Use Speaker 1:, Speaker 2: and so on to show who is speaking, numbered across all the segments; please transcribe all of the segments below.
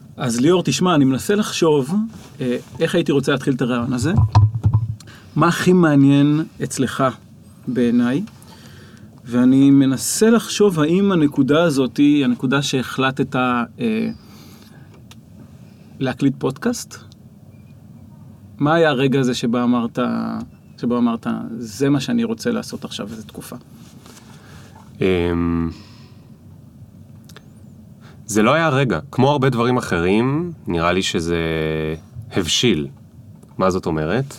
Speaker 1: אז ליאור, תשמע, אני מנסה לחשוב איך הייתי רוצה להתחיל את הרעיון הזה. מה הכי מעניין אצלך בעיניי? ואני מנסה לחשוב האם הנקודה הזאת היא הנקודה שהחלטת להקליט פודקאסט? מה היה הרגע הזה שבו אמרת, זה מה שאני רוצה לעשות עכשיו, איזו תקופה?
Speaker 2: זה לא היה רגע. כמו הרבה דברים אחרים, נראה לי שזה הבשיל. מה זאת אומרת?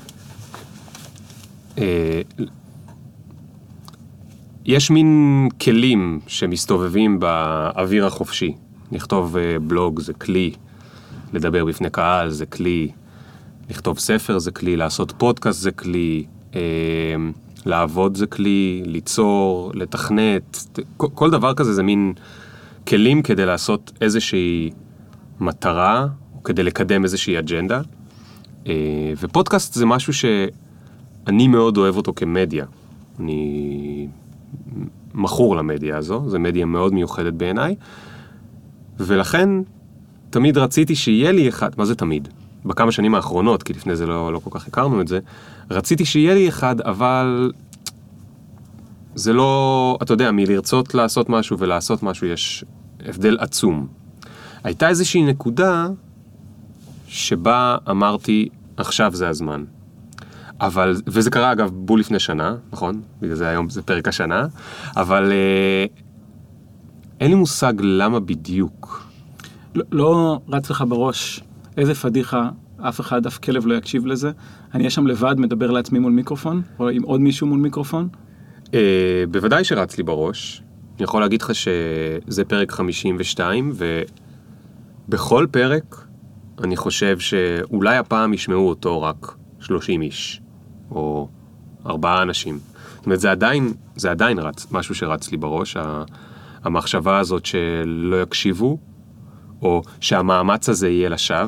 Speaker 2: יש מין כלים שמסתובבים באוויר החופשי. לכתוב בלוג זה כלי, לדבר בפני קהל זה כלי, לכתוב ספר זה כלי, לעשות פודקאסט זה כלי, לעבוד זה כלי, ליצור, לתכנת, כל דבר כזה זה מין כלים כדי לעשות איזושהי מטרה, או כדי לקדם איזושהי אג'נדה. ופודקאסט זה משהו שאני מאוד אוהב אותו כמדיה. אני מכור למדיה הזו, זו מדיה מאוד מיוחדת בעיניי, ולכן תמיד רציתי שיהיה לי אחד, מה זה תמיד? בכמה שנים האחרונות, כי לפני זה לא כל כך הכרנו את זה, רציתי שיהיה לי אחד, אבל זה לא, אתה יודע, מלרצות לעשות משהו ולעשות משהו יש הבדל עצום. הייתה איזושהי נקודה שבה אמרתי, עכשיו זה הזמן. אבל, וזה קרה אגב בול לפני שנה, נכון? בגלל זה היום זה פרק השנה, אבל אין לי מושג למה בדיוק.
Speaker 1: לא רץ לך בראש איזה פדיחה, אף אחד, אף כלב לא יקשיב לזה. אני אהיה שם לבד, מדבר לעצמי מול מיקרופון, או עם עוד מישהו מול מיקרופון?
Speaker 2: בוודאי שרץ לי בראש. אני יכול להגיד לך שזה פרק 52, ובכל פרק אני חושב שאולי הפעם ישמעו אותו רק 30 איש, או 4 אנשים. זאת אומרת, זה עדיין רץ, משהו שרץ לי בראש, המחשבה הזאת שלא יקשיבו, או שהמאמץ הזה יהיה לשווא.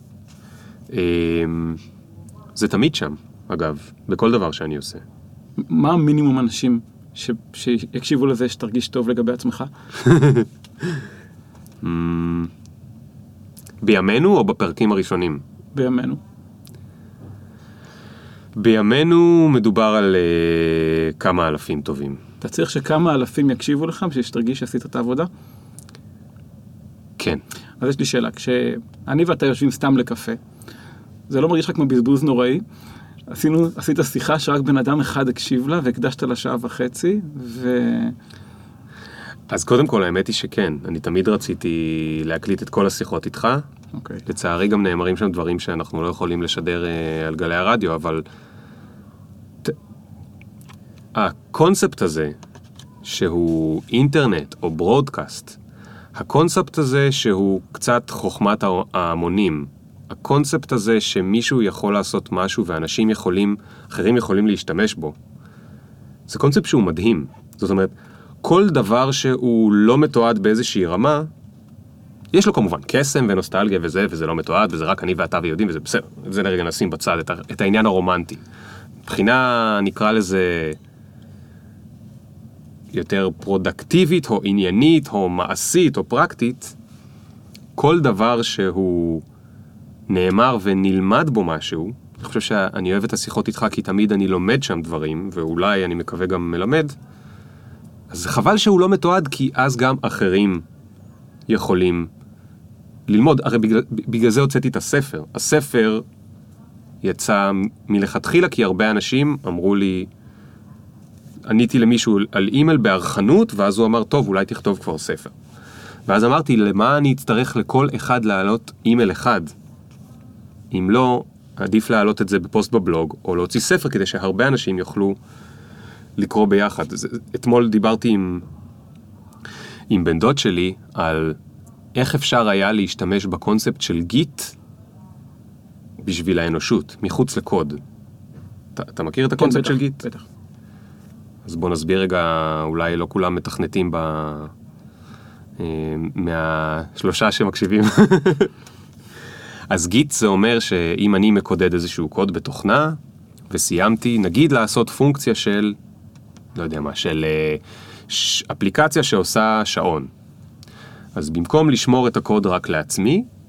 Speaker 2: זה תמיד שם, אגב, בכל דבר שאני עושה.
Speaker 1: מה המינימום אנשים שיקשיבו לזה שתרגיש טוב לגבי עצמך?
Speaker 2: בימינו או בפרקים הראשונים?
Speaker 1: בימינו.
Speaker 2: בימינו מדובר על כמה אלפים טובים.
Speaker 1: אתה צריך שכמה אלפים יקשיבו לך בשביל שתרגיש שעשית את העבודה?
Speaker 2: כן.
Speaker 1: אז יש לי שאלה, כשאני ואתה יושבים סתם לקפה, זה לא מרגיש לך כמו בזבוז נוראי? עשית שיחה שרק בן אדם אחד הקשיב לה, והקדשת לה 1.5 שעות,
Speaker 2: אז קודם כל, האמת היא שכן. אני תמיד רציתי להקליט את כל השיחות איתך.
Speaker 1: אוקיי.
Speaker 2: לצערי גם נאמרים שם דברים שאנחנו לא יכולים לשדר על גלי הרדיו, אבל הקונספט הזה, שהוא אינטרנט או ברודקאסט, הקונספט הזה שהוא קצת חוכמת ההמונים, הקונספט הזה שמישהו יכול לעשות משהו ואנשים אחרים יכולים להשתמש בו, זה קונספט שהוא מדהים. זאת אומרת, כל דבר שהוא לא מתועד באיזושהי רמה, יש לו כמובן קסם ונוסטלגיה וזה לא מתועד, וזה רק אני ואתה ויודעים, וזה בסדר. זה לרגע נשים בצד את העניין הרומנטי. מבחינה, נקרא לזה, יותר פרודקטיבית, או עניינית, או מעשית, או פרקטית, כל דבר שהוא נאמר ונלמד בו משהו, אני חושב שאני אוהב את השיחות איתך, כי תמיד אני לומד שם דברים, ואולי אני מקווה גם מלמד, אז חבל שהוא לא מתועד, כי אז גם אחרים יכולים ללמוד. הרי בגלל זה הוצאתי את הספר. הספר יצא מלכתחילה, כי הרבה אנשים אמרו לי, עניתי למישהו על אימייל בערכנות, ואז הוא אמר, טוב, אולי תכתוב כבר ספר. ואז אמרתי, למה אני אצטרך לכל אחד להעלות אימייל אחד? אם לא, עדיף להעלות את זה בפוסט בבלוג, או להוציא ספר, כדי שהרבה אנשים יוכלו לקרוא ביחד. אתמול דיברתי עם בן דוד שלי על איך אפשר היה להשתמש בקונספט של גיט בשביל האנושות, מחוץ לקוד. אתה מכיר את הקונספט של גיט?
Speaker 1: בטח.
Speaker 2: אז בוא נסביר רגע, אולי לא כולם מתכנתים מהשלושה שמקשיבים. אז גיט זה אומר שאם אני מקודד איזשהו קוד בתוכנה, וסיימתי, נגיד לעשות פונקציה של, לא יודע מה, של אפליקציה שעושה שעון. אז במקום לשמור את הקוד רק לעצמי,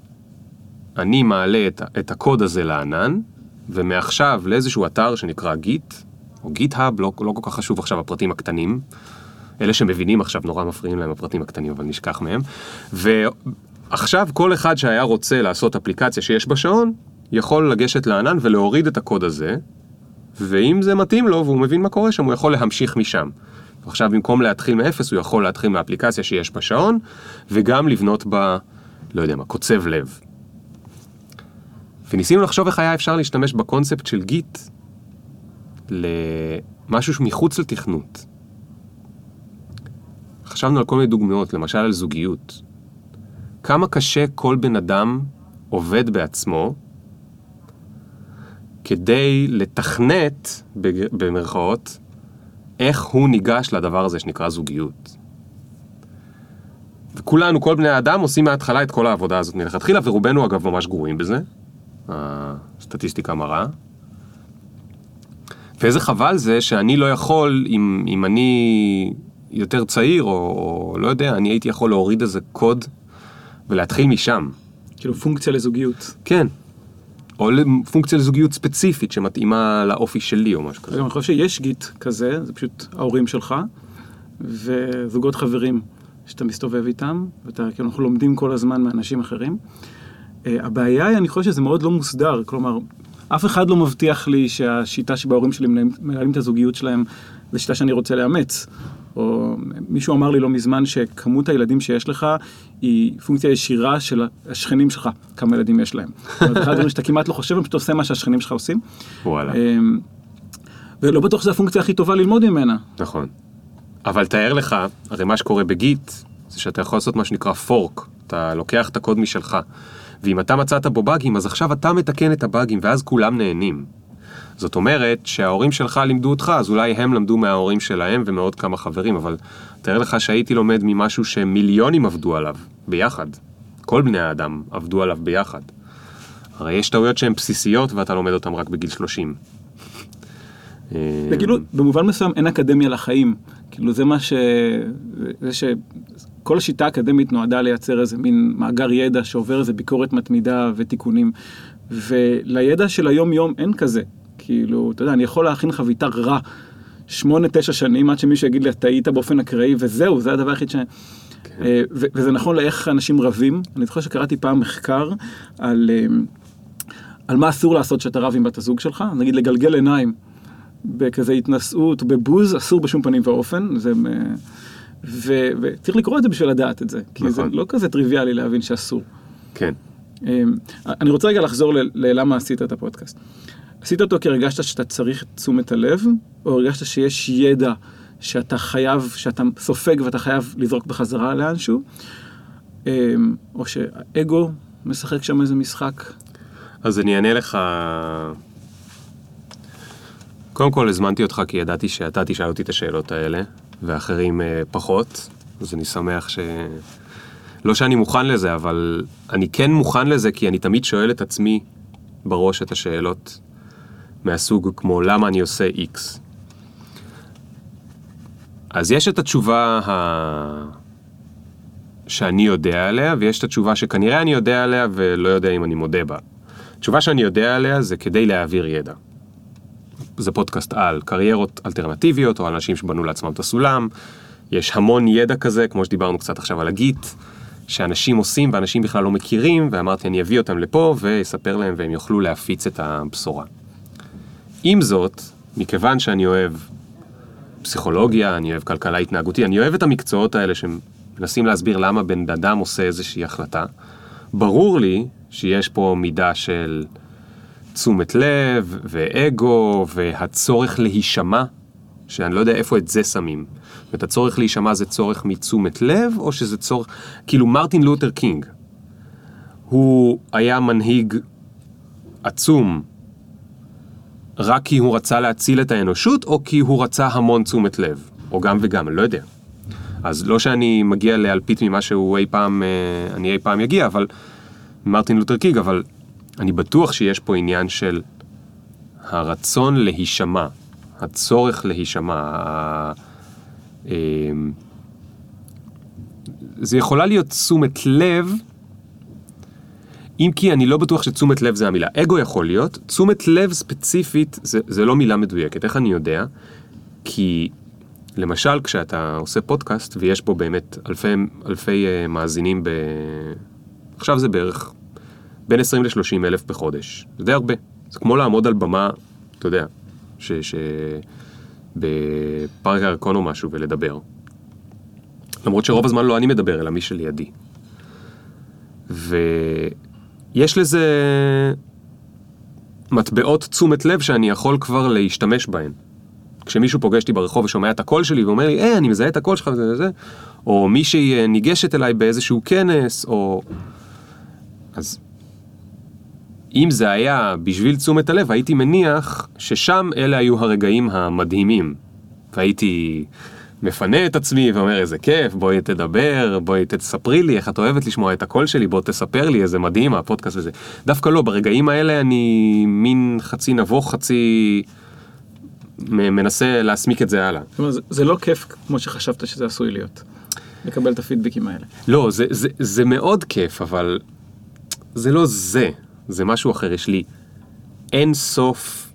Speaker 2: אני מעלה את הקוד הזה לענן, ומעכשיו לאיזשהו אתר שנקרא גיט, או גיט-האב, לא כל כך חשוב עכשיו הפרטים הקטנים, אלה שמבינים עכשיו נורא מפריעים להם הפרטים הקטנים, אבל נשכח מהם, ועכשיו כל אחד שהיה רוצה לעשות אפליקציה שיש בשעון, יכול לגשת לענן ולהוריד את הקוד הזה, ואם זה מתאים לו והוא מבין מה קורה שם, הוא יכול להמשיך משם. עכשיו במקום להתחיל מאפס, הוא יכול להתחיל מהאפליקציה שיש בשעון, וגם לבנות בה, לא יודע מה, קוצב לב. וניסינו לחשוב איך היה אפשר להשתמש בקונספט של גיט למשהו מחוץ לתכנות. חשבנו על כל מיני דוגמאות, למשל על זוגיות. כמה קשה כל בן אדם עובד בעצמו כדי לתכנת, במרכאות, איך הוא ניגש לדבר הזה שנקרא זוגיות. וכולנו, כל בני האדם, עושים מההתחלה את כל העבודה הזאת מלכתחילה, ורובנו אגב ממש גרועים בזה. הסטטיסטיקה מראה. ואיזה חבל זה שאני לא יכול, אם אני יותר צעיר, או לא יודע, אני הייתי יכול להוריד איזה קוד ולהתחיל משם.
Speaker 1: כאילו פונקציה לזוגיות.
Speaker 2: כן. או פונקציה לזוגיות ספציפית שמתאימה לאופי שלי או משהו כזה.
Speaker 1: אני חושב שיש גיט כזה, זה פשוט ההורים שלך, וזוגות חברים שאתה מסתובב איתם, כאילו אנחנו לומדים כל הזמן מאנשים אחרים. הבעיה היא, אני חושב שזה מאוד לא מוסדר, כלומר, אף אחד לא מבטיח לי שהשיטה שבה ההורים שלי מנהלים את הזוגיות שלהם, זה שיטה שאני רוצה לאמץ. או מישהו אמר לי לא מזמן שכמות הילדים שיש לך היא פונקציה ישירה של השכנים שלך, כמה ילדים יש להם. זאת אחד הדברים שאתה כמעט לא חושב, הם פשוט עושה מה שהשכנים שלך עושים.
Speaker 2: וואלה.
Speaker 1: ולא בטוח שזו הפונקציה הכי טובה ללמוד ממנה.
Speaker 2: נכון. אבל תאר לך, הרי מה שקורה בגיט, זה שאתה יכול לעשות מה שנקרא פורק. אתה לוקח את הקוד משלך. ואם אתה מצאת בו באגים, אז עכשיו אתה מתקן את הבאגים, ואז כולם נהנים. זאת אומרת שההורים שלך לימדו אותך, אז אולי הם למדו מההורים שלהם ומעוד כמה חברים, אבל תאר לך שהייתי לומד ממשהו שמיליונים עבדו עליו ביחד. כל בני האדם עבדו עליו ביחד. הרי יש טעויות שהן בסיסיות ואתה לומד אותן רק בגיל 30.
Speaker 1: וכאילו, במובן מסוים אין אקדמיה לחיים. כאילו זה מה כל השיטה האקדמית נועדה לייצר איזה מין מאגר ידע שעובר איזה ביקורת מתמידה ותיקונים. ולידע של היום-יום אין כזה. כאילו, אתה יודע, אני יכול להכין חביתה רע 8-9 שנים, עד שמישהו יגיד לי, אתה היית באופן אקראי, וזהו, זה הדבר היחיד וזה נכון לאיך אנשים רבים. אני זוכר שקראתי פעם מחקר על מה אסור לעשות שאתה רב עם בת הזוג שלך, נגיד לגלגל עיניים, בכזה התנסות, בבוז, אסור בשום פנים ואופן, וצריך לקרוא את זה בשביל לדעת את זה, כי זה לא כזה טריוויאלי להבין שאסור.
Speaker 2: כן.
Speaker 1: אני רוצה רגע לחזור ללמה עשית את הפודקאסט. עשית אותו כי הרגשת שאתה צריך את תשומת הלב, או הרגשת שיש ידע שאתה חייב, שאתה סופג ואתה חייב לזרוק בחזרה לאנשהו, או שהאגו משחק שם איזה משחק?
Speaker 2: אז אני אענה לך... קודם כל הזמנתי אותך כי ידעתי שאתה תשאל אותי את השאלות האלה, ואחרים פחות, אז אני שמח לא שאני מוכן לזה, אבל אני כן מוכן לזה כי אני תמיד שואל את עצמי בראש את השאלות מהסוג כמו למה אני עושה X. אז יש את התשובה שאני יודע עליה, ויש את התשובה שכנראה אני יודע עליה ולא יודע אם אני מודה בה. התשובה שאני יודע עליה זה כדי להעביר ידע. זה פודקאסט על קריירות אלטרנטיביות, או על אנשים שבנו לעצמם את הסולם. יש המון ידע כזה, כמו שדיברנו קצת עכשיו על הגיט, שאנשים עושים ואנשים בכלל לא מכירים, ואמרתי אני אביא אותם לפה ואספר להם והם יוכלו להפיץ את הבשורה. עם זאת, מכיוון שאני אוהב פסיכולוגיה, אני אוהב כלכלה התנהגותי, אני אוהב את המקצועות האלה שמנסים להסביר למה בן אדם עושה איזושהי החלטה, ברור לי שיש פה מידה של תשומת לב ואגו והצורך להישמע, שאני לא יודע איפה את זה שמים. ואת הצורך להישמע זה צורך מתשומת לב, או שזה צורך... כאילו מרטין לותר קינג, הוא היה מנהיג עצום, רק כי הוא רצה להציל את האנושות, או כי הוא רצה המון תשומת לב, או גם וגם, אני לא יודע. אז לא שאני מגיע להלפית ממה שהוא אני אי פעם יגיע, אבל מרטין לותר קינג, אבל אני בטוח שיש פה עניין של הרצון להישמע, הצורך להישמע. זה יכולה להיות תשומת לב, אם כי אני לא בטוח שתשומת לב זה המילה. אגו יכול להיות, תשומת לב ספציפית זה לא מילה מדויקת. איך אני יודע? כי למשל כשאתה עושה פודקאסט ויש בו באמת אלפי מאזינים עכשיו זה בערך בין 20 ל-30 אלף בחודש. זה די הרבה. זה כמו לעמוד על במה, אתה יודע, בפארק הירקון או משהו ולדבר. למרות שרוב הזמן לא אני מדבר, אלא מי שלידי. ויש לזה מטבעות תשומת לב שאני יכול כבר להשתמש בהן. כשמישהו פוגש אותי ברחוב ושומע את הקול שלי ואומר לי, אני מזהה את הקול שלך וזה, או מישהי ניגשת אליי באיזשהו כנס, או... אז אם זה היה בשביל תשומת הלב, הייתי מניח ששם אלה היו הרגעים המדהימים. והייתי מפנה את עצמי ואומר, איזה כיף, בואי תדבר, בואי תספרי לי איך את אוהבת לשמוע את הקול שלי, בוא תספר לי איזה מדהים הפודקאסט הזה. דווקא לא, ברגעים האלה אני מין חצי נבוך, חצי מנסה להסמיק את זה הלאה.
Speaker 1: זאת אומרת, זה לא כיף כמו שחשבת שזה עשוי להיות, לקבל את הפידבקים האלה.
Speaker 2: לא, זה מאוד כיף, אבל זה לא זה. זה משהו אחר. יש לי אין סוף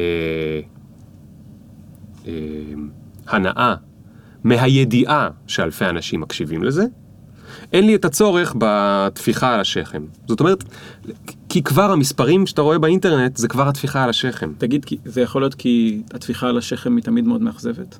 Speaker 2: הנאה מהידיעה שאלפי אנשים מקשיבים לזה. אין לי את הצורך בתפיחה על השכם. זאת אומרת, כי כבר המספרים שאתה רואה באינטרנט זה כבר התפיחה על השכם.
Speaker 1: תגיד, זה יכול להיות כי התפיחה על השכם היא תמיד מאוד מאכזבת?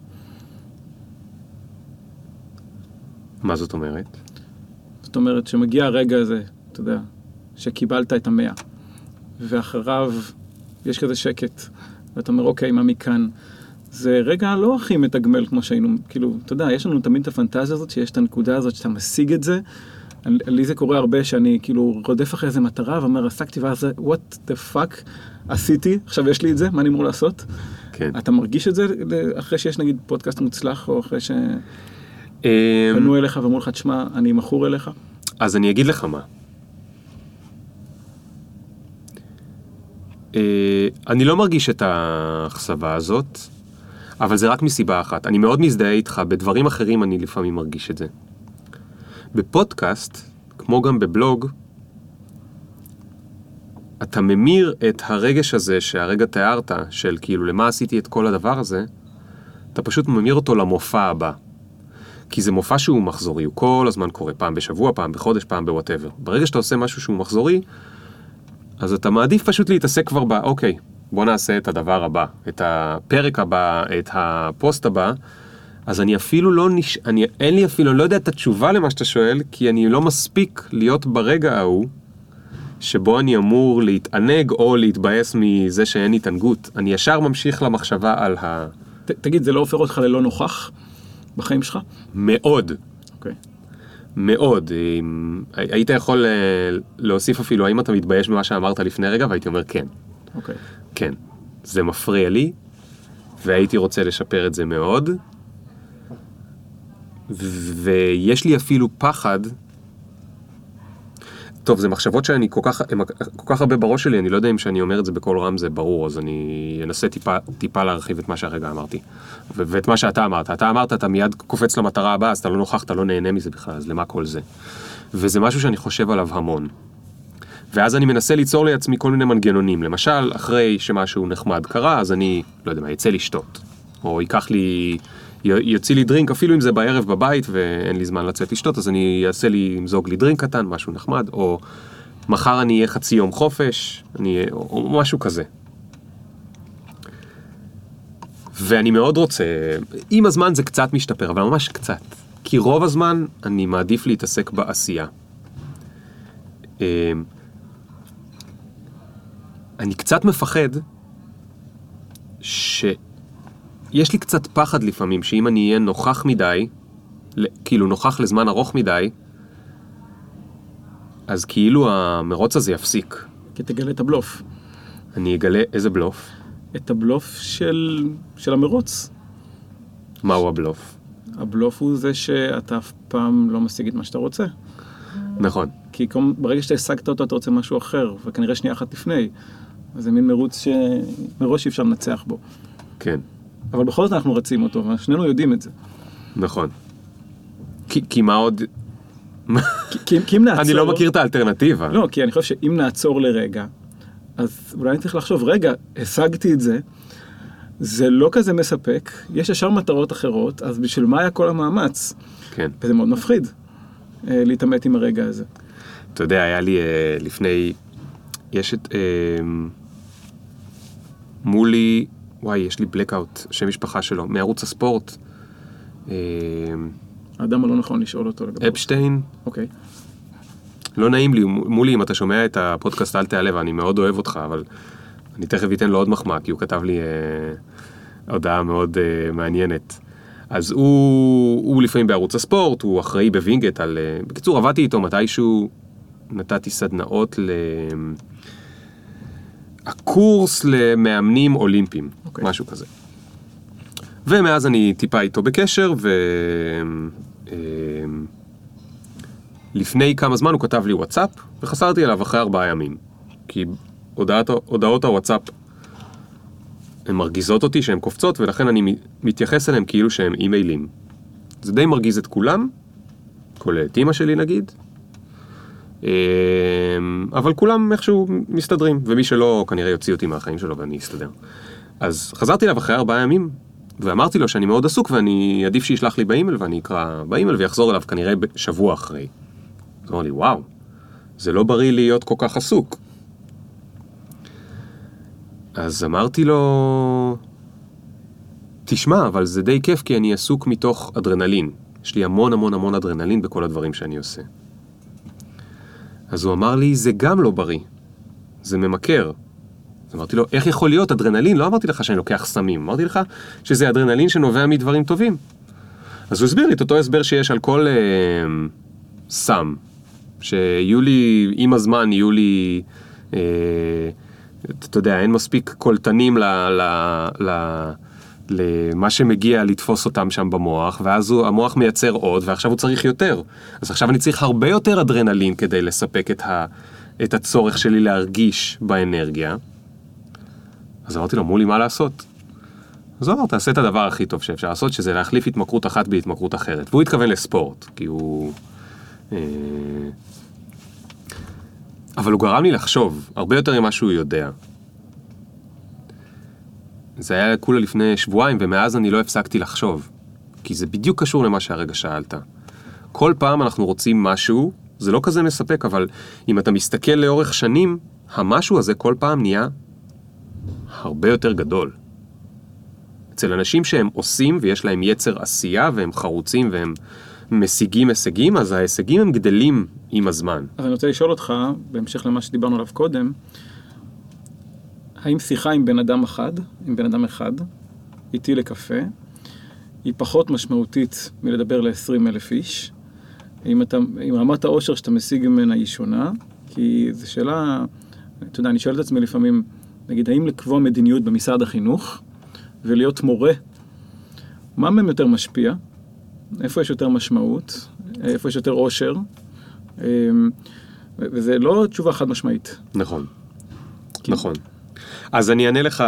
Speaker 2: מה זאת אומרת?
Speaker 1: זאת אומרת שמגיע הרגע הזה, אתה יודע, שקיבלת את 100, ואחריו יש כזה שקט, ואתה אומר, אוקיי, מה מכאן? זה רגע לא הכי מתגמל כמו שהיינו, כאילו, אתה יודע, יש לנו תמיד את הפנטזיה הזאת, שיש את הנקודה הזאת שאתה משיג את זה. לי זה קורה הרבה שאני כאילו רודף אחרי איזה מטרה, ואומר, עסקתי ואז, what the fuck עשיתי, עכשיו יש לי את זה, מה אני אמור לעשות?
Speaker 2: כן.
Speaker 1: אתה מרגיש את זה אחרי שיש נגיד פודקאסט מוצלח, או אחרי שפנו אליך ואמרו לך, תשמע, אני מכור אליך?
Speaker 2: אז אני אגיד לך מה. אני לא מרגיש את האכזבה הזאת, אבל זה רק מסיבה אחת. אני מאוד מזדהה איתך, בדברים אחרים אני לפעמים מרגיש את זה. בפודקאסט, כמו גם בבלוג, אתה ממיר את הרגש הזה שהרגע תיארת, של כאילו למה עשיתי את כל הדבר הזה, אתה פשוט ממיר אותו למופע הבא. כי זה מופע שהוא מחזורי, הוא כל הזמן קורה, פעם בשבוע, פעם בחודש, פעם בוואטאבר. ברגע שאתה עושה משהו שהוא מחזורי, אז אתה מעדיף פשוט להתעסק כבר אוקיי, בוא נעשה את הדבר הבא, את הפרק הבא, את הפוסט הבא, אז אני אפילו לא אין לי אפילו, לא יודע את התשובה למה שאתה שואל, כי אני לא מספיק להיות ברגע ההוא, שבו אני אמור להתענג או להתבאס מזה שאין התענגות. אני ישר ממשיך למחשבה על
Speaker 1: תגיד, זה לא הופך אותך ללא נוכח בחיים שלך?
Speaker 2: מאוד.
Speaker 1: אוקיי.
Speaker 2: מאוד. היית יכול להוסיף אפילו, האם אתה מתבייש במה שאמרת לפני רגע, והייתי אומר כן.
Speaker 1: אוקיי.
Speaker 2: כן. זה מפריע לי, והייתי רוצה לשפר את זה מאוד. ויש לי אפילו פחד, טוב, זה מחשבות שאני כל כך הרבה בראש שלי, אני לא יודע אם שאני אומר את זה בכל רם זה ברור, אז אני אנסה טיפה להרחיב את מה שהרגע אמרתי. ואת מה שאתה אמרת. אתה אמרת, אתה מיד קופץ למטרה הבאה, אז אתה לא נוכח, אתה לא נהנה מזה בכלל, אז למה כל זה? וזה משהו שאני חושב עליו המון. ואז אני מנסה ליצור לעצמי כל מיני מנגנונים. למשל, אחרי שמשהו נחמד קרה, אז אני, לא יודע מה, יצא לשתות. או יוציא לי דרינק, אפילו אם זה בערב בבית ואין לי זמן לצאת לשתות, אז אני אעשה לי, אמזוג לי דרינק קטן, משהו נחמד, או מחר אני אהיה חצי יום חופש, או משהו כזה. ואני מאוד רוצה, עם הזמן זה קצת משתפר, אבל ממש קצת. כי רוב הזמן אני מעדיף להתעסק בעשייה. אני קצת מפחד יש לי קצת פחד לפעמים, שאם אני אהיה נוכח מדי, כאילו נוכח לזמן ארוך מדי, אז כאילו המרוץ הזה יפסיק.
Speaker 1: כי תגלה את הבלוף.
Speaker 2: אני אגלה איזה בלוף?
Speaker 1: את הבלוף של המרוץ.
Speaker 2: מהו הבלוף?
Speaker 1: הבלוף הוא זה שאתה אף פעם לא משיג את מה שאתה רוצה.
Speaker 2: נכון.
Speaker 1: כי ברגע שאתה השגת אותו, אתה רוצה משהו אחר, וכנראה שנייה אחת לפני. אז זה מין מרוץ שמראש אי אפשר לנצח בו.
Speaker 2: כן.
Speaker 1: אבל בכל זאת אנחנו רצים אותו, ושנינו יודעים את זה.
Speaker 2: נכון. כי מה עוד
Speaker 1: כי אם נעצור...
Speaker 2: אני לא מכיר את האלטרנטיבה.
Speaker 1: לא, כי אני חושב שאם נעצור לרגע, אז אולי אני צריך לחשוב, רגע, השגתי את זה, זה לא כזה מספק, יש ישר מטרות אחרות, אז בשביל מה היה כל המאמץ?
Speaker 2: כן.
Speaker 1: וזה מאוד מפחיד להתעמת עם הרגע הזה.
Speaker 2: אתה יודע, היה לי לפני, יש את, מולי, וואי, יש לי בלקאוט, שם משפחה שלו, מערוץ הספורט.
Speaker 1: האדם הלא נכון לשאול אותו לגבי...
Speaker 2: אפשטיין.
Speaker 1: אוקיי.
Speaker 2: לא נעים לי, מולי, אם אתה שומע את הפודקאסט, אל תעלב, אני מאוד אוהב אותך, אבל אני תכף אתן לו עוד מחמאה, כי הוא כתב לי הודעה מאוד מעניינת. אז הוא לפעמים בערוץ הספורט, הוא אחראי בווינגט על... בקיצור, עבדתי איתו מתישהו, נתתי סדנאות הקורס למאמנים אולימפיים, משהו כזה. ומאז אני טיפה איתו בקשר, לפני כמה זמן הוא כתב לי וואטסאפ, וחסרתי אליו אחרי 4 ימים. כי הודעות הוואטסאפ הן מרגיזות אותי שהן קופצות, ולכן אני מתייחס אליהם כאילו שהם אימיילים. זה די מרגיז את כולם, כולל את אמא שלי נגיד, אבל כולם איכשהו מסתדרים, ומי שלא כנראה יוציא אותי מהחיים שלו ואני אסתדר. אז חזרתי אליו אחרי 4 ימים, ואמרתי לו שאני מאוד עסוק, ואני עדיף שישלח לי באימייל, ואני אקרא באימייל ויחזור אליו כנראה שבוע אחרי. אז אמר לי, וואו, זה לא בריא להיות כל כך עסוק. אז אמרתי לו, תשמע, אבל זה די כיף, כי אני עסוק מתוך אדרנלין. יש לי המון המון המון אדרנלין בכל הדברים שאני עושה. אז הוא אמר לי, זה גם לא בריא. זה ממכר. אז אמרתי לו, איך יכול להיות אדרנלין? לא אמרתי לך שאני לוקח סמים. אמרתי לך שזה אדרנלין שנובע מדברים טובים. אז הוא הסביר לי את אותו הסבר שיש על כל סם. שיהיו לי, עם הזמן יהיו לי, אתה יודע, אין מספיק קולטנים למה שמגיע לתפוס אותם שם במוח, ואז המוח מייצר עוד, ועכשיו הוא צריך יותר. אז עכשיו אני צריך הרבה יותר אדרנלין כדי לספק את הצורך שלי להרגיש באנרגיה. אז אמרתי לו, מולי, מה לעשות? אז הוא אמר, תעשה את הדבר הכי טוב שאפשר לעשות, שזה להחליף התמכרות אחת בהתמכרות אחרת. והוא התכוון לספורט, כי הוא... אבל הוא גרם לי לחשוב, הרבה יותר ממה שהוא יודע. זה היה כולה לפני שבועיים, ומאז אני לא הפסקתי לחשוב. כי זה בדיוק קשור למה שהרגע שאלת. כל פעם אנחנו רוצים משהו, זה לא כזה מספק, אבל אם אתה מסתכל לאורך שנים, המשהו הזה כל פעם נהיה הרבה יותר גדול. אצל אנשים שהם עושים ויש להם יצר עשייה, והם חרוצים והם משיגים הישגים, אז ההישגים הם גדלים עם הזמן.
Speaker 1: אז אני רוצה לשאול אותך, בהמשך למה שדיברנו עליו קודם, האם שיחה עם בן אדם אחד, איתי לקפה, היא פחות משמעותית מלדבר ל-20,000 איש? אם רמת האושר שאתה משיג ממנה היא שונה? כי זו שאלה, אתה יודע, אני שואל את עצמי לפעמים, נגיד, האם לקבוע מדיניות במשרד החינוך ולהיות מורה, מה מהם יותר משפיע? איפה יש יותר משמעות? איפה יש יותר אושר? וזה לא תשובה חד משמעית.
Speaker 2: נכון. נכון. אז אני אענה לך,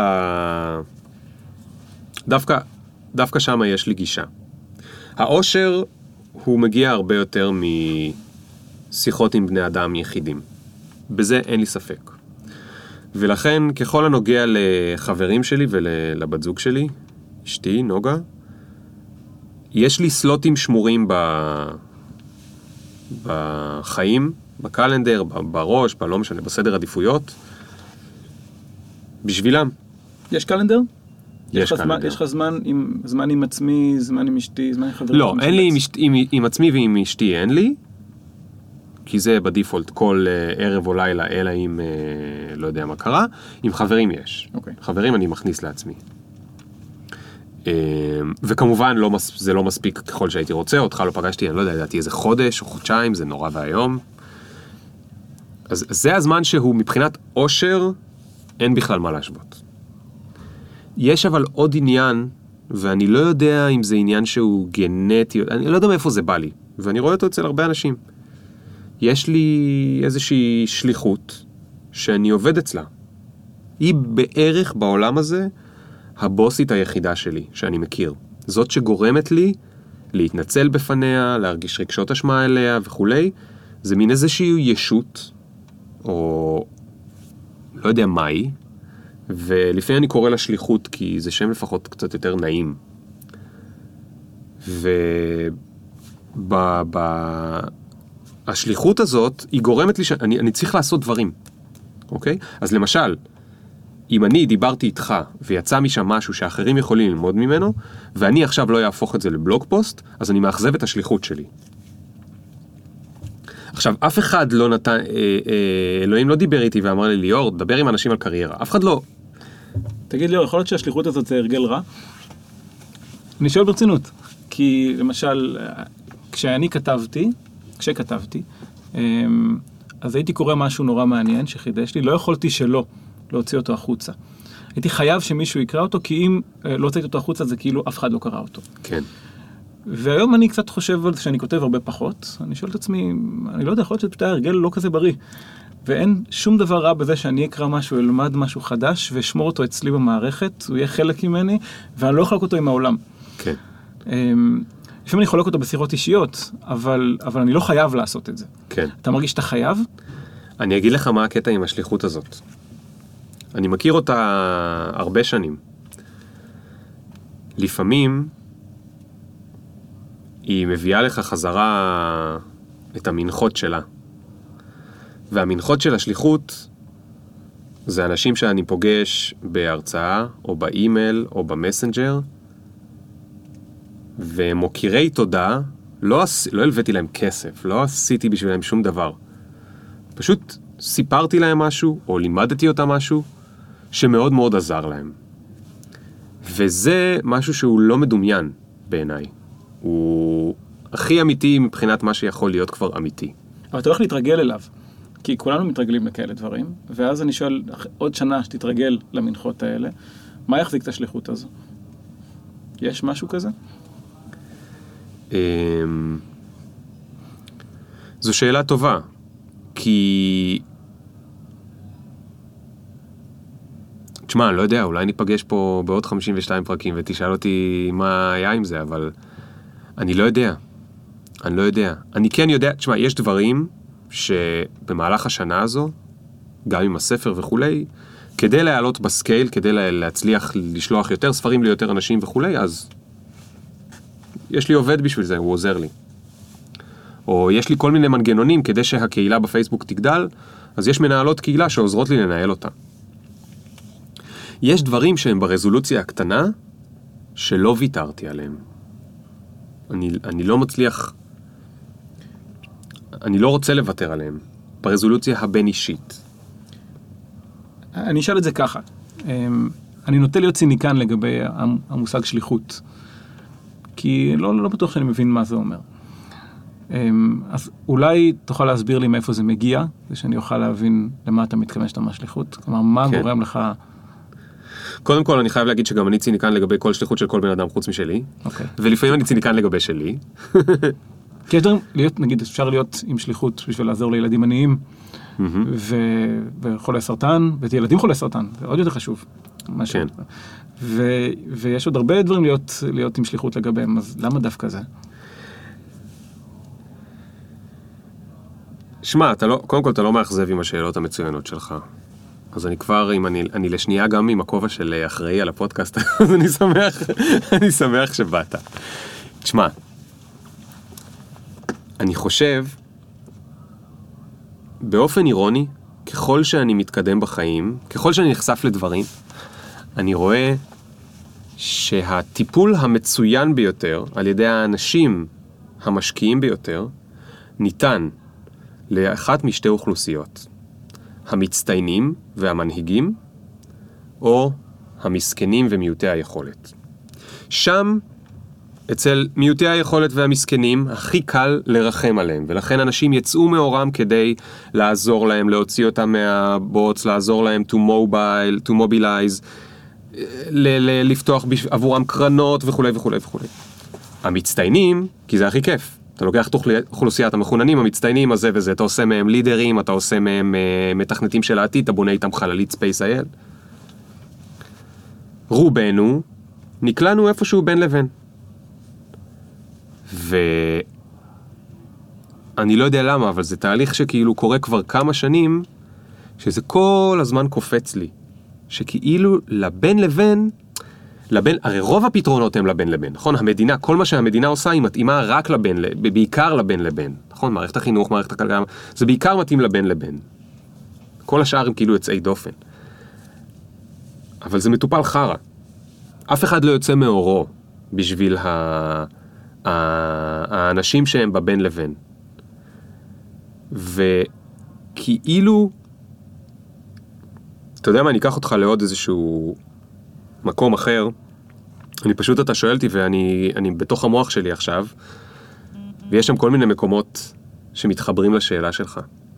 Speaker 2: דווקא שם יש לי גישה. האושר הוא מגיע הרבה יותר משיחות עם בני אדם יחידים. בזה אין לי ספק. ולכן, ככל הנוגע לחברים שלי ולבת זוג שלי, אשתי, נוגה, יש לי סלוטים שמורים בחיים, בקלנדר, בראש, לא משנה, בסדר עדיפויות, בשבילם.
Speaker 1: יש קלנדר?
Speaker 2: יש קלנדר.
Speaker 1: יש לך זמן עם עצמי, זמן עם אשתי, זמן עם חברים?
Speaker 2: לא, אין לי עם עצמי ועם אשתי אין לי, כי זה בדיפולט כל ערב או לילה, אלא אם לא יודע מה קרה. עם חברים יש. חברים אני מכניס לעצמי. וכמובן זה לא מספיק ככל שהייתי רוצה, אותך לא פגשתי, אני לא יודע, לדעתי איזה חודש או חודשיים, זה נורא והיום. אז זה הזמן שהוא מבחינת אושר, אין בכלל מה להשוות. יש אבל עוד עניין, ואני לא יודע אם זה עניין שהוא גנטי, אני לא יודע מאיפה זה בא לי, ואני רואה אותו אצל הרבה אנשים. יש לי איזושהי שליחות שאני עובד אצלה. היא בערך בעולם הזה הבוסית היחידה שלי, שאני מכיר. זאת שגורמת לי להתנצל בפניה, להרגיש רגשות אשמה אליה וכולי. זה מין איזושהי ישות, או לא יודע מהי, ולפעמים אני קורא לה שליחות, כי זה שם לפחות קצת יותר נעים. השליחות הזאת, היא גורמת לי שאני צריך לעשות דברים, אוקיי? אז למשל, אם אני דיברתי איתך, ויצא משם משהו שאחרים יכולים ללמוד ממנו, ואני עכשיו לא יהפוך את זה לבלוג פוסט, אז אני מאכזב את השליחות שלי. עכשיו, אף אחד לא נתן, אלוהים לא דיבר איתי ואמר לי, ליאור, דבר עם אנשים על קריירה. אף אחד לא.
Speaker 1: תגיד ליאור, יכול להיות שהשליחות הזאת זה הרגל רע? אני שואל ברצינות. כי למשל, כשכתבתי, אז הייתי קורא משהו נורא מעניין שחידש לי, לא יכולתי שלא להוציא אותו החוצה. הייתי חייב שמישהו יקרא אותו, כי אם לא הוצאתי אותו החוצה, זה כאילו אף אחד לא קרא אותו.
Speaker 2: כן.
Speaker 1: והיום אני קצת חושב על זה שאני כותב הרבה פחות. אני שואל את עצמי, אני לא יודע, יכול להיות שזה הרגל לא כזה בריא. ואין שום דבר רע בזה שאני אקרא משהו, אלמד משהו חדש, ואשמור אותו אצלי במערכת, הוא יהיה חלק ממני, ואני לא אחלוק אותו עם העולם.
Speaker 2: כן.
Speaker 1: לפעמים אני חולק אותו בשיחות אישיות, אבל אני לא חייב לעשות את זה.
Speaker 2: כן.
Speaker 1: אתה מרגיש שאתה חייב?
Speaker 2: אני אגיד לך מה הקטע עם השליחות הזאת. אני מכיר אותה הרבה שנים. לפעמים היא מביאה לך חזרה את המנחות שלה. והמנחות של השליחות זה אנשים שאני פוגש בהרצאה, או באימייל, או במסנג'ר, ומוקירי תודה, לא הלוויתי להם כסף, לא עשיתי בשבילם שום דבר. פשוט סיפרתי להם משהו, או לימדתי אותם משהו, שמאוד מאוד עזר להם. וזה משהו שהוא לא מדומיין בעיניי. הוא הכי אמיתי מבחינת מה שיכול להיות כבר אמיתי.
Speaker 1: אבל אתה הולך להתרגל אליו, כי כולנו מתרגלים לכאלה דברים, ואז אני שואל, עוד שנה שתתרגל למנחות האלה, מה יחזיק את השליחות הזו? יש משהו כזה?
Speaker 2: זו שאלה טובה, כי תשמע, אני לא יודע, אולי ניפגש פה בעוד 52 פרקים ותשאל אותי מה היה עם זה, אבל אני לא יודע. אני כן יודע, תשמע, יש דברים שבמהלך השנה הזו, גם עם הספר וכולי, כדי להעלות בסקייל, כדי להצליח לשלוח יותר ספרים ליותר אנשים וכולי, אז יש לי עובד בשביל זה, הוא עוזר לי. או יש לי כל מיני מנגנונים כדי שהקהילה בפייסבוק תגדל, אז יש מנהלות קהילה שעוזרות לי לנהל אותה. יש דברים שהם ברזולוציה הקטנה, שלא ויתרתי עליהם. אני לא מצליח, אני לא רוצה לוותר עליהם, ברזולוציה הבין אישית.
Speaker 1: אני אשאל את זה ככה. אני נוטה להיות ציניקן לגבי המושג שליחות. כי לא בטוח שאני מבין מה זה אומר. אז אולי תוכל להסביר לי מאיפה זה מגיע, ושאני אוכל להבין למה אתה מתכוון שאתה מהשליחות. כלומר, מה גורם לך?
Speaker 2: קודם כל, אני חייב להגיד שגם אני ציניקן לגבי כל שליחות של כל בן אדם חוץ משלי.
Speaker 1: אוקיי.
Speaker 2: ולפעמים אני ציניקן לגבי שלי.
Speaker 1: כי יש דברים, נגיד, אפשר להיות עם שליחות בשביל לעזור לילדים עניים, וחולי סרטן, ואת ילדים חולי סרטן, זה עוד יותר חשוב.
Speaker 2: כן.
Speaker 1: ויש עוד הרבה דברים להיות עם שליחות לגביהם, אז למה דווקא זה?
Speaker 2: שמע, קודם כל אתה לא מאכזב עם השאלות המצוינות שלך. אז אני כבר, אם אני לשנייה גם עם הכובע של אחראי על הפודקאסט, אז אני שמח שבאת. תשמע, אני חושב, באופן אירוני, ככל שאני מתקדם בחיים, ככל שאני נחשף לדברים, אני רואה שהטיפול המצוין ביותר, על ידי האנשים המשקיעים ביותר, ניתן לאחת משתי אוכלוסיות. המצטיינים והמנהיגים, או המסכנים ומיעוטי היכולת. שם, אצל מיעוטי היכולת והמסכנים, הכי קל לרחם עליהם, ולכן אנשים יצאו מאורם כדי לעזור להם, להוציא אותם מהבוץ, לעזור להם to mobilize, לפתוח עבורם קרנות וכו' וכו' וכו'. המצטיינים, כי זה הכי כיף. אתה לוקח את אוכלוסיית המחוננים, המצטיינים הזה וזה, אתה עושה מהם לידרים, אתה עושה מהם מתכנתים של העתיד, אתה בונה איתם חללית ספייס-אייל. רובנו נקלענו איפשהו בין לבין. ואני לא יודע למה, אבל זה תהליך שכאילו קורה כבר כמה שנים, שזה כל הזמן קופץ לי. שכאילו לבין לבין, הרי רוב הפתרונות הם לבין לבין, נכון? המדינה, כל מה שהמדינה עושה היא מתאימה רק בעיקר לבין לבין, נכון? מערכת החינוך, מערכת הכלכלה, זה בעיקר מתאים לבין לבין. כל השאר הם כאילו יוצאי דופן. אבל זה מטופל חרה. אף אחד לא יוצא מאורו בשביל האנשים שהם בבין לבין. וכאילו, אתה יודע מה, אני אקח אותך לעוד איזשהו מקום אחר. אתה שואל אותי ואני בתוך המוח שלי עכשיו, ויש שם כל מיני מקומות שמתחברים לשאלה שלך.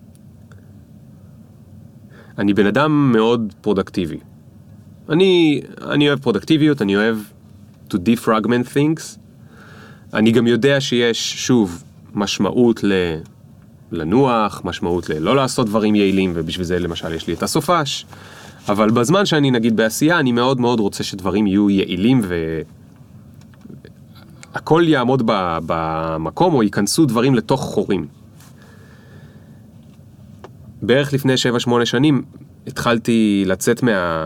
Speaker 2: אני בן אדם מאוד פרודקטיבי. אני אוהב פרודקטיביות, אני אוהב to defragment things. אני גם יודע שיש, שוב, משמעות לנוח, משמעות לא לעשות דברים יעילים, ובשביל זה למשל יש לי את הסופש. אבל בזמן שאני נגיד בעשייה, אני מאוד מאוד רוצה שדברים יהיו יעילים והכל יעמוד במקום או ייכנסו דברים לתוך חורים. בערך לפני 7-8 שנים התחלתי לצאת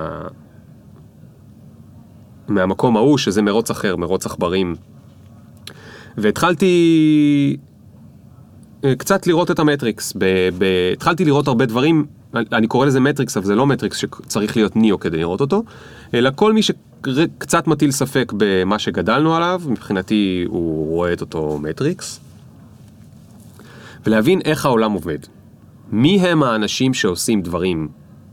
Speaker 2: מהמקום ההוא, שזה מרוץ אחר, מרוץ עכברים. והתחלתי קצת לראות את המטריקס. התחלתי לראות הרבה דברים, אני קורא לזה מטריקס, אבל זה לא מטריקס שצריך להיות ניאו כדי לראות אותו, אלא כל מי שקצת מטיל ספק במה שגדלנו עליו, מבחינתי הוא רואה את אותו מטריקס. ולהבין איך העולם עובד. מי הם האנשים שעושים דברים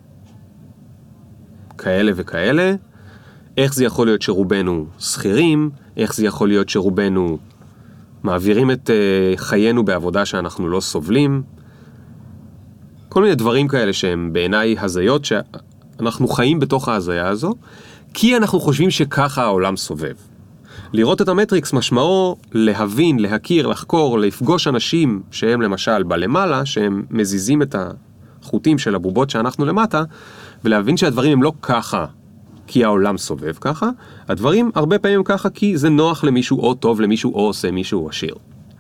Speaker 2: כאלה וכאלה, איך זה יכול להיות שרובנו שכירים, איך זה יכול להיות שרובנו מעבירים את חיינו בעבודה שאנחנו לא סובלים, כל מיני דברים כאלה שהם בעיניי הזיות, שאנחנו חיים בתוך ההזיה הזו, כי אנחנו חושבים שככה העולם סובב. לראות את המטריקס משמעו להבין, להכיר, לחקור, לפגוש אנשים שהם למשל בלמעלה, שהם מזיזים את החוטים של הבובות שאנחנו למטה, ולהבין שהדברים הם לא ככה כי העולם סובב ככה, הדברים הרבה פעמים ככה כי זה נוח למישהו או טוב למישהו או עושה מישהו עשיר.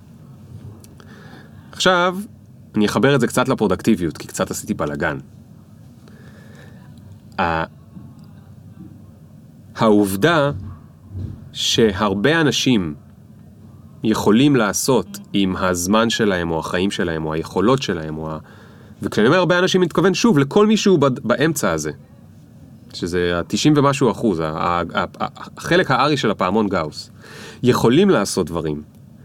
Speaker 2: עכשיו, אני אחבר את זה קצת לפרודקטיביות, כי קצת עשיתי בלגן. העובדה שהרבה אנשים יכולים לעשות עם הזמן שלהם, או החיים שלהם, או היכולות שלהם, וכשאני אומר הרבה אנשים, מתכוון שוב לכל מישהו באמצע הזה, שזה 90 ומשהו אחוז, החלק הארי של הפעמון גאוס, יכולים לעשות דברים,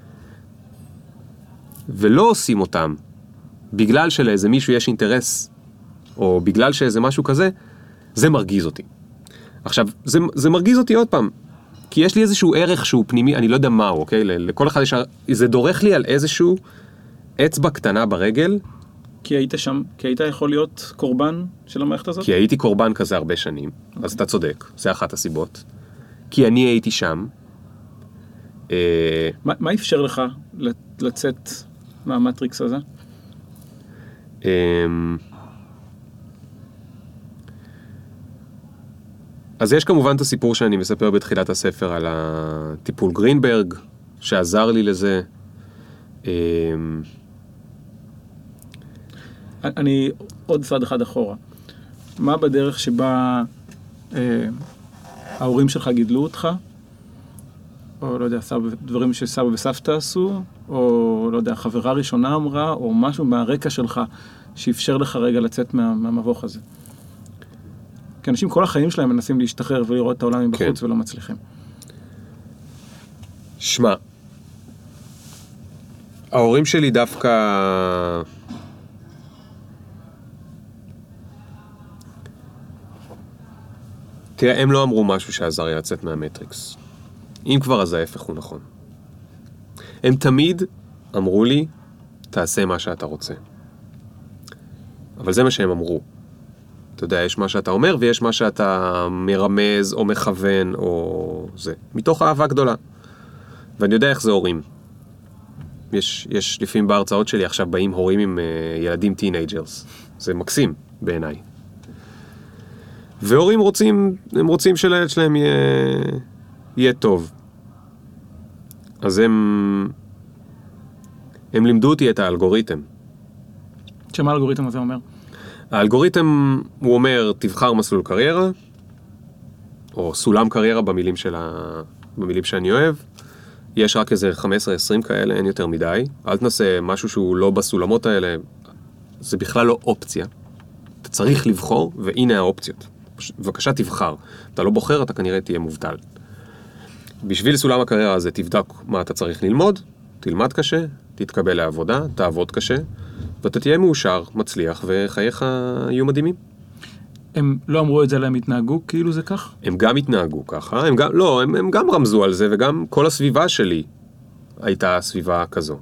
Speaker 2: ולא עושים אותם, בגלל שלאיזה מישהו יש אינטרס, או בגלל שאיזה משהו כזה, זה מרגיז אותי. עכשיו, זה מרגיז אותי עוד פעם, כי יש לי איזשהו ערך שהוא פנימי, אני לא יודע מהו, אוקיי? לכל אחד יש, זה דורך לי על איזשהו אצבע קטנה ברגל.
Speaker 1: כי היית שם, כי היית יכול להיות קורבן של המערכת הזאת?
Speaker 2: כי הייתי קורבן כזה הרבה שנים, אז אתה צודק, זה אחת הסיבות. כי אני הייתי שם.
Speaker 1: מה אפשר לך לצאת מהמטריקס הזה?
Speaker 2: אז יש כמובן את הסיפור שאני מספר בתחילת הספר על הטיפול גרינברג, שעזר לי לזה.
Speaker 1: אני עוד צעד אחד אחורה. מה בדרך שבה ההורים שלך גידלו אותך, או לא יודע, דברים שסבא וסבתא עשו, או לא יודע, חברה ראשונה אמרה, או משהו מהרקע שלך שאפשר לך רגע לצאת מהמבוך הזה? כי אנשים כל החיים שלהם מנסים להשתחרר ולראות את העולם מבחוץ כן. ולא מצליחים.
Speaker 2: שמע, ההורים שלי דווקא תראה, הם לא אמרו משהו שעזר לי לצאת מהמטריקס. אם כבר, אז ההפך הוא נכון. הם תמיד אמרו לי, תעשה מה שאתה רוצה. אבל זה מה שהם אמרו. אתה יודע, יש מה שאתה אומר, ויש מה שאתה מרמז, או מכוון, או זה. מתוך אהבה גדולה. ואני יודע איך זה הורים. יש לפעמים בהרצאות שלי, עכשיו באים הורים עם ילדים טינאג'רס. זה מקסים בעיניי. והורים הם רוצים שלילד שלהם יהיה טוב. אז הם הם לימדו אותי את האלגוריתם.
Speaker 1: שמה האלגוריתם הזה אומר?
Speaker 2: האלגוריתם, הוא אומר, תבחר מסלול קריירה, או סולם קריירה במילים שאני אוהב. יש רק איזה 15-20 כאלה, אין יותר מדי. אל תנסה משהו שהוא לא בסולמות האלה, זה בכלל לא אופציה. אתה צריך לבחור, והנה האופציות. בבקשה תבחר. אתה לא בוחר, אתה כנראה תהיה מובטל. בשביל סולם הקריירה הזה תבדק מה אתה צריך ללמוד, תלמד קשה, תתקבל לעבודה, תעבוד קשה, ואתה תהיה מאושר, מצליח, וחייך יהיו מדהימים.
Speaker 1: הם לא אמרו את זה, הם התנהגו כאילו זה כך?
Speaker 2: הם גם התנהגו ככה, הם גם רמזו על זה, וגם כל הסביבה שלי הייתה סביבה כזו.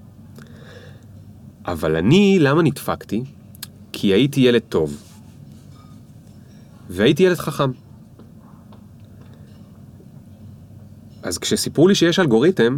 Speaker 2: אבל אני, למה נדפקתי? כי הייתי ילד טוב, והייתי ילד חכם. אז כשסיפרו לי שיש אלגוריתם,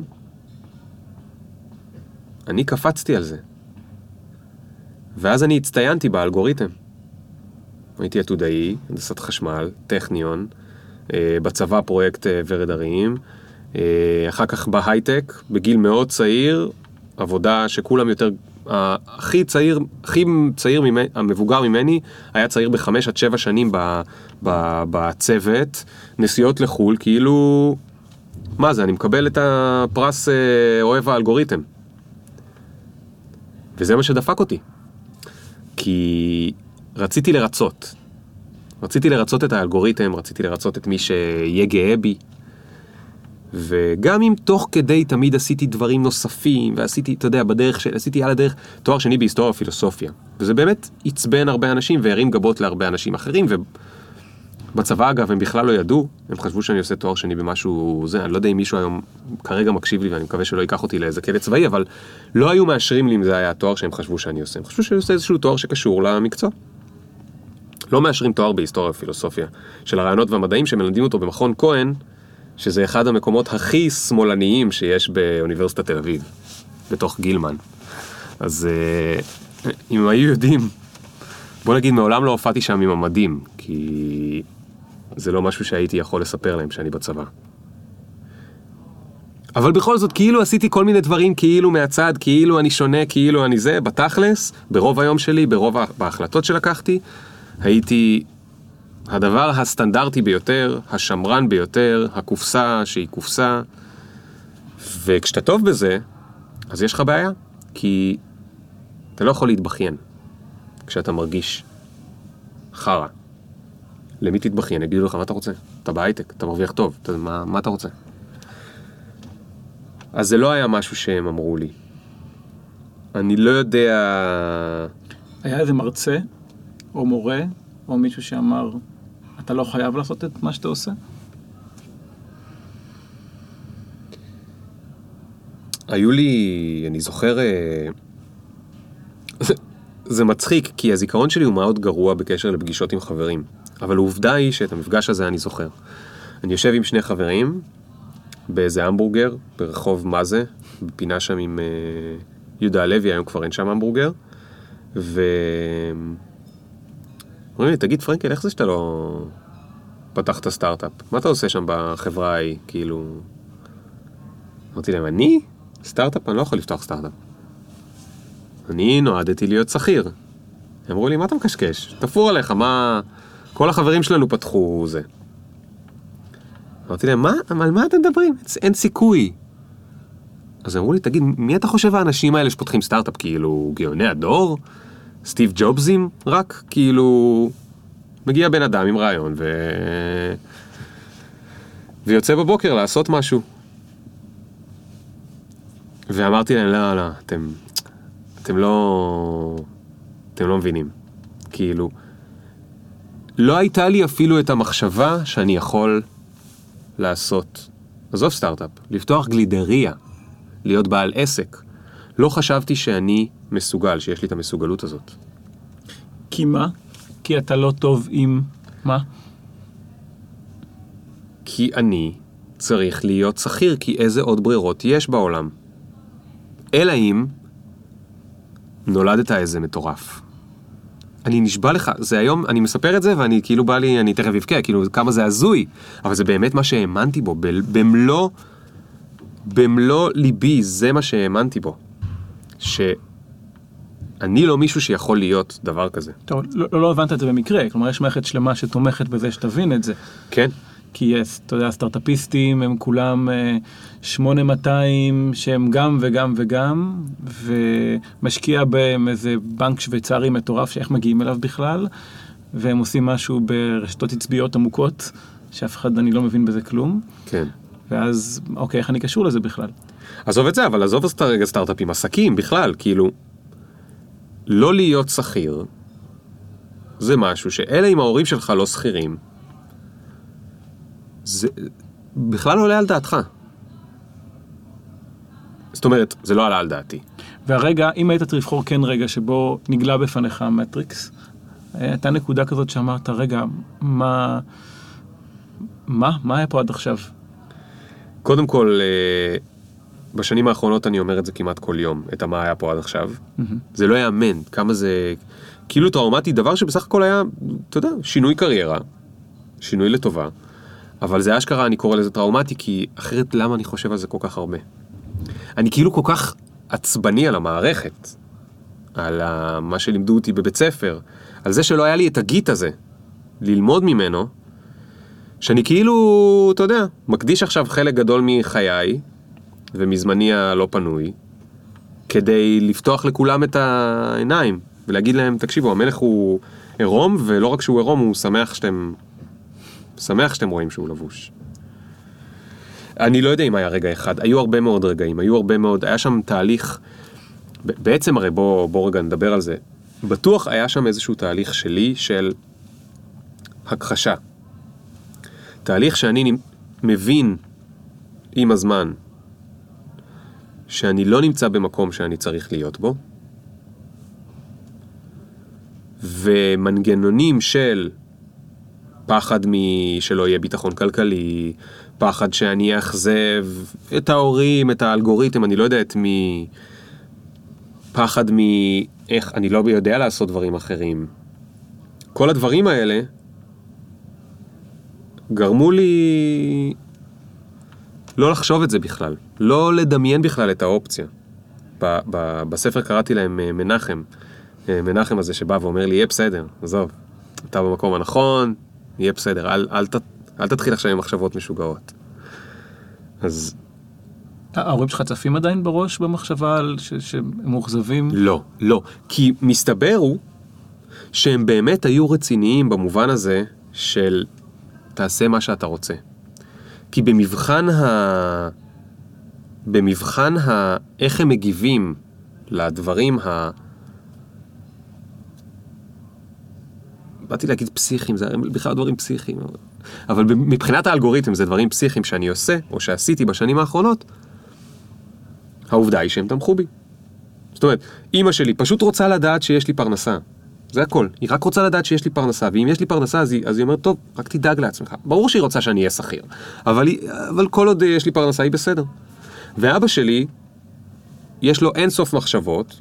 Speaker 2: אני קפצתי על זה. ואז אני הצטיינתי באלגוריתם. הייתי עתודאי, הנדסת חשמל, טכניון, בצבא פרויקט ורד הרים, אחר כך בהייטק, בגיל מאוד צעיר, עבודה שכולם יותר, הכי צעיר המבוגר ממני, היה צעיר ב5 עד 7 שנים בצוות, נסיעות לחול, כאילו, מה זה, אני מקבל את הפרס אוהב האלגוריתם. וזה מה שדפק אותי. כי רציתי לרצות. רציתי לרצות את האלגוריתם, רציתי לרצות את מי שיהיה גאה בי. וגם אם תוך כדי תמיד עשיתי דברים נוספים, ועשיתי, אתה יודע, עשיתי על הדרך תואר שני בהיסטוריה ופילוסופיה. וזה באמת עצבן הרבה אנשים והרים גבות להרבה אנשים אחרים, ובצבא אגב הם בכלל לא ידעו, הם חשבו שאני עושה תואר שני במשהו זה, אני לא יודע אם מישהו היום כרגע מקשיב לי, ואני מקווה שלא ייקח אותי לאיזה כלא צבאי, אבל לא היו מאשרים לי אם זה היה התואר שהם חשבו שאני עושה. הם חשבו שאני עושה איזשהו תואר שקשור למקצוע. לא מאשרים תואר בהיסטוריה ופילוסופיה של הרעיונות והמדעים שמלמדים אותו במכון כהן, שזה אחד המקומות הכי שמאלניים שיש באוניברסיטת תל אביב, בתוך גילמן. אז אם הם היו יודעים, בוא נגיד, מעולם לא הופעתי שם עם המדים, כי זה לא משהו שהייתי יכול לספר להם שאני בצבא. אבל בכל זאת, כאילו עשיתי כל מיני דברים, כאילו מהצד, כאילו אני שונה, כאילו אני זה, בתכלס, ברוב היום שלי, בהחלטות שלקחתי, הייתי הדבר הסטנדרטי ביותר, השמרן ביותר, הקופסה שהיא קופסה, וכשאתה טוב בזה, אז יש לך בעיה, כי אתה לא יכול להתבכיין כשאתה מרגיש חרה. למי תתבכיין? יגידו לך, מה אתה רוצה? אתה בהייטק, אתה מרוויח טוב, מה אתה רוצה? אז זה לא היה משהו שהם אמרו לי. אני לא יודע...
Speaker 1: היה איזה מרצה, או מורה, או מישהו שאמר, אתה לא חייב לעשות את מה שאתה עושה?
Speaker 2: היו לי, אני זוכר, זה מצחיק, כי הזיכרון שלי הוא מאוד גרוע בקשר לפגישות עם חברים. אבל העובדה היא שאת המפגש הזה אני זוכר. אני יושב עם 2 חברים, באיזה המבורגר, ברחוב מזה, בפינה שם עם יהודה הלוי, היום כבר אין שם המבורגר, אומרים לי, תגיד פרנקל, איך זה שאתה לא פתחת סטארט-אפ? מה אתה עושה שם בחברה ההיא? כאילו... אמרתי להם, אני? סטארט-אפ? אני לא יכול לפתוח סטארט-אפ. אני נועדתי להיות שכיר. אמרו לי, מה אתה מקשקש? תפור עליך, מה... כל החברים שלנו פתחו זה. אמרתי להם, על מה אתם מדברים? אין סיכוי. אז אמרו לי, תגיד, מי אתה חושב האנשים האלה שפותחים סטארט-אפ? כאילו, גאוני הדור? סטיב ג'ובסים? רק, כאילו... מגיע בן אדם עם רעיון ויוצא בבוקר לעשות משהו. ואמרתי להם, לא, אתם לא מבינים. כאילו, לא הייתה לי אפילו את המחשבה שאני יכול לעשות, עזוב סטארט-אפ, לפתוח גלידריה, להיות בעל עסק. לא חשבתי שאני מסוגל, שיש לי את המסוגלות הזאת.
Speaker 1: כי מה? כי אתה לא טוב עם מה?
Speaker 2: כי אני צריך להיות שכיר, כי איזה עוד ברירות יש בעולם. אלא אם נולדת איזה מטורף. אני נשבע לך, זה היום, אני מספר את זה ואני כאילו בא לי, אני תכף אבכה, כאילו כמה זה הזוי, אבל זה באמת מה שהאמנתי בו, במלוא ליבי, זה מה שהאמנתי בו. שאני לא מישהו שיכול להיות דבר כזה.
Speaker 1: טוב, לא הבנת את זה במקרה, כלומר יש מערכת שלמה שתומכת בזה שתבין את זה.
Speaker 2: כן.
Speaker 1: כי אתה יודע, הסטארט-אפיסטים הם כולם 8200 שהם גם וגם וגם, ומשקיע בהם איזה בנק שוויצרי מטורף שאיך מגיעים אליו בכלל, והם עושים משהו ברשתות עצביות עמוקות, שאף אחד אני לא מבין בזה כלום.
Speaker 2: כן.
Speaker 1: ואז, אוקיי, איך אני קשור לזה בכלל?
Speaker 2: עזוב את זה, אבל עזוב רגע סטארט-אפים, עסקים בכלל, כאילו, לא להיות שכיר, זה משהו שאלה אם ההורים שלך לא שכירים, זה בכלל לא עולה על דעתך. זאת אומרת, זה לא עלה על דעתי.
Speaker 1: והרגע, אם היית צריך לבחור כן רגע שבו נגלה בפניך המטריקס, הייתה נקודה כזאת שאמרת, רגע, מה היה פה עד עכשיו?
Speaker 2: קודם כל, בשנים האחרונות אני אומר את זה כמעט כל יום, את מה היה פה עד עכשיו. זה לא יאמן, כמה זה כאילו טראומטי, דבר שבסך הכל היה, אתה יודע, שינוי קריירה, שינוי לטובה, אבל זה אשכרה, אני קורא לזה טראומטי, כי אחרת למה אני חושב על זה כל כך הרבה? אני כאילו כל כך עצבני על המערכת, על מה שלימדו אותי בבית ספר, על זה שלא היה לי את הגיט הזה, ללמוד ממנו, שאני כאילו, אתה יודע, מקדיש עכשיו חלק גדול מחיי, ומזמני הלא פנוי, כדי לפתוח לכולם את העיניים, ולהגיד להם, תקשיבו, המלך הוא עירום, ולא רק שהוא עירום, הוא שמח שאתם רואים שהוא לבוש. אני לא יודע אם היה רגע אחד, היו הרבה מאוד רגעים, היה שם תהליך, בעצם הרי בוא רגע נדבר על זה, בטוח היה שם איזשהו תהליך שלי של הכחשה. תהליך שאני מבין עם הזמן, שאני לא נמצא במקום שאני צריך להיות בו, ומנגנונים של פחד שלא יהיה ביטחון כלכלי, פחד שאני אאכזב את ההורים, את האלגוריתם, אני לא יודע את מי, פחד איך אני לא יודע לעשות דברים אחרים. כל הדברים האלה גרמו לי לא לחשוב את זה בכלל, לא לדמיין בכלל את האופציה. בספר קראתי להם מנחם הזה שבא ואומר לי, יהיה בסדר, עזוב, אתה במקום הנכון, יהיה בסדר, אל תתחיל עכשיו עם מחשבות משוגעות. אז
Speaker 1: ההורים שלך צפים עדיין בראש במחשבה שהם מוחזבים?
Speaker 2: לא, כי מסתבר הוא שהם באמת היו רציניים במובן הזה של תעשה מה שאתה רוצה. כי במבחן איך הם מגיבים לדברים באתי להגיד פסיכיים, זה בכלל דברים פסיכיים, אבל מבחינת האלגוריתם זה דברים פסיכיים שאני עושה, או שעשיתי בשנים האחרונות, העובדה היא שהם תמכו בי. זאת אומרת, אמא שלי פשוט רוצה לדעת שיש לי פרנסה. זה הכל. היא רק רוצה לדעת שיש לי פרנסה, ואם יש לי פרנסה, אז היא אומרת, טוב, רק תדאג לעצמך. ברור שהיא רוצה שאני אהיה שכיר. אבל כל עוד יש לי פרנסה, היא בסדר. ואבא שלי, יש לו אין סוף מחשבות,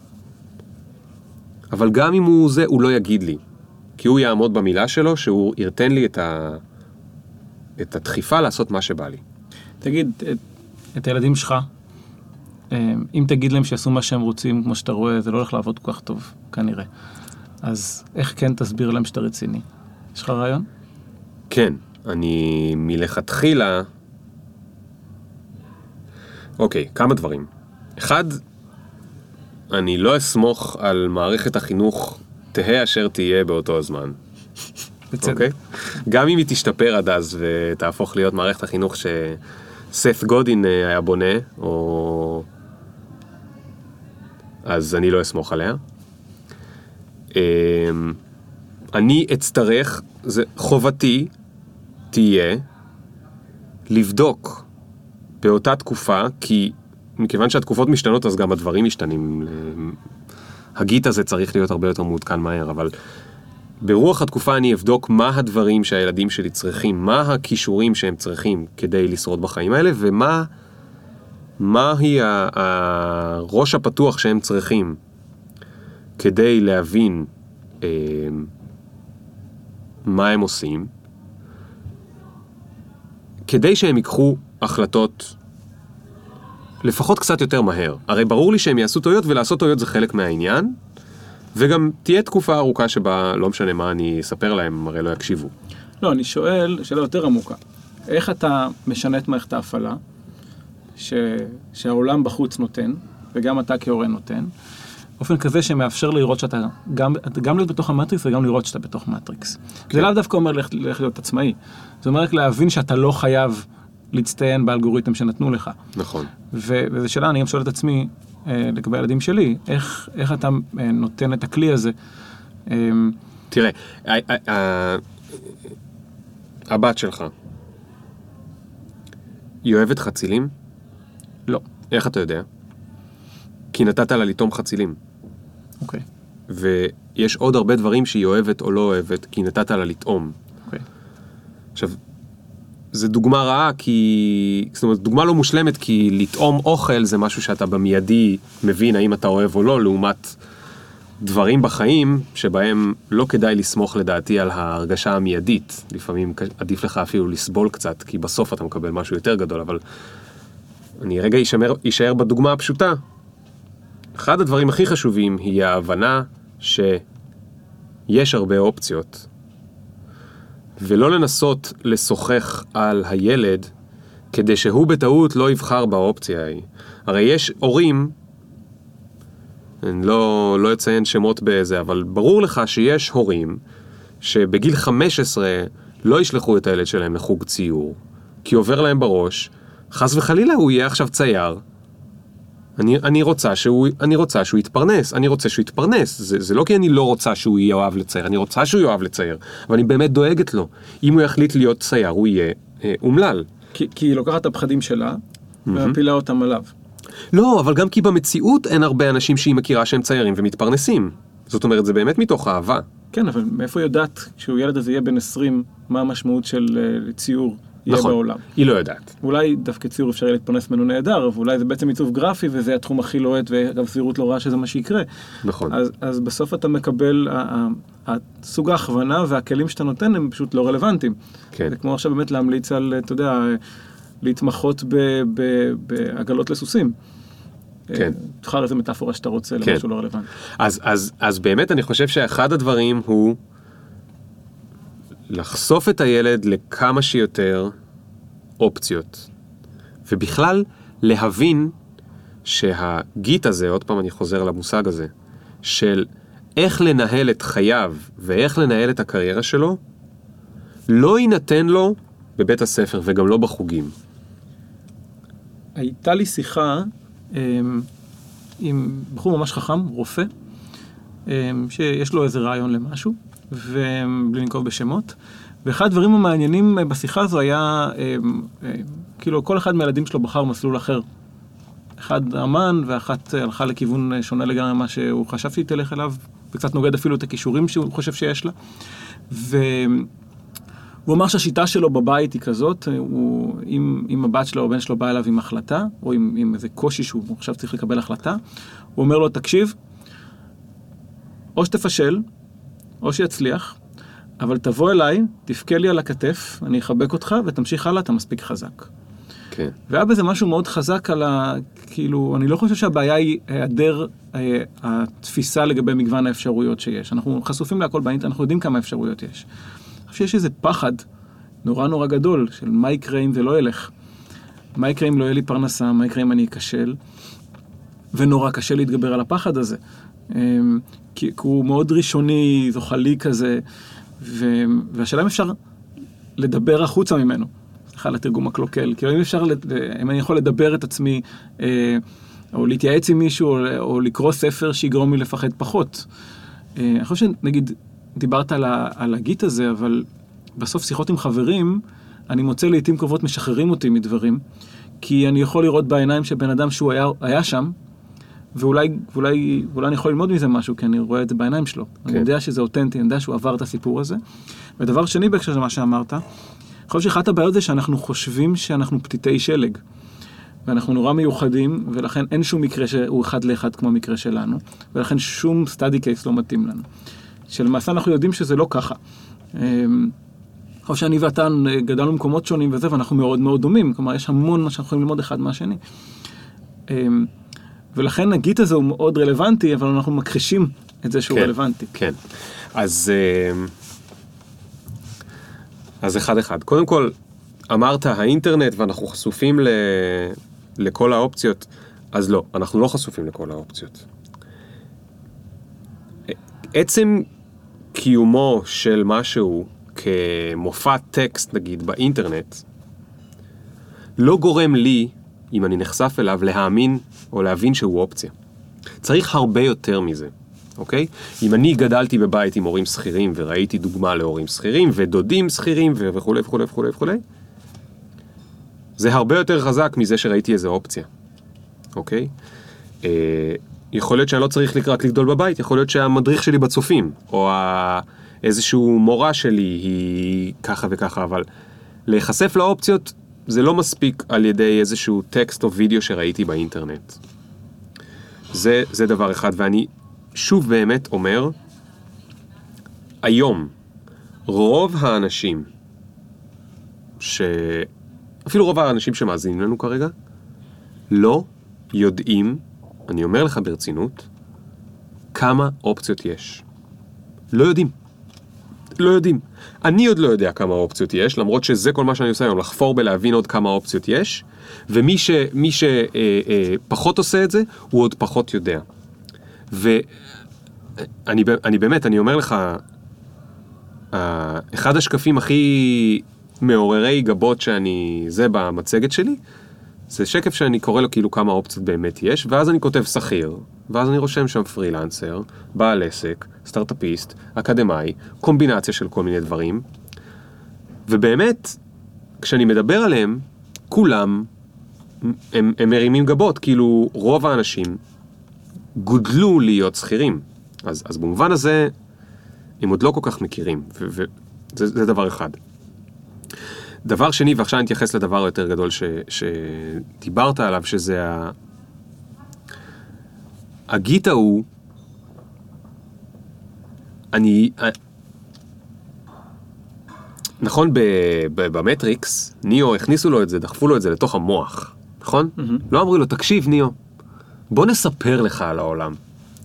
Speaker 2: אבל גם אם הוא לא יגיד לי, כי הוא יעמוד במילה שלו, שהוא ירתן לי את הדחיפה לעשות מה שבא לי.
Speaker 1: תגיד, את הילדים שלך, אם תגיד להם שיעשו מה שהם רוצים, כמו שאתה רואה, זה לא הולך לעבוד כל כך טוב, כנראה. אז איך כן תסביר להם שאתה רציני? יש לך רעיון?
Speaker 2: כן, אני מלכתחילה... אוקיי, כמה דברים. אחד, אני לא אסמוך על מערכת החינוך תהה אשר תהיה באותו הזמן.
Speaker 1: בצדק.
Speaker 2: אוקיי? גם אם היא תשתפר עד אז ותהפוך להיות מערכת החינוך שסת גודין היה בונה, אז אני לא אסמוך עליה. אני אצטרך, חובתי תהיה לבדוק באותה תקופה, כי מכיוון שהתקופות משתנות, אז גם הדברים משתנים. הגיט הזה צריך להיות הרבה יותר מעודכן מהר, אבל ברוח התקופה אני אבדוק מה הדברים שהילדים שלי צריכים, מה הכישורים שהם צריכים כדי לשרוד בחיים האלה, ומה היא הראש הפתוח שהם צריכים כדי להבין מה הם עושים, כדי שהם ייקחו החלטות לפחות קצת יותר מהר. הרי ברור לי שהם יעשו טעויות, ולעשות טעויות זה חלק מהעניין, וגם תהיה תקופה ארוכה שבה לא משנה מה אני אספר להם, הרי לא יקשיבו.
Speaker 1: לא, אני שואל, שאלה יותר עמוקה. איך אתה משנה את מערכת ההפעלה, שהעולם בחוץ נותן, וגם אתה כהורה נותן, באופן כזה שמאפשר לראות שאתה גם להיות בתוך המטריקס וגם לראות שאתה בתוך מטריקס. זה לאו דווקא אומר לך להיות עצמאי. זה אומר רק להבין שאתה לא חייב להצטיין באלגוריתם שנתנו לך.
Speaker 2: נכון.
Speaker 1: וזו שאלה, אני גם שואל את עצמי, לגבי הילדים שלי, איך אתה נותן את הכלי הזה?
Speaker 2: תראה, הבת שלך, היא אוהבת חצילים?
Speaker 1: לא.
Speaker 2: איך אתה יודע? כי נתת לה לטעום חצילים.
Speaker 1: אוקיי.
Speaker 2: ויש עוד הרבה דברים שהיא אוהבת או לא אוהבת, כי נתת לה לטעום.
Speaker 1: אוקיי.
Speaker 2: עכשיו, זו דוגמה רעה, זאת אומרת, דוגמה לא מושלמת, כי לטעום אוכל זה משהו שאתה במיידי מבין האם אתה אוהב או לא, לעומת דברים בחיים שבהם לא כדאי לסמוך לדעתי על ההרגשה המיידית. לפעמים עדיף לך אפילו לסבול קצת, כי בסוף אתה מקבל משהו יותר גדול, אבל אני רגע יישאר בדוגמה הפשוטה. אחד הדברים הכי חשובים היא ההבנה שיש הרבה אופציות, ולא לנסות לשוחח על הילד כדי שהוא בטעות לא יבחר באופציה ההיא. הרי יש הורים, אני לא אציין שמות בזה, אבל ברור לך שיש הורים שבגיל 15 לא ישלחו את הילד שלהם לחוג ציור, כי עובר להם בראש, חס וחלילה הוא יהיה עכשיו צייר, אני רוצה שהוא יתפרנס, אני רוצה שהוא יתפרנס, זה לא כי אני לא רוצה שהוא יאהב לצייר, אני רוצה שהוא יאהב לצייר, אבל אני באמת דואגת לו. אם הוא יחליט להיות צייר, הוא יהיה אומלל.
Speaker 1: כי היא לוקחת את הפחדים שלה, ומפילה אותם עליו.
Speaker 2: לא, אבל גם כי במציאות אין הרבה אנשים שהיא מכירה שהם ציירים ומתפרנסים. זאת אומרת, זה באמת מתוך אהבה.
Speaker 1: כן, אבל מאיפה יודעת, כשהוא ילד הזה יהיה בן 20, מה המשמעות של ציור יהיה
Speaker 2: נכון,
Speaker 1: בעולם?
Speaker 2: היא לא יודעת.
Speaker 1: אולי דווקא ציור אפשר יהיה להתפרנס ממנו נהדר, ואולי זה בעצם עיצוב גרפי, וזה התחום הכי לוהט, וגם סבירות לא רעה שזה מה שיקרה.
Speaker 2: נכון.
Speaker 1: אז בסוף אתה מקבל, סוג ההכוונה והכלים שאתה נותן הם פשוט לא רלוונטיים.
Speaker 2: כן.
Speaker 1: זה כמו עכשיו באמת להמליץ על, אתה יודע, להתמחות בעגלות לסוסים.
Speaker 2: כן.
Speaker 1: תבחר איזה מטאפורה שאתה רוצה,
Speaker 2: כן.
Speaker 1: למשהו לא רלוונטי.
Speaker 2: אז באמת אני חושב שאחד הדברים הוא לחשוף את הילד לכמה שיותר אופציות. ובכלל להבין שהגיט הזה, עוד פעם אני חוזר למושג הזה, של איך לנהל את חייו ואיך לנהל את הקריירה שלו, לא יינתן לו בבית הספר וגם לא בחוגים.
Speaker 1: הייתה לי שיחה עם בחור ממש חכם, רופא, שיש לו איזה רעיון למשהו, ובלי לנקוב בשמות. ואחד הדברים המעניינים בשיחה הזו היה, כאילו כל אחד מהילדים שלו בחר מסלול אחר. אחד אמן, ואחת הלכה לכיוון שונה לגמרי ממה שהוא חשב שהיא תלך אליו, וקצת נוגד אפילו את הכישורים שהוא חושב שיש לה. והוא אמר שהשיטה שלו בבית היא כזאת, אם הבת שלו או בן שלו בא אליו עם החלטה, או עם איזה קושי שהוא עכשיו צריך לקבל החלטה, הוא אומר לו, תקשיב, או שתפשל, או שיצליח, אבל תבוא אליי, תפקה לי על הכתף, אני אחבק אותך, ותמשיך הלאה, אתה מספיק חזק.
Speaker 2: כן.
Speaker 1: והיה בזה משהו מאוד חזק על כאילו, אני לא חושב שהבעיה היא היעדר התפיסה לגבי מגוון האפשרויות שיש. אנחנו חשופים להכל באינטרנט, אנחנו יודעים כמה אפשרויות יש. אני חושב שיש איזה פחד נורא נורא גדול של מה יקרה אם זה לא ילך. מה יקרה אם לא יהיה לי פרנסה, מה יקרה אם אני אכשל. ונורא קשה להתגבר על הפחד הזה. כי הוא מאוד ראשוני, זוחלי כזה, והשאלה אם אפשר לדבר החוצה ממנו. סליחה לתרגום הקלוקל. כאילו אם אני יכול לדבר את עצמי, או להתייעץ עם מישהו, או לקרוא ספר שיגרום לי לפחד פחות. אני חושב שנגיד, דיברת על הגיט הזה, אבל בסוף שיחות עם חברים, אני מוצא לעתים קרובות משחררים אותי מדברים, כי אני יכול לראות בעיניים של בן אדם שהוא היה שם, ואולי אני יכול ללמוד מזה משהו, כי אני רואה את זה בעיניים שלו. כן. אני יודע שזה אותנטי, אני יודע שהוא עבר את הסיפור הזה. ודבר שני בהקשר של מה שאמרת, אני חושב שאחת הבעיות זה שאנחנו חושבים שאנחנו פתיתי שלג, ואנחנו נורא מיוחדים, ולכן אין שום מקרה שהוא אחד לאחד כמו המקרה שלנו, ולכן שום סטאדי קייס לא מתאים לנו. שלמעשה אנחנו יודעים שזה לא ככה. או שאני ואתה גדלנו במקומות שונים וזה, ואנחנו מאוד מאוד דומים, כלומר יש המון מה שאנחנו יכולים ללמוד אחד מהשני. ולכן הגיט הזה הוא מאוד רלוונטי, אבל אנחנו מכחישים את זה שהוא רלוונטי.
Speaker 2: כן, אז אחד. קודם כל, אמרת האינטרנט ואנחנו חשופים לכל האופציות, אז לא, אנחנו לא חשופים לכל האופציות. עצם קיומו של משהו כמופע טקסט, נגיד, באינטרנט, לא גורם לי, אם אני נחשף אליו, להאמין או להבין שהוא אופציה. צריך הרבה יותר מזה, אוקיי? אם אני גדלתי בבית עם הורים שכירים, וראיתי דוגמה להורים שכירים, ודודים שכירים, וכו' וכו' וכו' וכו', זה הרבה יותר חזק מזה שראיתי איזה אופציה, אוקיי? יכול להיות שאני לא צריך רק לגדול בבית, יכול להיות שהמדריך שלי בצופים, או איזשהו מורה שלי היא ככה וככה, אבל להיחשף לאופציות זה לא מספיק על ידי איזשהו טקסט או וידאו שראיתי באינטרנט. זה דבר אחד, ואני שוב באמת אומר, היום רוב האנשים אפילו רוב האנשים שמאזינים לנו כרגע, לא יודעים, אני אומר לך ברצינות, כמה אופציות יש. לא יודעים. לא יודעים. אני עוד לא יודע כמה אופציות יש, למרות שזה כל מה שאני עושה היום, לחפור בלהבין עוד כמה אופציות יש, ומי שפחות עושה את זה, הוא עוד פחות יודע. ואני באמת, אני אומר לך, אחד השקפים הכי מעוררי גבות זה במצגת שלי, זה שקף שאני קורא לו כאילו כמה אופציות באמת יש, ואז אני כותב שכיר, ואז אני רושם שם פרילנסר, בעל עסק, סטארט-אפיסט, אקדמאי, קומבינציה של כל מיני דברים, ובאמת, כשאני מדבר עליהם, כולם הם מרימים גבות, כאילו רוב האנשים גודלו להיות שכירים, אז במובן הזה, הם עוד לא כל כך מכירים, וזה דבר אחד. דבר שני, ועכשיו אני אתייחס לדבר היותר גדול שדיברת עליו, שזה הגיט ההוא, נכון, במטריקס, ניאו הכניסו לו את זה, דחפו לו את זה לתוך המוח, נכון? לא אמרו לו, תקשיב ניאו, בוא נספר לך על העולם.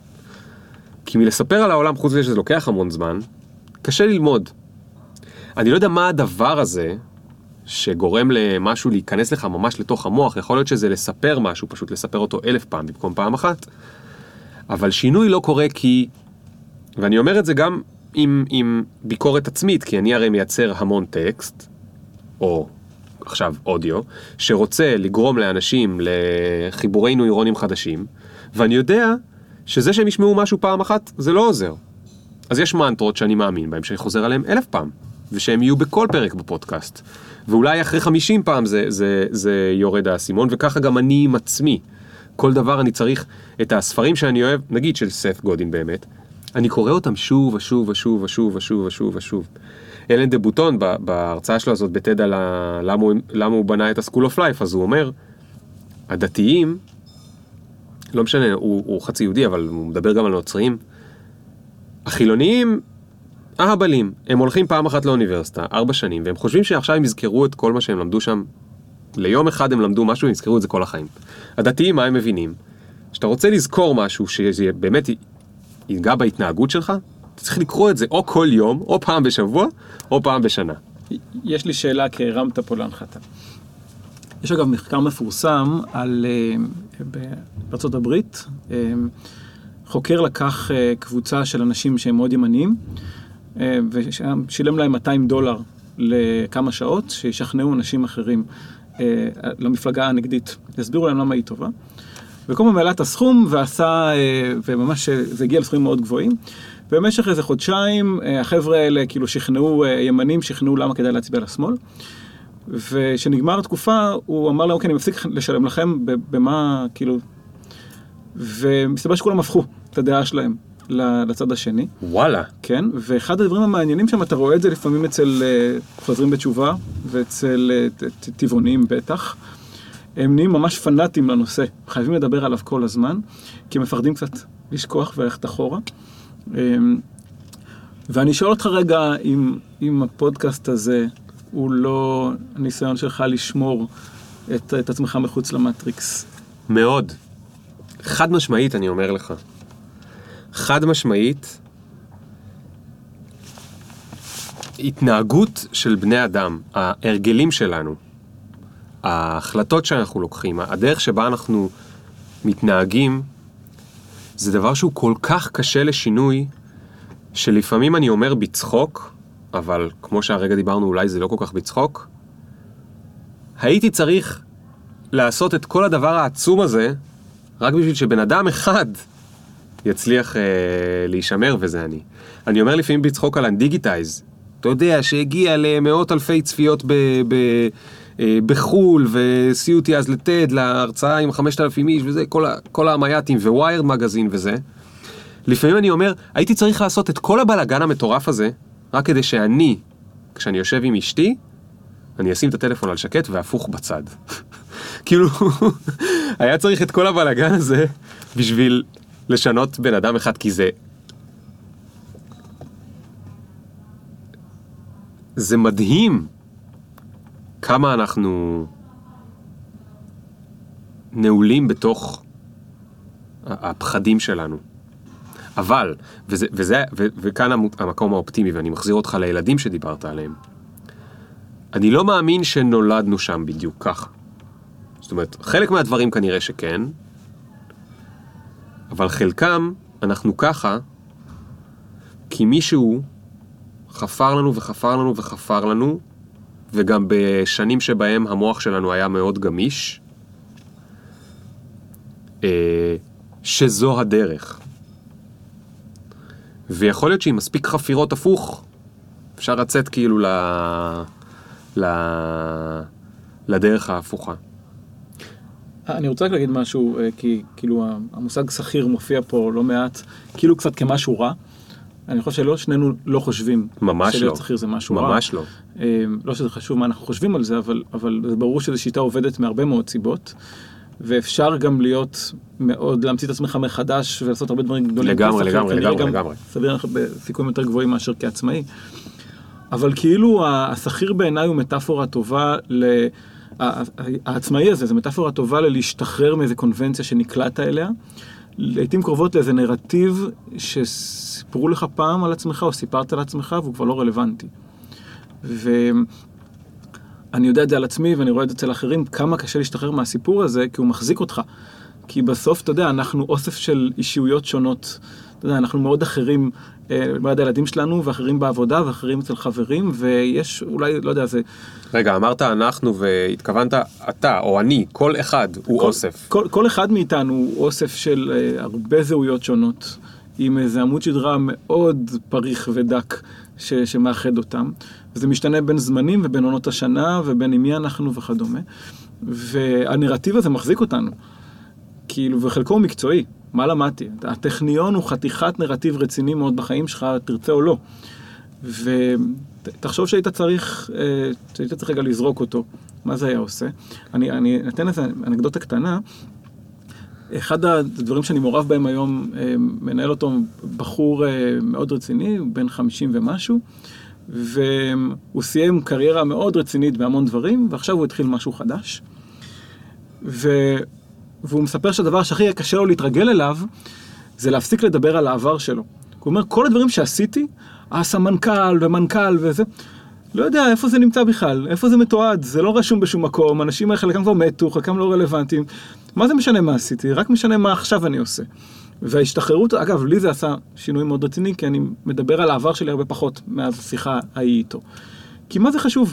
Speaker 2: כי מלספר על העולם, חוץ מזה שזה לוקח המון זמן, קשה ללמוד. אני לא יודע מה הדבר הזה, שגורם למשהו להיכנס לך ממש לתוך המוח, יכול להיות שזה לספר משהו, פשוט לספר אותו 1000 פעם במקום פעם אחת, אבל שינוי לא קורה כי, ואני אומר את זה גם עם ביקורת עצמית, כי אני הרי מייצר המון טקסט, או עכשיו אודיו, שרוצה לגרום לאנשים לחיבורי נוירונים חדשים, ואני יודע שזה שהם ישמעו משהו פעם אחת, זה לא עוזר. אז יש מנטרות שאני מאמין בהם, שאני חוזר עליהם 1000 פעם, ושהם יהיו בכל פרק בפודקאסט. ואולי אחרי 50 פעם זה יורד האסימון, וככה גם אני עם עצמי. כל דבר אני צריך את הספרים שאני אוהב, נגיד של סת גודין באמת, אני קורא אותם שוב ושוב ושוב ושוב ושוב ושוב ושוב. אלן דה בוטון בהרצאה שלו הזאת בטד על למה הוא בנה את ה-School of Life, אז הוא אומר, הדתיים, לא משנה, הוא חצי יהודי, אבל הוא מדבר גם על נוצרים, החילוניים, ההבלים, הם הולכים פעם אחת לאוניברסיטה, 4 שנים, והם חושבים שעכשיו הם יזכרו את כל מה שהם למדו שם, ליום אחד הם למדו משהו, הם יזכרו את זה כל החיים. הדתיים, מה הם מבינים? שאתה רוצה לזכור משהו שבאמת ייגע בהתנהגות שלך, אתה צריך לקרוא את זה או כל יום, או פעם בשבוע, או פעם בשנה.
Speaker 1: יש לי שאלה, כי הרמת פה להנחתה. יש אגב מחקר מפורסם על, בארצות הברית, חוקר לקח קבוצה של אנשים שהם מאוד ימניים, ושילם להם $200 לכמה שעות, שישכנעו אנשים אחרים למפלגה הנגדית. יסבירו להם למה היא טובה. וכל פעם העלה את הסכום, ועשה, וממש זה הגיע לסכומים מאוד גבוהים. במשך איזה חודשיים, החבר'ה האלה כאילו שכנעו, ימנים שכנעו למה כדאי להצביע לשמאל. ושנגמר התקופה, הוא אמר להם, אוקיי, אני מפסיק לשלם לכם במה, כאילו... ומסתבר שכולם הפכו את הדעה שלהם לצד השני.
Speaker 2: וואלה.
Speaker 1: כן, ואחד הדברים המעניינים שם, אתה רואה את זה לפעמים אצל חוזרים בתשובה, ואצל טבעונים בטח. הם נהיים ממש פנאטים לנושא. חייבים לדבר עליו כל הזמן, כי הם מפחדים קצת לשכוח וללכת אחורה. ואני שואל אותך רגע, אם הפודקאסט הזה הוא לא הניסיון שלך לשמור את עצמך מחוץ למטריקס,
Speaker 2: מאוד. חד משמעית, אני אומר לך. חד משמעית, התנהגות של בני אדם, ההרגלים שלנו, ההחלטות שאנחנו לוקחים, הדרך שבה אנחנו מתנהגים, זה דבר שהוא כל כך קשה לשינוי, שלפעמים אני אומר בצחוק, אבל כמו שהרגע דיברנו, אולי זה לא כל כך בצחוק, הייתי צריך לעשות את כל הדבר העצום הזה, רק בשביל שבן אדם אחד יצליח להישמר, וזה אני. אני אומר לפעמים בצחוק על אנדיגיטייז, אתה יודע שהגיע למאות אלפי צפיות בחול, וסיעו אותי אז לטד, להרצאה עם 5,000 איש, וזה, כל המייטים, וויירד מגזין וזה. לפעמים אני אומר, הייתי צריך לעשות את כל הבלגן המטורף הזה, רק כדי שאני, כשאני יושב עם אשתי, אני אשים את הטלפון על שקט והפוך בצד. כאילו, היה צריך את כל הבלגן הזה בשביל לשנות בן אדם אחד, כי זה מדהים כמה אנחנו נעולים הפחדים שלנו. אבל, וכאן המקום האופטימי, ואני מחזיר אותך לילדים שדיברת עליהם, אני לא מאמין שנולדנו שם בדיוק ככה. זאת אומרת, חלק מהדברים כנראה שכן, אבל חלקם אנחנו ככה, כי מישהו חפר לנו וחפר לנו וחפר לנו, וגם בשנים שבהם המוח שלנו היה מאוד גמיש, שזו הדרך. ויכול להיות שעם מספיק חפירות הפוך, אפשר לצאת כאילו לדרך ההפוכה.
Speaker 1: אני רוצה רק להגיד משהו, כי כאילו המושג שכיר מופיע פה לא מעט, כאילו קצת כמשהו רע. אני חושב שלא, שנינו לא חושבים.
Speaker 2: ממש לא.
Speaker 1: שלהיות שכיר זה משהו רע.
Speaker 2: ממש לא.
Speaker 1: לא שזה חשוב מה אנחנו חושבים על זה, אבל זה ברור שזו שיטה עובדת מהרבה מאוד סיבות, ואפשר גם להיות מאוד, להמציא את עצמך מחדש ולעשות הרבה דברים גדולים.
Speaker 2: לגמרי.
Speaker 1: סביר לך בסיכויים יותר גבוהים מאשר כעצמאי. אבל כאילו השכיר בעיניי הוא מטאפורה טובה העצמאי הזה, זה מטאפורה טובה להשתחרר מאיזה קונבנציה שנקלעת אליה, לעתים קרובות לאיזה נרטיב שסיפרו לך פעם על עצמך או סיפרת על עצמך והוא כבר לא רלוונטי. ואני יודע את זה על עצמי ואני רואה את זה אצל אחרים, כמה קשה להשתחרר מהסיפור הזה, כי הוא מחזיק אותך. כי בסוף, אתה יודע, אנחנו אוסף של אישיויות שונות. אתה יודע, אנחנו מאוד אחרים בעד הילדים שלנו, ואחרים בעבודה, ואחרים אצל חברים, ויש אולי, לא יודע, זה...
Speaker 2: רגע, אמרת אנחנו והתכוונת אתה או אני, כל אחד הוא אוסף.
Speaker 1: כל אחד מאיתנו הוא אוסף של הרבה זהויות שונות, עם איזה עמוד שדרה מאוד פריך ודק שמאחד אותם. וזה משתנה בין זמנים ובין עונות השנה, ובין עם מי אנחנו וכדומה. והנרטיב הזה מחזיק אותנו. כאילו, וחלקו הוא מקצועי. מה למדתי? הטכניון הוא חתיכת נרטיב רציני מאוד בחיים שלך, תרצה או לא. ותחשוב שהיית צריך רגע לזרוק אותו. מה זה היה עושה? אני נתן איזה אנקדוטה קטנה. אחד הדברים שאני מעורב בהם היום, מנהל אותו בחור מאוד רציני, בן 50 ומשהו, והוא סיים קריירה מאוד רצינית בהמון דברים, ועכשיו הוא התחיל משהו חדש. והוא מספר שהדבר שהכי קשה לו להתרגל אליו, זה להפסיק לדבר על העבר שלו. הוא אומר, כל הדברים שעשיתי, הסמנכ"ל ומנכ"ל וזה, לא יודע איפה זה נמצא בכלל, איפה זה מתועד, זה לא רשום בשום מקום, אנשים חלקם כבר מתו, חלקם לא רלוונטיים. מה זה משנה מה עשיתי? רק משנה מה עכשיו אני עושה. וההשתחררות, אגב, לי זה עשה שינוי מאוד רציני, כי אני מדבר על העבר שלי הרבה פחות מאז השיחה ההיא איתו. כי מה זה חשוב?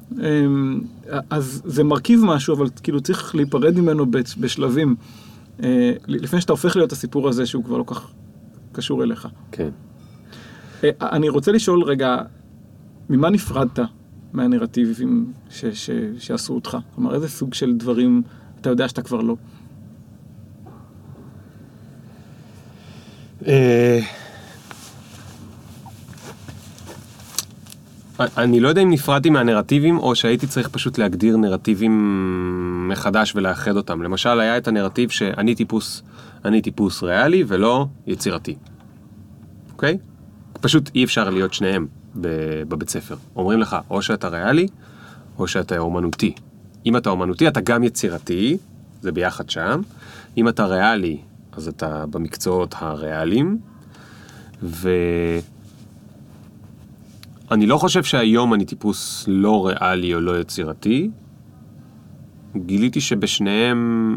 Speaker 1: אז זה מרכיב משהו, אבל כאילו צריך להיפרד ממנו בשלבים, לפני שאתה הופך להיות הסיפור הזה שהוא כבר לא כך קשור אליך.
Speaker 2: כן.
Speaker 1: אני רוצה לשאול רגע, ממה נפרדת מהנרטיבים שעשו אותך? כלומר, איזה סוג של דברים אתה יודע שאתה כבר לא?
Speaker 2: אני לא יודע אם נפרדתי מהנרטיבים, או שהייתי צריך פשוט להגדיר נרטיבים מחדש ולאחד אותם. למשל, היה את הנרטיב שאני טיפוס ריאלי ולא יצירתי. אוקיי? פשוט אי אפשר להיות שניהם בבית ספר. אומרים לך, או שאתה ריאלי, או שאתה אומנותי. אם אתה אומנותי, אתה גם יצירתי, זה ביחד שם. אם אתה ריאלי, אז אתה במקצועות הריאליים, ואני לא חושב שהיום אני טיפוס לא ריאלי או לא יצירתי. גיליתי שבשניהם,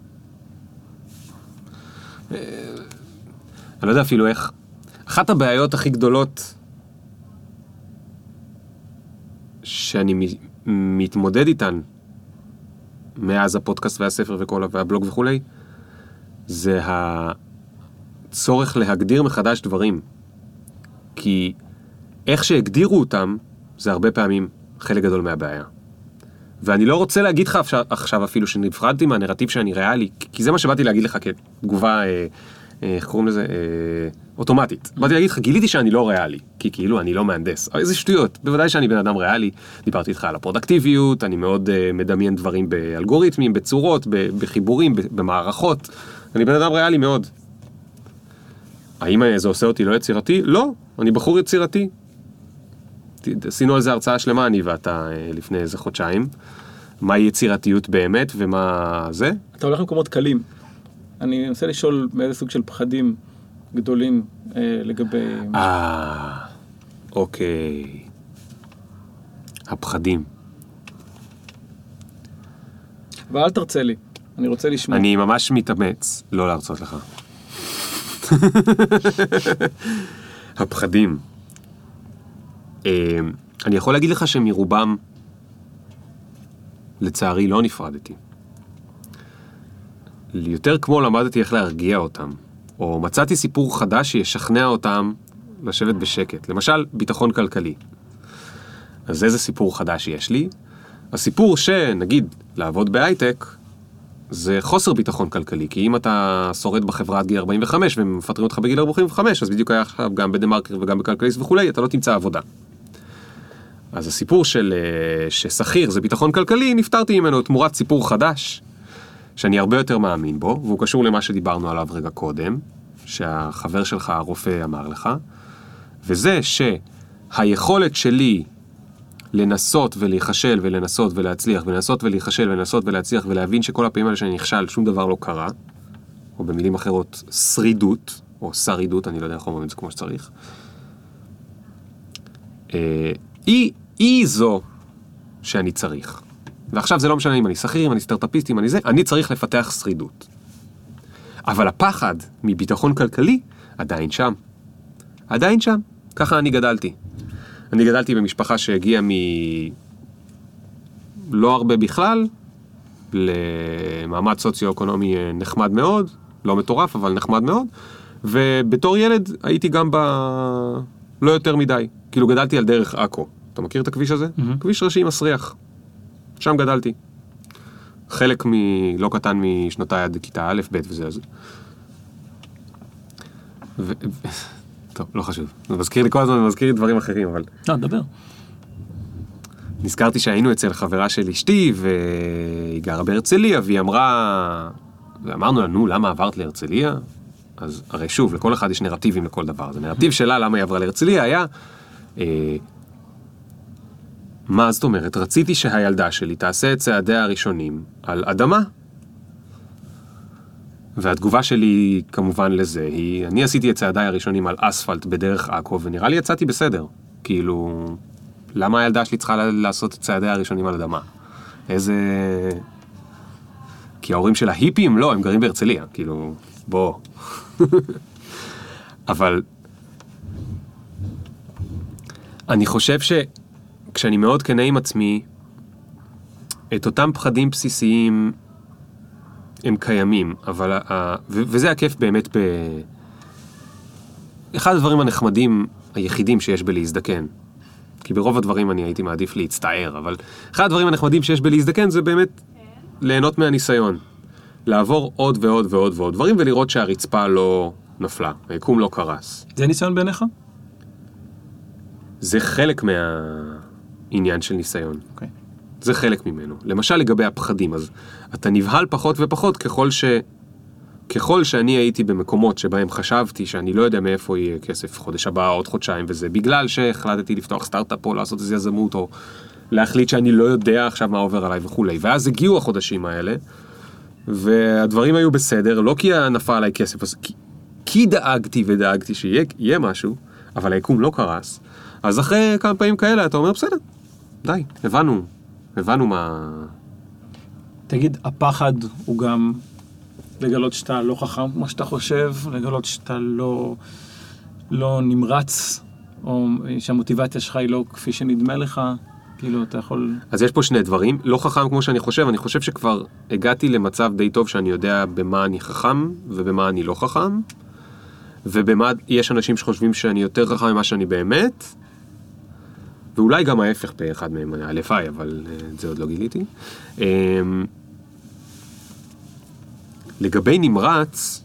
Speaker 2: אני לא יודע אפילו איך, אחת הבעיות הכי גדולות שאני מתמודד איתן מאז הפודקאסט והספר והבלוג וכולי, זה הצורך להגדיר מחדש דברים. כי איך שהגדירו אותם, זה הרבה פעמים חלק גדול מהבעיה. ואני לא רוצה להגיד לך עכשיו אפילו שנפרדתי מהנרטיב שאני ריאלי, כי זה מה שבאתי להגיד לך כתגובה, איך קוראים לזה? אוטומטית. באתי להגיד לך, גיליתי שאני לא ריאלי, כי כאילו אני לא מהנדס. איזה שטויות. בוודאי שאני בן אדם ריאלי. דיברתי איתך על הפרודקטיביות, אני מאוד מדמיין דברים באלגוריתמים, בצורות, בחיבורים, במערכות. אני בן אדם ריאלי מאוד. האם זה עושה אותי לא יצירתי? לא. אני בחור יצירתי. עשינו על זה הרצאה שלמה, אני ואתה, לפני איזה חודשיים. מהי יצירתיות באמת ומה זה?
Speaker 1: אתה הולך למקומות קלים. אני מנסה לשאול באיזה סוג של פחדים גדולים לגבי...
Speaker 2: אוקיי. הפחדים.
Speaker 1: אבל אל תרצה לי, אני רוצה לשמוע.
Speaker 2: אני ממש מתאמץ לא להרצות לך. הפחדים. אני יכול להגיד לך שמרובם, לצערי, לא נפרדתי. יותר כמו למדתי איך להרגיע אותם, או מצאתי סיפור חדש שישכנע אותם לשבת בשקט. למשל, ביטחון כלכלי. אז איזה סיפור חדש יש לי? הסיפור שנגיד, לעבוד בהייטק, זה חוסר ביטחון כלכלי, כי אם אתה שורד בחברה עד גיל 45 ומפטרים אותך בגיל 45, אז בדיוק היה עכשיו גם בדמרקר וגם בכלכליסט וכולי, אתה לא תמצא עבודה. אז הסיפור ששכיר זה ביטחון כלכלי, נפטרתי ממנו תמורת סיפור חדש, שאני הרבה יותר מאמין בו, והוא קשור למה שדיברנו עליו רגע קודם, שהחבר שלך, הרופא, אמר לך, וזה שהיכולת שלי לנסות ולהיחשל ולנסות ולהצליח, ולנסות ולהיחשל ולנסות ולהצליח, ולהבין שכל הפעמים האלה שאני נכשל, שום דבר לא קרה, או במילים אחרות, שרידות, או שרידות, אני לא יודע איך אומרים את זה כמו שצריך, היא זו שאני צריך. ועכשיו זה לא משנה אם אני שכיר, אם אני סטארט-אפיסט, אם אני זה, אני צריך לפתח שרידות. אבל הפחד מביטחון כלכלי עדיין שם. עדיין שם. ככה אני גדלתי. אני גדלתי במשפחה שהגיעה לא הרבה בכלל, למעמד סוציו-אקונומי נחמד מאוד, לא מטורף, אבל נחמד מאוד, ובתור ילד הייתי גם לא יותר מדי. כאילו גדלתי על דרך עכו. אתה מכיר את הכביש הזה? כביש ראשי מסריח. שם גדלתי. חלק לא קטן משנותיי עד כיתה א', ב' וזה. טוב, לא חשוב. זה מזכיר לי כל הזמן, זה מזכיר לי דברים אחרים, אבל...
Speaker 1: דבר.
Speaker 2: נזכרתי שהיינו אצל חברה של אשתי, והיא גרה בהרצליה, והיא אמרה... ואמרנו לנו, למה עברת להרצליה? אז הרי שוב, לכל אחד יש נרטיבים לכל דבר. זה נרטיב שלה, למה היא עברה להרצליה, היה... מה זאת אומרת? רציתי שהילדה שלי תעשה את צעדיה הראשונים על אדמה. והתגובה שלי כמובן לזה היא, אני עשיתי את צעדיי הראשונים על אספלט בדרך עכו, ונראה לי יצאתי בסדר. כאילו, למה הילדה שלי צריכה לעשות את צעדיה הראשונים על אדמה? איזה... כי ההורים שלה היפים? לא, הם גרים בהרצליה. כאילו, בוא. אבל... אני חושב כשאני מאוד כנה עם עצמי, את אותם פחדים בסיסיים הם קיימים, אבל, וזה הכיף באמת אחד הדברים הנחמדים היחידים שיש בלהזדקן, כי ברוב הדברים אני הייתי מעדיף להצטער, אבל אחד הדברים הנחמדים שיש בלהזדקן זה באמת ליהנות מהניסיון, לעבור עוד ועוד ועוד ועוד דברים, ולראות שהרצפה לא נפלה, היקום לא קרס.
Speaker 1: זה ניסיון בעיניך?
Speaker 2: זה חלק מהעניין של ניסיון.
Speaker 1: אוקיי.
Speaker 2: זה חלק ממנו. למשל לגבי הפחדים, אז אתה נבהל פחות ופחות ככל שאני הייתי במקומות שבהם חשבתי שאני לא יודע מאיפה יהיה כסף חודש הבא, עוד חודשיים וזה, בגלל שהחלטתי לפתוח סטארט-אפ או לעשות איזה יזמות או להחליט שאני לא יודע עכשיו מה עובר עליי וכו'. ואז הגיעו החודשים האלה, והדברים היו בסדר, לא כי נפל עליי כסף, כי דאגתי ודאגתי שיהיה משהו, אבל היקום לא קרס. אז אחרי כמה פעמים כאלה אתה אומר, בסדר, די, הבנו מה...
Speaker 1: תגיד, הפחד הוא גם לגלות שאתה לא חכם כמו שאתה חושב, לגלות שאתה לא נמרץ, או שהמוטיבציה שלך היא לא כפי שנדמה לך, כאילו אתה יכול...
Speaker 2: אז יש פה שני דברים, לא חכם כמו שאני חושב, אני חושב שכבר הגעתי למצב די טוב שאני יודע במה אני חכם ובמה אני לא חכם, ובמה יש אנשים שחושבים שאני יותר חכם ממה שאני באמת, ואולי גם ההפך באחד מהם, הלוואי, אבל את זה עוד לא גיליתי. לגבי נמרץ,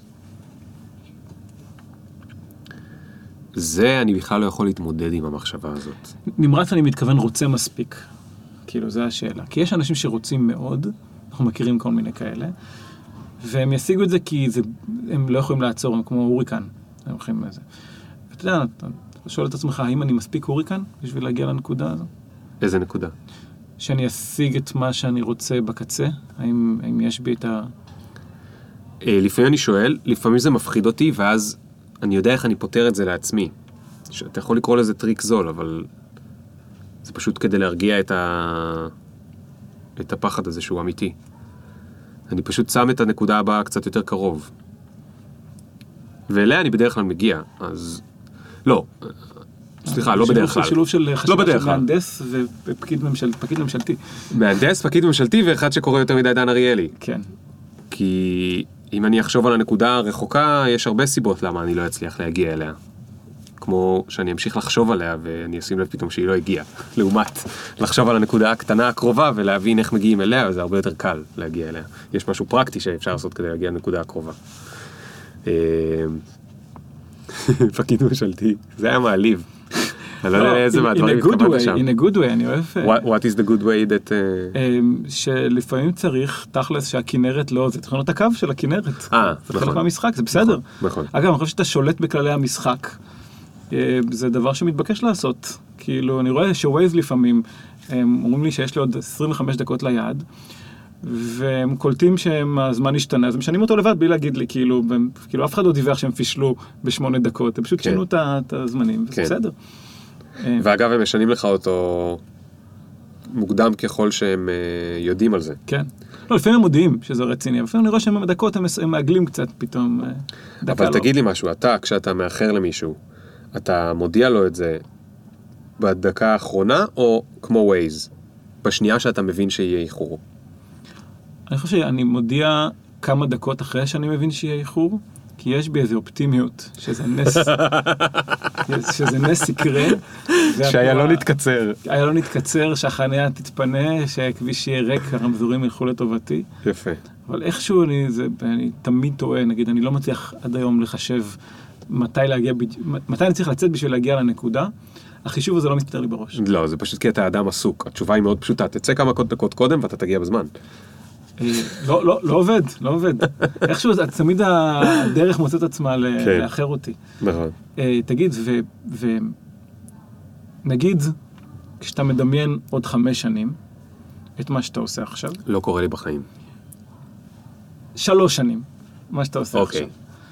Speaker 2: זה אני בכלל לא יכול להתמודד עם המחשבה הזאת.
Speaker 1: נמרץ אני מתכוון רוצה מספיק. כאילו, זו השאלה. כי יש אנשים שרוצים מאוד, אנחנו מכירים כל מיני כאלה, והם ישיגו את זה כי הם לא יכולים לעצור, הם כמו הוריקן. הם הולכים לזה. ואתה יודע, אתה שואל את עצמך, האם אני מספיק הוריקן בשביל להגיע לנקודה הזו?
Speaker 2: איזה נקודה?
Speaker 1: שאני אשיג את מה שאני רוצה בקצה? האם יש בי את ה...
Speaker 2: לפעמים אני שואל, לפעמים זה מפחיד אותי, ואז אני יודע איך אני פותר את זה לעצמי. אתה יכול לקרוא לזה טריק זול, אבל זה פשוט כדי להרגיע את הפחד הזה שהוא אמיתי. אני פשוט שם את הנקודה הבאה קצת יותר קרוב. ואליה אני בדרך כלל מגיע, אז... לא, סליחה, לא בדרך כלל.
Speaker 1: שילוב של חשיבה של מהנדס ופקיד ממשלתי.
Speaker 2: מהנדס, פקיד ממשלתי, ואחד שקורא יותר מדי דן אריאלי.
Speaker 1: כן.
Speaker 2: כי אם אני אחשוב על הנקודה הרחוקה, יש הרבה סיבות למה אני לא אצליח להגיע אליה. כמו שאני אמשיך לחשוב עליה, ואני אשים לב פתאום שהיא לא הגיעה. לעומת לחשוב על הנקודה הקטנה הקרובה, ולהבין איך מגיעים אליה, וזה הרבה יותר קל להגיע אליה. יש משהו פרקטי שאפשר לעשות כדי להגיע לנקודה הקרובה. פקיד ממשלתי, זה היה מעליב. אני לא יודע איזה מהדברים התכוונת שם.
Speaker 1: In a good way, אני אוהב...
Speaker 2: What is the good way that...
Speaker 1: שלפעמים צריך, תכלס, שהכינרת לא... זה תכונות הקו של הכינרת. זה חלק מהמשחק, זה בסדר.
Speaker 2: נכון.
Speaker 1: אגב, אני חושב שאתה שולט בכללי המשחק. זה דבר שמתבקש לעשות. כאילו, אני רואה שווייז לפעמים, אומרים לי שיש לי עוד 25 דקות ליד, והם קולטים שהזמן השתנה, אז הם משנים אותו לבד בלי להגיד לי, כאילו אף אחד לא דיווח שהם פישלו ב8 דקות, הם פשוט שינו את הזמנים, וזה בסדר.
Speaker 2: ואגב, הם משנים לך אותו מוקדם ככל שהם יודעים על זה.
Speaker 1: כן. לא, לפעמים הם מודיעים שזה רציני, אבל לפעמים אני רואה שהם בדקות, הם מעגלים קצת פתאום.
Speaker 2: אבל תגיד לי משהו, אתה, כשאתה מאחר למישהו, אתה מודיע לו את זה בדקה האחרונה, או כמו ווייז, בשנייה שאתה מבין שיהיה איחור?
Speaker 1: אני חושב שאני מודיע כמה דקות אחרי שאני מבין שיהיה איחור, כי יש בי איזו אופטימיות, שזה נס יקרה.
Speaker 2: שהיילון יתקצר.
Speaker 1: היילון יתקצר, שהחניה תתפנה, שהכביש יהיה ריק, הרמזורים ילכו לטובתי.
Speaker 2: יפה.
Speaker 1: אבל איכשהו אני תמיד טועה, נגיד, אני לא מצליח עד היום לחשב מתי אני צריך לצאת בשביל להגיע לנקודה. החישוב הזה לא מסתדר לי בראש.
Speaker 2: לא, זה פשוט כי אתה אדם עסוק. התשובה היא מאוד פשוטה. תצא כמה דקות קודם ואתה תגיע בזמן.
Speaker 1: לא עובד. איכשהו, תמיד הדרך מוצאת עצמה לאחר אותי.
Speaker 2: נכון.
Speaker 1: תגיד, נגיד, כשאתה מדמיין עוד 5 שנים, את מה שאתה עושה עכשיו.
Speaker 2: לא קורה לי בחיים.
Speaker 1: 3 שנים, מה שאתה עושה עכשיו.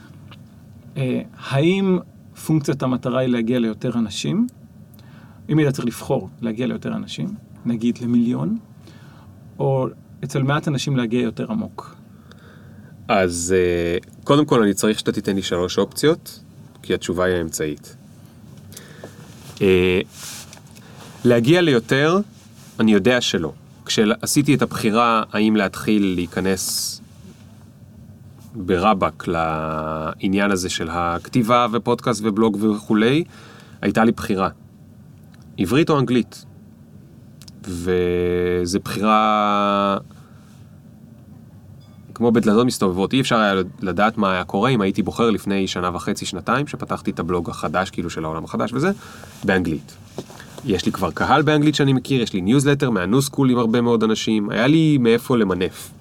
Speaker 1: האם פונקציית המטרה היא להגיע ליותר אנשים? אם היית צריך לבחור להגיע ליותר אנשים, נגיד למיליון, או אצל מעט אנשים להגיע יותר עמוק?
Speaker 2: אז קודם כל אני צריך שאתה תיתן לי 3 אופציות, כי התשובה היא האמצעית. להגיע ליותר, אני יודע שלא. כשעשיתי את הבחירה האם להתחיל להיכנס ברבק לעניין הזה של הכתיבה ופודקאסט ובלוג וכולי, הייתה לי בחירה. עברית או אנגלית. וזו בחירה כמו בדלתות מסתובבות. אי אפשר היה לדעת מה היה קורה אם הייתי בוחר לפני 1.5 שנתיים, שפתחתי את הבלוג החדש, כאילו של העולם החדש וזה, באנגלית. יש לי כבר קהל באנגלית שאני מכיר, יש לי ניוזלטר מהניו סקול עם הרבה מאוד אנשים, היה לי מאיפה למנף.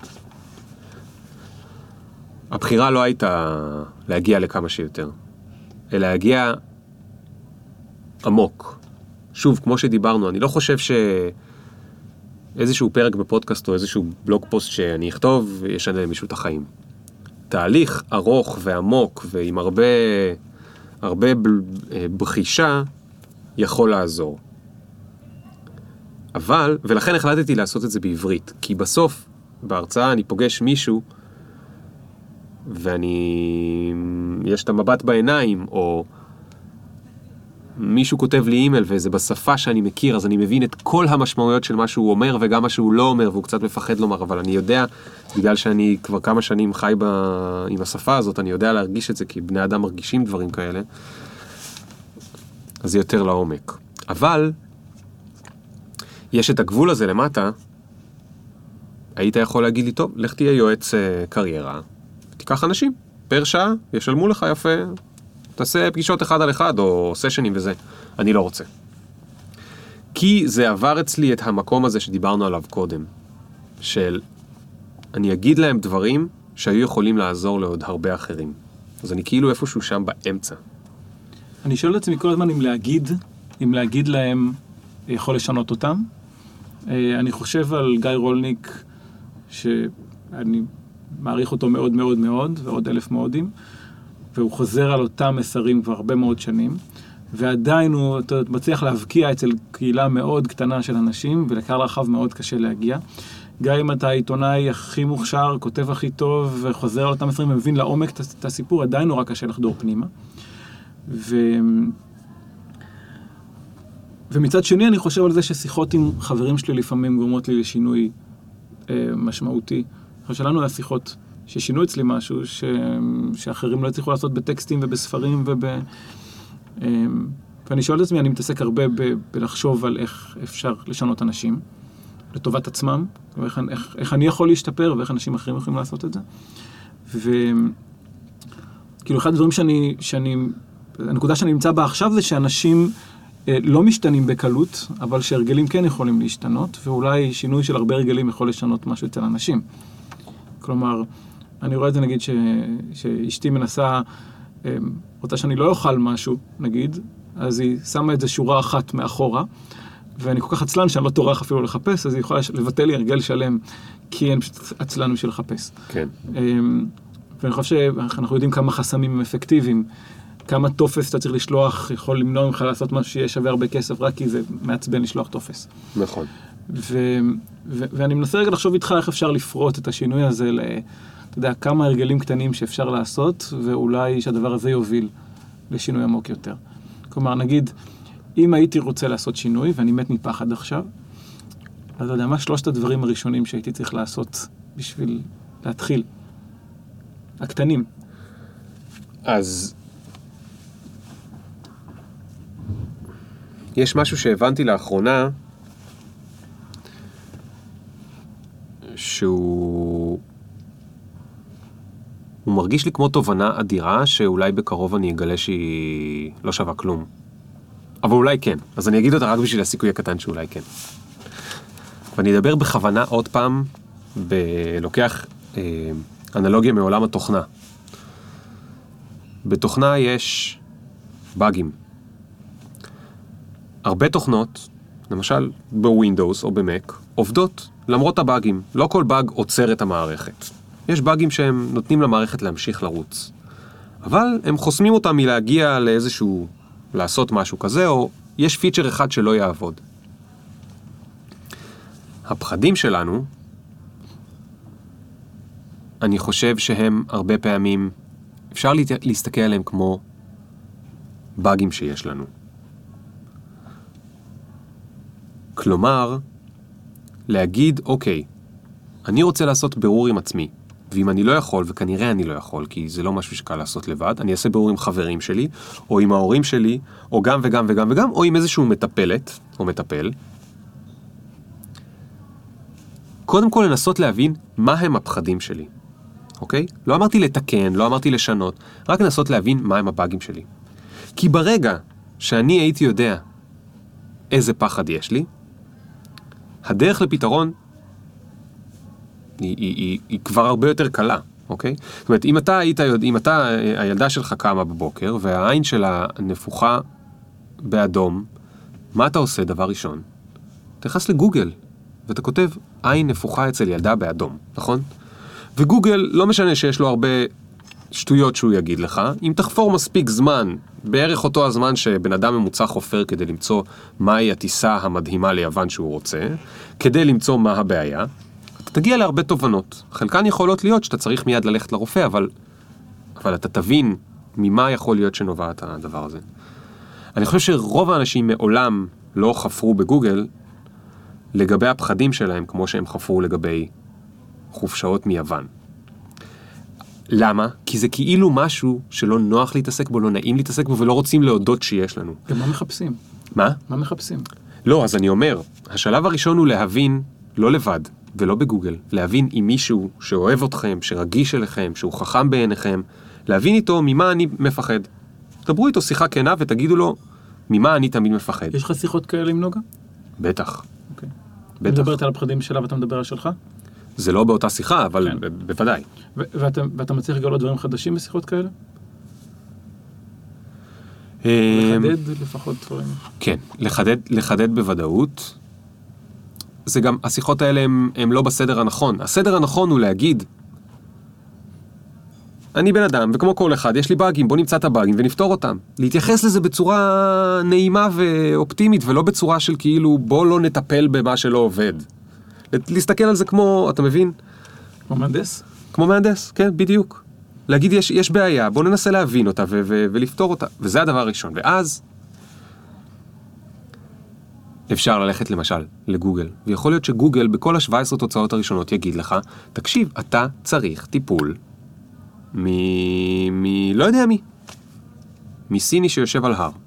Speaker 2: הבחירה לא הייתה להגיע לכמה שיותר, אלא להגיע עמוק. שוב, כמו שדיברנו, אני לא חושב איזשהו פרק בפודקאסט או איזשהו בלוג פוסט שאני אכתוב, ישנה למישהו את החיים. תהליך ארוך ועמוק ועם הרבה בחישה יכול לעזור. אבל, ולכן החלטתי לעשות את זה בעברית, כי בסוף, בהרצאה אני פוגש מישהו, יש את המבט בעיניים, או מישהו כותב לי אימייל, וזה בשפה שאני מכיר, אז אני מבין את כל המשמעויות של מה שהוא אומר, וגם מה שהוא לא אומר, והוא קצת מפחד לומר, אבל אני יודע, בגלל שאני כבר כמה שנים חי עם השפה הזאת, אני יודע להרגיש את זה, כי בני אדם מרגישים דברים כאלה, אז זה יותר לעומק. אבל, יש את הגבול הזה למטה, היית יכול להגיד לי, טוב, לך תהיה יועץ קריירה, תיקח אנשים, פר שעה, ישלמו לך יפה, תעשה פגישות 1 על 1 או סשנים וזה. אני לא רוצה. כי זה עבר אצלי את המקום הזה שדיברנו עליו קודם, של אני אגיד להם דברים שהיו יכולים לעזור לעוד הרבה אחרים. אז אני כאילו איפשהו שם באמצע.
Speaker 1: אני שואל את עצמי כל הזמן אם להגיד להם יכול לשנות אותם. אני חושב על גיא רולניק, שאני מעריך אותו מאוד מאוד מאוד, ועוד 1,000 מאודים, והוא חוזר על אותם מסרים כבר הרבה מאוד שנים, ועדיין הוא מצליח להבקיע אצל קהילה מאוד קטנה של אנשים, ולקהל רחב מאוד קשה להגיע. גם אם אתה העיתונאי הכי מוכשר, כותב הכי טוב, וחוזר על אותם מסרים, ומבין לעומק את הסיפור, עדיין נורא קשה לחדור פנימה. ומצד שני אני חושב על זה ששיחות עם חברים שלי לפעמים גורמות לי לשינוי משמעותי. שלנו היה שיחות ששינו אצלי משהו שאחרים לא הצליחו לעשות בטקסטים ובספרים ואני שואל את עצמי, אני מתעסק הרבה בלחשוב על איך אפשר לשנות אנשים לטובת עצמם, איך אני יכול להשתפר ואיך אנשים אחרים יכולים לעשות את זה. וכאילו אחד הדברים הנקודה שאני נמצא בה עכשיו זה שאנשים לא משתנים בקלות, אבל שהרגלים כן יכולים להשתנות, ואולי שינוי של הרבה הרגלים יכול לשנות משהו אצל אנשים. כלומר, אני רואה את זה נגיד שאשתי מנסה, רוצה שאני לא אוכל משהו, נגיד, אז היא שמה את זה שורה אחת מאחורה, ואני כל כך עצלן שאני לא טורח אפילו לחפש, אז היא יכולה לבטל לי הרגל שלם, כי אין פשוט עצלן בשביל לחפש.
Speaker 2: כן.
Speaker 1: ואני חושב שאנחנו יודעים כמה חסמים הם אפקטיביים, כמה טופס אתה צריך לשלוח, יכול למנוע ממך לעשות משהו שיהיה שווה הרבה כסף, רק כי זה מעצבן לשלוח טופס.
Speaker 2: נכון.
Speaker 1: ואני מנסה רגע לחשוב איתך איך אפשר לפרוט את השינוי הזה אתה יודע, כמה הרגלים קטנים שאפשר לעשות, ואולי שהדבר הזה יוביל לשינוי עמוק יותר. כלומר, נגיד, אם הייתי רוצה לעשות שינוי, ואני מת מפחד עכשיו, אז אתה יודע, מה 3 הדברים הראשונים שהייתי צריך לעשות בשביל להתחיל? הקטנים.
Speaker 2: אז יש משהו שהבנתי לאחרונה, שהוא מרגיש לי כמו תובנה אדירה, שאולי בקרוב אני אגלה שהיא לא שווה כלום. אבל אולי כן. אז אני אגיד אותה רק בשביל הסיכוי הקטן שאולי כן. ואני אדבר בכוונה עוד פעם, לוקח אנלוגיה מעולם התוכנה. בתוכנה יש באגים. הרבה תוכנות, למשל בווינדוס או במק, עובדות למרות הבאגים. לא כל באג עוצר את המערכת. יש באגים שהם נותנים למערכת להמשיך לרוץ. אבל הם חוסמים אותם מלהגיע לאיזשהו, לעשות משהו כזה, או יש פיצ'ר אחד שלא יעבוד. הפחדים שלנו, אני חושב שהם הרבה פעמים, אפשר להסתכל עליהם כמו באגים שיש לנו. כלומר, להגיד, אוקיי, אני רוצה לעשות בירור עם עצמי, ואם אני לא יכול, וכנראה אני לא יכול, כי זה לא משהו שקל לעשות לבד, אני אעשה בירור עם חברים שלי, או עם ההורים שלי, או גם וגם וגם וגם, או עם איזשהו מטפלת, או מטפל. קודם כל לנסות להבין מה הם הפחדים שלי, אוקיי? לא אמרתי לתקן, לא אמרתי לשנות, רק לנסות להבין מה הם הבאגים שלי. כי ברגע שאני הייתי יודע איזה פחד יש לי, הדרך לפתרון היא כבר הרבה יותר קלה, אוקיי? זאת אומרת, אם אתה הילדה שלך קמה בבוקר, והעין שלה נפוחה באדום, מה אתה עושה דבר ראשון? תכנס לגוגל, ואתה כותב עין נפוחה אצל ילדה באדום, נכון? וגוגל, לא משנה שיש לו הרבה שטויות שהוא יגיד לך, אם תחפור מספיק זמן, בערך אותו הזמן שבן אדם ממוצע חופר כדי למצוא מהי הטיסה המדהימה ליוון שהוא רוצה, כדי למצוא מה הבעיה, אתה תגיע להרבה תובנות. חלקן יכולות להיות שאתה צריך מיד ללכת לרופא, אבל אתה תבין ממה יכול להיות שנובעת הדבר הזה. אני חושב שרוב האנשים מעולם לא חפרו בגוגל לגבי הפחדים שלהם, כמו שהם חפרו לגבי חופשאות מיוון. למה? כי זה כאילו משהו שלא נוח להתעסק בו, לא נעים להתעסק בו, ולא רוצים להודות שיש לנו.
Speaker 1: גם מה מחפשים?
Speaker 2: מה?
Speaker 1: מה מחפשים?
Speaker 2: לא, אז אני אומר, השלב הראשון הוא להבין, לא לבד, ולא בגוגל, להבין עם מישהו שאוהב אתכם, שרגיש אליכם, שהוא חכם בעיניכם, להבין איתו ממה אני מפחד. דברו איתו שיחה כנה ותגידו לו, ממה אני תמיד מפחד.
Speaker 1: יש לך שיחות כאלה עם נוגה?
Speaker 2: בטח.
Speaker 1: אוקיי.
Speaker 2: בטח.
Speaker 1: אתה מדברת על הפחדים שלה ואתה מדבר על שלך?
Speaker 2: זה לא באותה שיחה, אבל
Speaker 1: כן.
Speaker 2: בוודאי.
Speaker 1: ואתה מצליח לגלות דברים חדשים בשיחות כאלה? לחדד לפחות דברים.
Speaker 2: כן, לחדד בוודאות. זה גם, השיחות האלה הם לא בסדר הנכון. הסדר הנכון הוא להגיד, אני בן אדם, וכמו כל אחד, יש לי באגים, בוא נמצא את הבאגים ונפתור אותם. להתייחס לזה בצורה נעימה ואופטימית, ולא בצורה של כאילו, בוא לא נטפל במה שלא עובד. להסתכל על זה כמו, אתה מבין?
Speaker 1: כמו מהנדס?
Speaker 2: כמו מהנדס, כן, בדיוק. להגיד, יש בעיה, בוא ננסה להבין אותה ולפתור אותה. וזה הדבר הראשון. ואז אפשר ללכת למשל לגוגל, ויכול להיות שגוגל בכל ה-17 תוצאות הראשונות יגיד לך, תקשיב, אתה צריך טיפול לא יודע מי, מסיני שיושב על הר.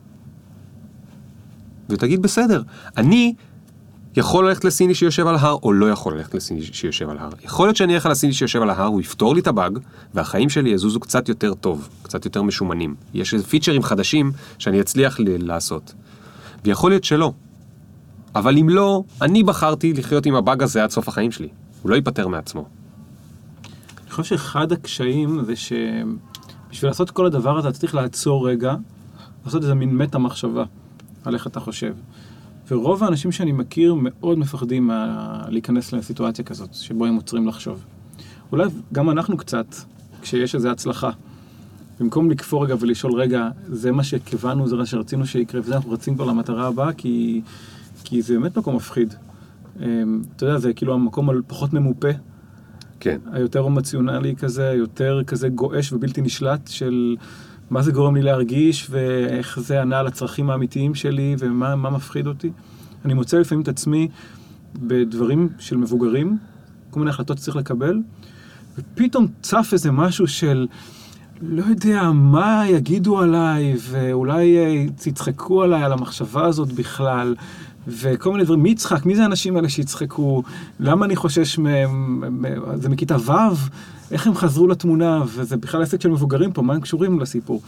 Speaker 2: ותגיד בסדר, אני יכול ללכת לסיני שיושב על הר, או לא יכול ללכת לסיני שיושב על הר. יכול להיות שאני אלך לסיני שיושב על ההר, הוא יפתור לי את הבאג, והחיים שלי יזוזו קצת יותר טוב, קצת יותר משומנים. יש פיצ'רים חדשים שאני אצליח לעשות. ויכול להיות שלא. אבל אם לא, אני בחרתי לחיות עם הבאג הזה עד סוף החיים שלי. הוא לא ייפטר מעצמו.
Speaker 1: אני חושב שאחד הקשיים זה שבשביל לעשות כל הדבר הזה, אתה צריך לעצור רגע, לעשות איזה מין מטה מחשבה על איך אתה חושב. ורוב האנשים שאני מכיר מאוד מפחדים להיכנס לסיטואציה כזאת, שבו הם עוצרים לחשוב. אולי גם אנחנו קצת, כשיש איזו הצלחה, במקום לקפור רגע ולשאול רגע, זה מה שכיוונו, זה מה שרצינו שיקרה, וזה אנחנו רצים כבר למטרה הבאה, כי זה באמת מקום מפחיד. אתה יודע, זה כאילו המקום פחות ממופה,
Speaker 2: כן.
Speaker 1: היותר אמוציונלי כזה, יותר כזה גואש ובלתי נשלט של מה זה גורם לי להרגיש, ואיך זה ענה על הצרכים האמיתיים שלי, ומה מפחיד אותי. אני מוצא לפעמים את עצמי בדברים של מבוגרים, כל מיני החלטות שצריך לקבל, ופתאום צף איזה משהו של לא יודע מה יגידו עליי, ואולי יצחקו עליי על המחשבה הזאת בכלל, וכל מיני דברים, מי יצחק? מי זה האנשים האלה שיצחקו? למה אני חושש מהם? זה מכיתה ו'? איך הם חזרו לתמונה? וזה בכלל עסק של מבוגרים פה, מה הם קשורים לסיפור?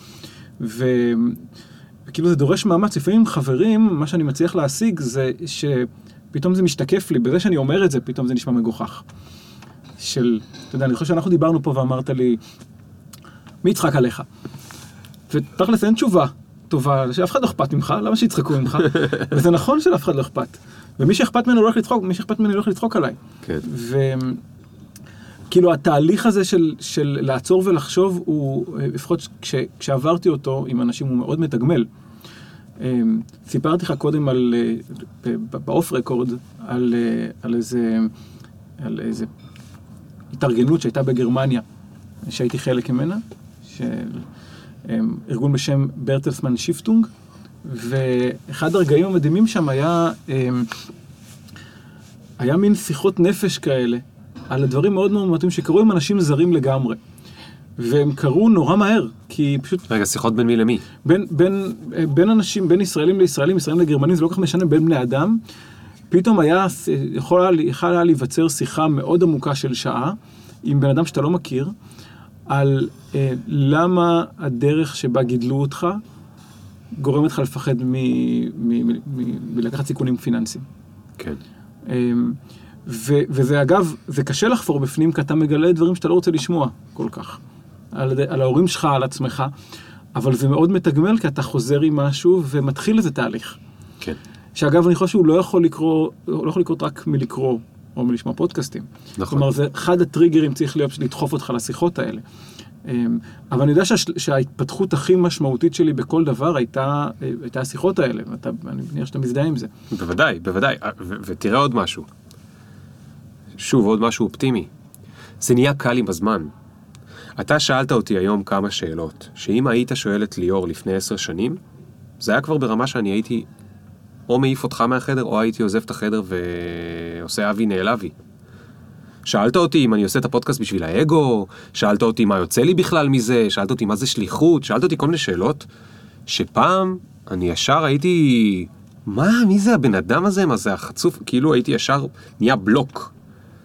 Speaker 1: וכאילו זה דורש מאמץ. לפעמים חברים, מה שאני מצליח להשיג זה שפתאום זה משתקף לי, בזה שאני אומר את זה, פתאום זה נשמע מגוחך. אתה יודע, אני חושב שאנחנו דיברנו פה ואמרת לי, מי יצחק עליך? ותכלס אין תשובה טובה, שאף אחד לא אכפת ממך, למה שיצחקו ממך? וזה נכון שלאף אחד לא אכפת. ומי שאכפת ממנו לא הולך לצחוק, מי שאכפת ממנו לא הולך לצחוק עליי.
Speaker 2: כן.
Speaker 1: וכאילו התהליך הזה של לעצור ולחשוב, הוא, לפחות כשעברתי אותו עם אנשים, הוא מאוד מתגמל. סיפרתי לך קודם באוף רקורד, על איזה התארגנות שהייתה בגרמניה, שהייתי חלק ממנה, ארגון בשם ברטלסמן שיפטונג, ואחד הרגעים המדהימים שם היה מין שיחות נפש כאלה, על הדברים מאוד מאוד מעטים שקרו עם אנשים זרים לגמרי. והם קרו נורא מהר, כי פשוט...
Speaker 2: רגע, שיחות בין מי למי?
Speaker 1: בין אנשים, בין ישראלים לישראלים, ישראלים לגרמנים, זה לא כל כך משנה בין בני אדם. פתאום יכול היה להיווצר שיחה מאוד עמוקה של שעה, עם בן אדם שאתה לא מכיר, על למה הדרך שבה גידלו אותך גורמת לך לפחד מלקחת סיכונים פיננסיים.
Speaker 2: כן.
Speaker 1: וזה אגב, זה קשה לחפור בפנים, כי אתה מגלה דברים שאתה לא רוצה לשמוע כל כך. על ההורים שלך, על עצמך, אבל זה מאוד מתגמל, כי אתה חוזר עם משהו ומתחיל איזה תהליך.
Speaker 2: כן.
Speaker 1: שאגב, אני חושב שהוא לא יכול לקרות רק מלקרוא או מלשמוע פודקאסטים.
Speaker 2: נכון.
Speaker 1: כלומר, זה אחד הטריגרים צריך להיות לדחוף אותך לשיחות האלה. אבל אני יודע שההתפתחות הכי משמעותית שלי בכל דבר הייתה השיחות האלה, ואני מניח שאתה מזדהה עם זה.
Speaker 2: בוודאי, בוודאי. ותראה עוד משהו. שוב, עוד משהו אופטימי. זה נהיה קל עם הזמן. אתה שאלת אותי היום כמה שאלות, שאם היית שואל את ליאור לפני 10 שנים, זה היה כבר ברמה שאני הייתי או מעיף אותך מהחדר, או הייתי עוזב את החדר ועושה אבי נעלבי. שאלת אותי אם אני עושה את הפודקאסט בשביל האגו, שאלת אותי מה יוצא לי בכלל מזה, שאלת אותי מה זה שליחות, שאלת אותי כל מיני שאלות, שפעם אני ישר הייתי, מי זה הבן אדם הזה, מה זה החצוף, כאילו הייתי ישר, נהיה בלוק.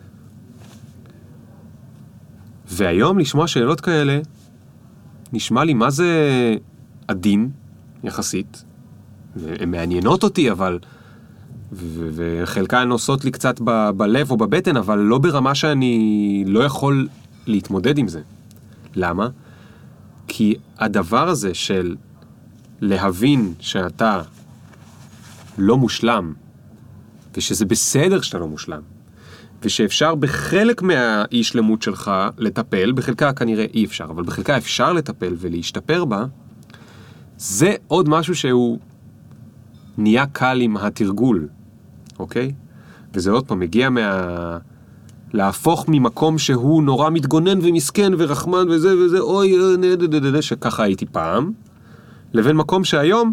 Speaker 2: והיום לשמוע שאלות כאלה, נשמע לי מה זה עדין, יחסית, הן מעניינות אותי, אבל, וחלקן עושות לי קצת בלב או בבטן, אבל לא ברמה שאני לא יכול להתמודד עם זה. למה? כי הדבר הזה של להבין שאתה לא מושלם, ושזה בסדר שאתה לא מושלם, ושאפשר בחלק מהאי שלמות שלך לטפל, בחלקה כנראה אי אפשר, אבל בחלקה אפשר לטפל ולהשתפר בה, זה עוד משהו שהוא נהיה קל עם התרגול, אוקיי? וזה עוד פעם מגיע להפוך ממקום שהוא נורא מתגונן ומסכן ורחמן וזה, אוי, שככה הייתי פעם, לבין מקום שהיום,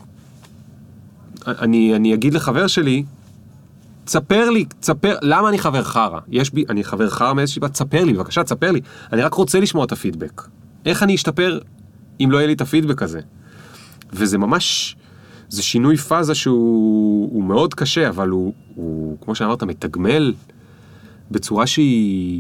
Speaker 2: אני אגיד לחבר שלי, תספר לי, למה אני חבר חרה? אני חבר חרה מאיזושהי בת, תספר לי, בבקשה, תספר לי. אני רק רוצה לשמוע את הפידבק. איך אני אשתפר אם לא יהיה לי את הפידבק הזה? וזה ממש, זה שינוי פאזה שהוא מאוד קשה, אבל הוא, כמו שאמרת, מתגמל בצורה שהיא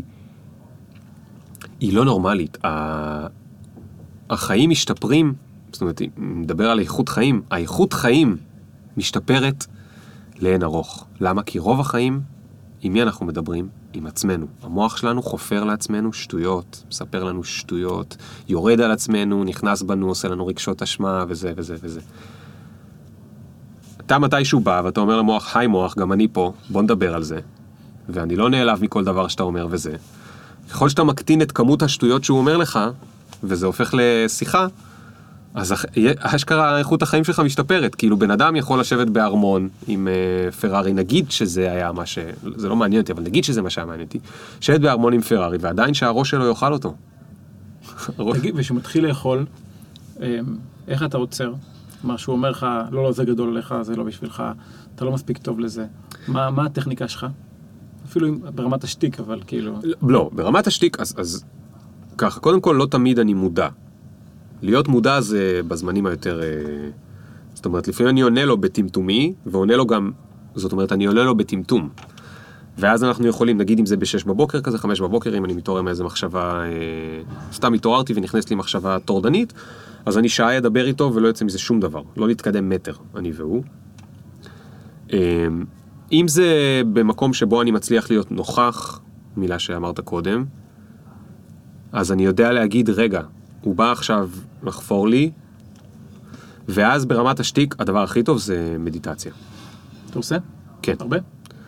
Speaker 2: לא נורמלית. החיים משתפרים, זאת אומרת, נדבר על איכות חיים, האיכות חיים משתפרת לאין ארוך. למה? כי רוב החיים, עם מי אנחנו מדברים? עם עצמנו. המוח שלנו חופר לעצמנו שטויות, מספר לנו שטויות, יורד על עצמנו, נכנס בנו, עושה לנו רגשות אשמה, וזה וזה וזה. אתה מתישהו בא, ואתה אומר למוח, היי מוח, גם אני פה, בוא נדבר על זה. ואני לא נעלב מכל דבר שאתה אומר וזה. ככל שאתה מקטין את כמות השטויות שהוא אומר לך, וזה הופך לשיחה, אז אשכרה איכות החיים שלך משתפרת. כאילו בן אדם יכול לשבת בארמון עם פרארי, נגיד שזה היה מה זה לא מעניין אותי, אבל נגיד שזה מה שהיה מעניין אותי, שבת בארמון עם פרארי, ועדיין שהראש שלו יאכל אותו.
Speaker 1: תגיד, ושמתחיל לאכול, איך אתה עוצר? מה שהוא אומר לך, לא, זה גדול עליך, זה לא בשבילך, אתה לא מספיק טוב לזה. מה הטכניקה שלך? אפילו ברמת השתיק, אבל כאילו...
Speaker 2: לא, ברמת השתיק, אז ככה, קודם כל לא תמיד אני מודע. להיות מודע זה בזמנים היותר... זאת אומרת, לפעמים אני עונה לו בטמטומי, ועונה לו גם... זאת אומרת, אני עונה לו בטמטום. ואז אנחנו יכולים, נגיד אם זה ב-6 בבוקר, כזה 5 בבוקר, אם אני מתעורר מאיזה מחשבה... סתם התעוררתי ונכנס לי מחשבה טורדנית, אז אני שעה אדבר איתו ולא יוצא מזה שום דבר. לא נתקדם מטר, אני והוא. אם זה במקום שבו אני מצליח להיות נוכח, מילה שאמרת קודם, אז אני יודע להגיד, רגע, הוא בא עכשיו לחפור לי, ואז ברמת השתיק, הדבר הכי טוב זה מדיטציה.
Speaker 1: אתה עושה?
Speaker 2: כן.
Speaker 1: הרבה?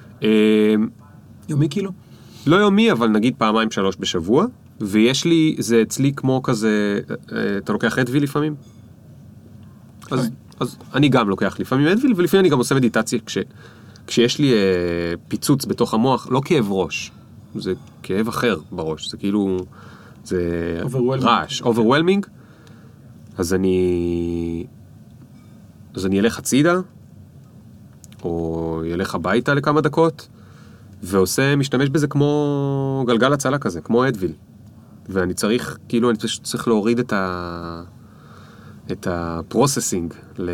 Speaker 1: יומי כאילו?
Speaker 2: לא יומי, אבל נגיד 2-3 בשבוע, ויש לי, זה אצלי כמו כזה, אתה לוקח אדוויל לפעמים? אז אני גם לוקח לפעמים אדוויל, ולפעמים אני גם עושה מדיטציה כשיש לי פיצוץ בתוך המוח, לא כאב ראש, זה כאב אחר בראש, זה כאילו, זה רעש, overwhelming, אז אני אלך הצידה, או ילך הביתה לכמה דקות, משתמש בזה כמו גלגל הצלה כזה, כמו אדוויל. ואני צריך, כאילו, אני צריך להוריד את הפרוססינג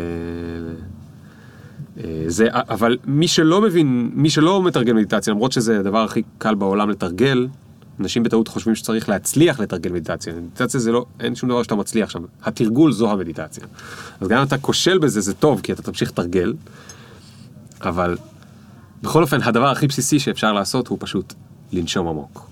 Speaker 2: זה, אבל מי שלא מבין, מי שלא מתרגל מדיטציה, למרות שזה הדבר הכי קל בעולם לתרגל, אנשים בטעות חושבים שצריך להצליח לתרגל מדיטציה. מדיטציה זה לא, אין שום דבר שאתה מצליח שם. התרגול זו המדיטציה. אז גם אם אתה כושל בזה, זה טוב, כי אתה תמשיך לתרגל, אבל בכל אופן, הדבר הכי בסיסי שאפשר לעשות הוא פשוט לנשום עמוק.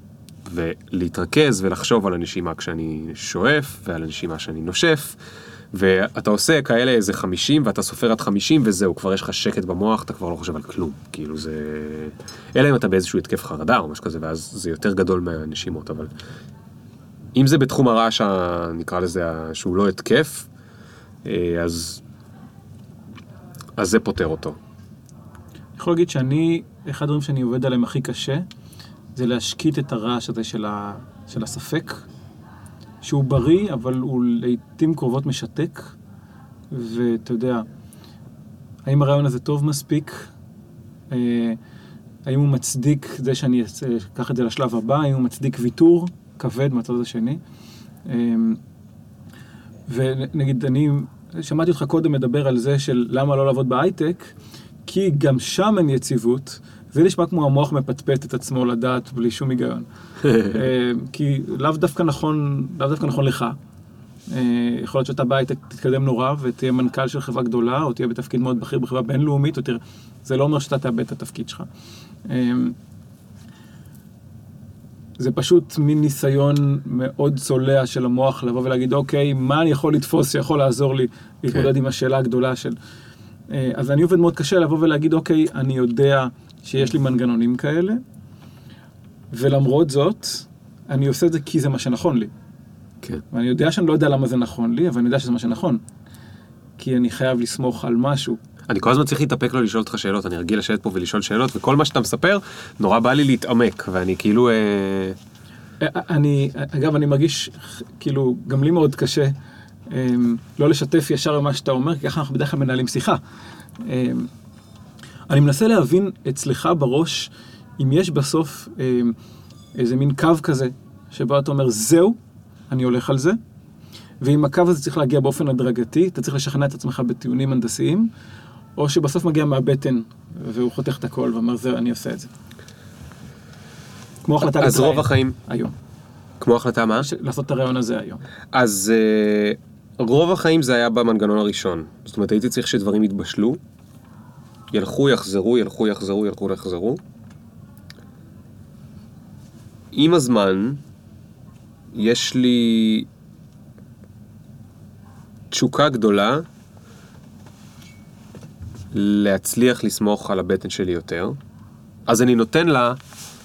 Speaker 2: ולהתרכז ולחשוב על הנשימה כשאני שואף, ועל הנשימה שאני נושף, ואתה עושה כאלה איזה 50, ואתה סופר עד 50, וזהו, כבר יש לך שקט במוח, אתה כבר לא חושב על כלום. כאילו זה... אלא אם אתה באיזשהו התקף חרדה או משהו כזה, ואז זה יותר גדול מהנשימות, אבל... אם זה בתחום הרעש, נקרא לזה, שהוא לא התקף, אז זה פותר אותו.
Speaker 1: אני יכול להגיד אחד הדברים שאני עובד עליהם הכי קשה, זה להשקיט את הרעש הזה של הספק, שהוא בריא, אבל הוא לעתים קרובות משתק, ואתה יודע, האם הרעיון הזה טוב מספיק? האם הוא מצדיק זה שאני אקח את זה לשלב הבא? האם הוא מצדיק ויתור כבד מהצד השני? ונגיד, אני שמעתי אותך קודם מדבר על זה של למה לא לעבוד בהייטק, כי גם שם אין יציבות, זה נשמע כמו המוח מפטפט את עצמו לדעת בלי שום היגיון. כי לאו דווקא נכון לך. יכול להיות שאתה בהייטק תתקדם נורא ותהיה מנכ"ל של חברה גדולה, או תהיה בתפקיד מאוד בכיר בחברה בינלאומית, זה לא אומר שאתה תאבד את התפקיד שלך. זה פשוט מין ניסיון מאוד צולע של המוח לבוא ולהגיד, אוקיי, מה אני יכול לתפוס שיכול לעזור לי להתמודד עם השאלה הגדולה של... אז אני עובד מאוד קשה לבוא ולהגיד, אוקיי, אני יודע שיש לי מנגנונים כאלה, ולמרות זאת, אני עושה את זה כי זה מה שנכון לי.
Speaker 2: כן.
Speaker 1: ואני יודע שאני לא יודע למה זה נכון לי, אבל אני יודע שזה מה שנכון. כי אני חייב לסמוך על משהו.
Speaker 2: אני כל הזמן צריך להתאפק לו לשאול אותך שאלות, אני רגיל לשבת פה ולשאול שאלות, וכל מה שאתה מספר, נורא בא לי להתעמק, ואני כאילו...
Speaker 1: אגב, אני מרגיש, כאילו, גם לי מאוד קשה, לא לשתף ישר במה שאתה אומר, כי ככה אנחנו בדרך כלל מנהלים שיחה. אני מנסה להבין אצלך בראש, אם יש בסוף איזה מין קו כזה, שבו אתה אומר, זהו, אני הולך על זה, ואם הקו הזה צריך להגיע באופן הדרגתי, אתה צריך לשכנע את עצמך בטיעונים הנדסיים, או שבסוף מגיע מהבטן, והוא חותך את הכל ואומר, זהו, אני עושה את זה. כמו החלטה
Speaker 2: אז רוב החיים...
Speaker 1: היום.
Speaker 2: כמו החלטה מה?
Speaker 1: לעשות את הרעיון הזה היום.
Speaker 2: אז רוב החיים זה היה במנגנון הראשון. זאת אומרת, הייתי צריך שדברים יתבשלו, ילכו, יחזרו, ילכו, יחזרו, ילכו, יחזרו. עם הזמן, יש לי תשוקה גדולה להצליח לסמוך על הבטן שלי יותר. אז אני נותן לה,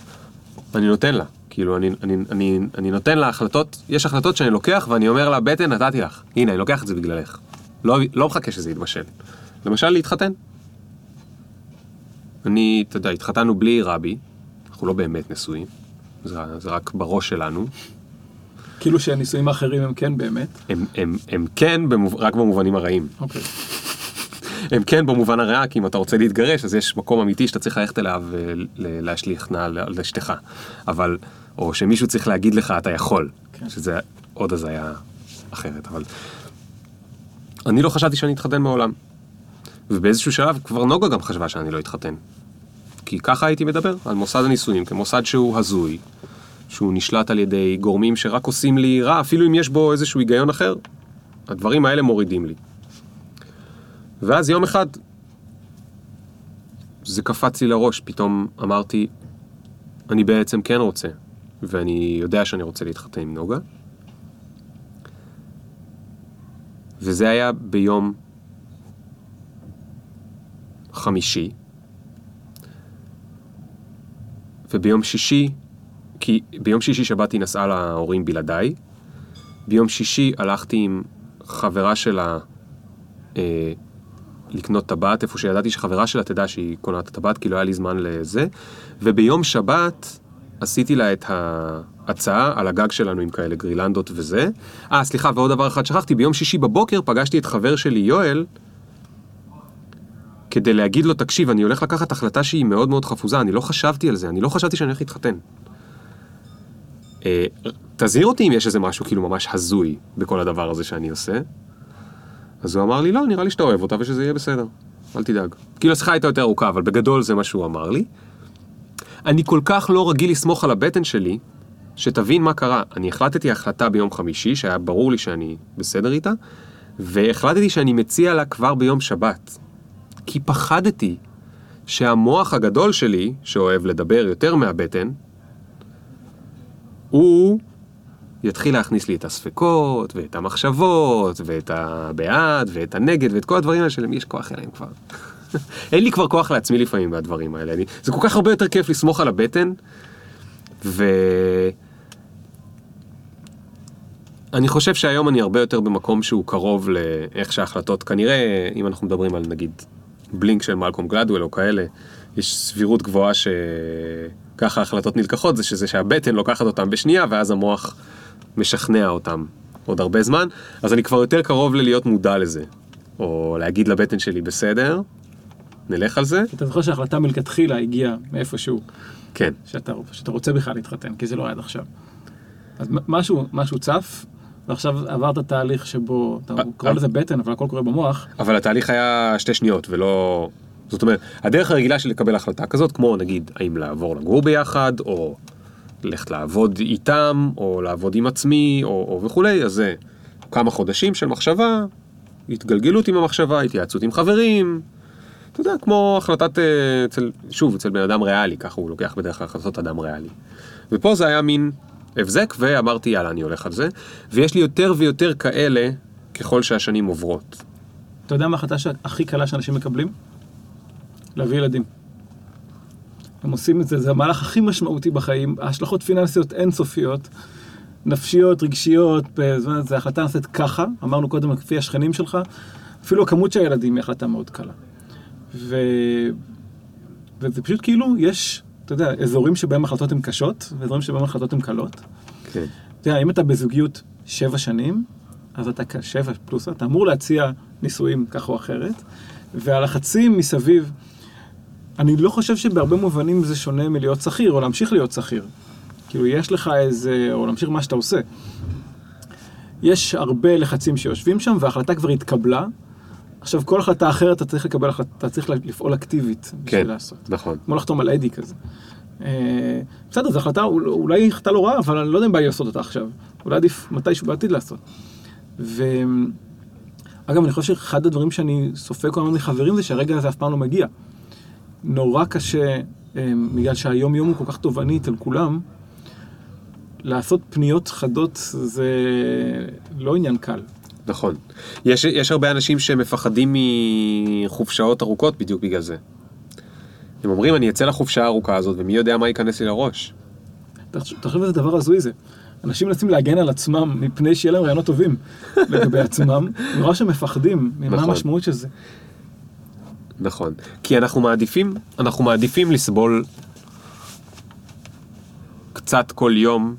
Speaker 2: כאילו אני נותן לה החלטות, יש החלטות שאני לוקח ואני אומר לה, בטן, נתתי לך. הנה, אני לוקח את זה בגללך. לא מחכה שזה יתבשל. למשל, להתחתן. אתה יודע, התחתנו בלי רבי, אנחנו לא באמת נשואים, זה רק בראש שלנו.
Speaker 1: כאילו שהנישואים האחרים הם כן באמת?
Speaker 2: הם כן, רק במובנים הרעים.
Speaker 1: אוקיי.
Speaker 2: הם כן במובן הרע, כי אם אתה רוצה להתגרש, אז יש מקום אמיתי שאתה צריך ללכת אליו ולהשליך על אשתך. אבל, או שמישהו צריך להגיד לך, אתה יכול. כן. שזה עוד אז היה אחרת, אבל... אני לא חשבתי שאני אתחתן מעולם. ובאיזשהו שלב כבר נוגה גם חשבה שאני לא אתחתן. כי ככה הייתי מדבר על מוסד הנישואים, כמוסד שהוא הזוי, שהוא נשלט על ידי גורמים שרק עושים לי רע, אפילו אם יש בו איזשהו היגיון אחר, הדברים האלה מורידים לי. ואז יום אחד, זה קפץ לי לראש, פתאום אמרתי, אני בעצם כן רוצה, ואני יודע שאני רוצה להתחתן עם נוגה. וזה היה ביום חמישי, וביום שישי, כי ביום שישי שבת היא נסעה להורים בלעדיי, ביום שישי הלכתי עם חברה שלה לקנות טבעת, איפה שידעתי שחברה שלה תדע שהיא קונה את הטבעת, כי לא היה לי זמן לזה, וביום שבת עשיתי לה את ההצעה על הגג שלנו עם כאלה גרילנדות וזה. סליחה, ועוד דבר אחד שכחתי, ביום שישי בבוקר פגשתי את חבר שלי יואל, כדי להגיד לו, תקשיב, אני הולך לקחת החלטה שהיא מאוד מאוד חפוזה, אני לא חשבתי על זה, אני לא חשבתי שאני הולך להתחתן. תזהיר אותי אם יש איזה משהו כאילו ממש הזוי בכל הדבר הזה שאני עושה. אז הוא אמר לי, לא, נראה לי שאתה אוהב אותה ושזה יהיה בסדר, אל תדאג. כאילו השיחה הייתה יותר ארוכה, אבל בגדול זה מה שהוא אמר לי. אני כל כך לא רגיל לסמוך על הבטן שלי, שתבין מה קרה. אני החלטתי החלטה ביום חמישי, שהיה ברור לי שאני בסדר איתה, והחלטתי שאני מציע לה כבר ביום שבת. כי פחדתי שהמוח הגדול שלי, שאוהב לדבר יותר מהבטן, הוא יתחיל להכניס לי את הספקות, ואת המחשבות, ואת הבעד, ואת הנגד, ואת כל הדברים האלה שלמי יש כוח אליהם כבר. אין לי כבר כוח לעצמי לפעמים מהדברים האלה. זה כל כך הרבה יותר כיף לסמוך על הבטן, אני חושב שהיום אני הרבה יותר במקום שהוא קרוב לאיך שההחלטות, כנראה, אם אנחנו מדברים על נגיד בלינק של מלקום גלדוול או כאלה, יש סבירות גבוהה שככה ההחלטות נלקחות, זה שהבטן לוקחת אותם בשנייה, ואז המוח משכנע אותם עוד הרבה זמן, אז אני כבר יותר קרוב להיות מודע לזה, או להגיד לבטן שלי בסדר, נלך על זה.
Speaker 1: אתה זוכר שההחלטה מלכתחילה הגיעה מאיפשהו.
Speaker 2: כן.
Speaker 1: שאתה רוצה בכלל להתחתן, כי זה לא היה עד עכשיו. אז משהו צף, ועכשיו עברת תהליך שבו, אתה קורא לזה בטן, אבל הכל קורה במוח.
Speaker 2: אבל התהליך היה 2 שניות, ולא... זאת אומרת, הדרך הרגילה של לקבל החלטה כזאת, כמו נגיד, האם לעבור לגור ביחד, או ללכת לעבוד איתם, או לעבוד עם עצמי, או וכולי, אז זה כמה חודשים של מחשבה, התגלגלות עם המחשבה, התייעצות עם חברים, אתה יודע, כמו החלטת, אצל בן אדם ריאלי, ככה הוא לוקח בדרך כלל החלטות אדם ריאלי. ופה זה היה מין הבזק, ואמרתי, יאללה, אני הולך על זה, ויש לי יותר ויותר כאלה, ככל שהשנים עוברות.
Speaker 1: אתה יודע מה ההחלטה הכי קלה שאנשים מקבלים? להביא ילדים. הם עושים את זה, זה המהלך הכי משמעותי בחיים, ההשלכות פיננסיות אינסופיות, נפשיות, רגשיות, זו החלטה נעשית ככה, אמרנו קודם לפי השכנים שלך, אפילו הכמות של הילדים היא החלטה מאוד קלה. וזה פשוט כאילו, יש, אתה יודע, אזורים שבהם החלטות הן קשות, ואזורים שבהם החלטות הן קלות.
Speaker 2: כן.
Speaker 1: אתה יודע, אם אתה בזוגיות 7 שנים, אז אתה 7 פלוס, אתה אמור להציע נישואים כך או אחרת, והלחצים מסביב, אני לא חושב שבהרבה מובנים זה שונה מלהיות שכיר, או להמשיך להיות שכיר. כאילו, יש לך איזה, או להמשיך מה שאתה עושה. יש הרבה לחצים שיושבים שם, וההחלטה כבר התקבלה. עכשיו, כל החלטה אחרת אתה צריך לקבל, אתה צריך לפעול אקטיבית בשביל לעשות.
Speaker 2: כן, נכון.
Speaker 1: כמו לחתום על אדי כזה. בסדר, זו החלטה, אולי היא החלטה לא רעה, אבל אני לא יודע אם בא לי לעשות אותה עכשיו. אולי עדיף מתישהו בעתיד לעשות. אגב, אני חושב שאחד הדברים שאני סופק כל הזמן מחברים זה שהרגע הזה אף פעם לא מגיע. נורא קשה, בגלל שהיום יום הוא כל כך תובעני אצל כולם, לעשות פניות חדות זה לא עניין קל.
Speaker 2: נכון. יש הרבה אנשים שמפחדים מחופשאות ארוכות בדיוק בגלל זה. הם אומרים, אני אצא לחופשה הארוכה הזאת, ומי יודע מה ייכנס לי לראש.
Speaker 1: תחשוב איזה דבר הזוי זה. אנשים מנסים להגן על עצמם מפני שיהיה להם רעיונות טובים לגבי עצמם. נורא שמפחדים ממה המשמעות של זה.
Speaker 2: נכון. כי אנחנו מעדיפים לסבול קצת כל יום,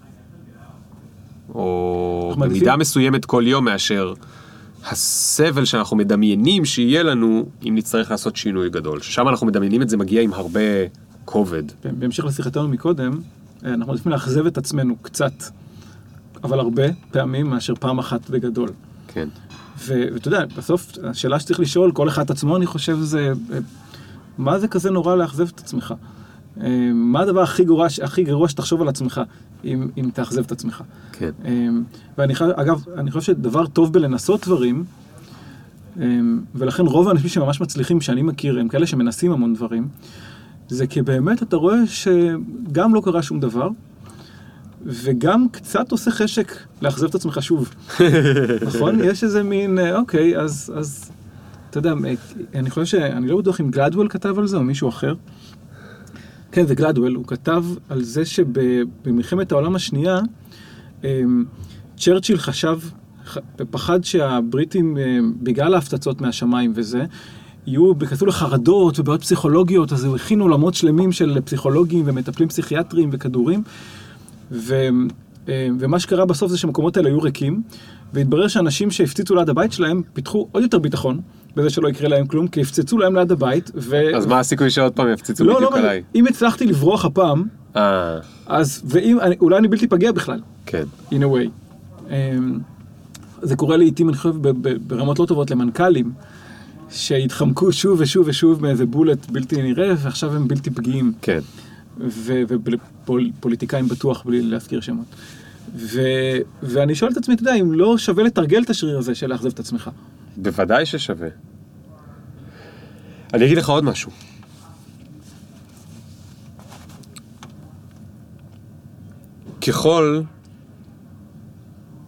Speaker 2: או במידה מסוימת כל יום, מאשר הסבל שאנחנו מדמיינים שיהיה לנו אם נצטרך לעשות שינוי גדול. ששם אנחנו מדמיינים את זה מגיע עם הרבה כובד.
Speaker 1: בהמשך לשיחתנו מקודם, אנחנו מעדיפים לאכזב את עצמנו קצת, אבל הרבה פעמים מאשר פעם אחת בגדול.
Speaker 2: כן.
Speaker 1: ואתה יודע, בסוף השאלה שצריך לשאול, כל אחד עצמו אני חושב זה, מה זה כזה נורא לאכזב את עצמך? מה הדבר הכי גרוע שתחשוב על עצמך אם תאכזב את עצמך?
Speaker 2: כן.
Speaker 1: אגב, אני חושב שדבר טוב בלנסות דברים, ולכן רוב האנשים שממש מצליחים שאני מכיר, הם כאלה שמנסים המון דברים, זה כי באמת אתה רואה שגם לא קרה שום דבר, וגם קצת עושה חשק לאכזב את עצמך שוב. נכון? יש איזה מין, אוקיי, אז אתה יודע, אני חושב שאני לא בטוח אם גלדוול כתב על זה או מישהו אחר. כן, זה גלדוול, הוא כתב על זה שבמלחמת העולם השנייה, צ'רצ'יל פחד שהבריטים, בגלל ההפצצות מהשמיים וזה, כנסו לחרדות ובעיות פסיכולוגיות, אז הם הכינו עולמות שלמים של פסיכולוגים ומטפלים פסיכיאטריים וכדורים, ומה שקרה בסוף זה שהמקומות האלה היו ריקים, והתברר שאנשים שהפציצו ליד הבית שלהם פיתחו עוד יותר ביטחון, בזה שלא יקרה להם כלום, כי הפציצו להם ליד הבית,
Speaker 2: אז מה הסיכוי שעוד פעם יפציצו בדיוק עליי?
Speaker 1: אם הצלחתי לברוח הפעם, אז, אולי אני בלתי פגע בכלל.
Speaker 2: כן.
Speaker 1: In a way. זה קורה לעתים, אני חושב, ברמות לא טובות למנכ"לים, שהתחמקו שוב ושוב ושוב מאיזה בולט בלתי נראה, ועכשיו הם בלתי פגיעים.
Speaker 2: כן.
Speaker 1: ופוליטיקאים בטוח בלי להזכיר שמות. ואני שואל את עצמי, אתה יודע, אם לא שווה לתרגל את השריר הזה של לאכזב את עצמך.
Speaker 2: בוודאי ששווה. אני אגיד לך עוד משהו. ככל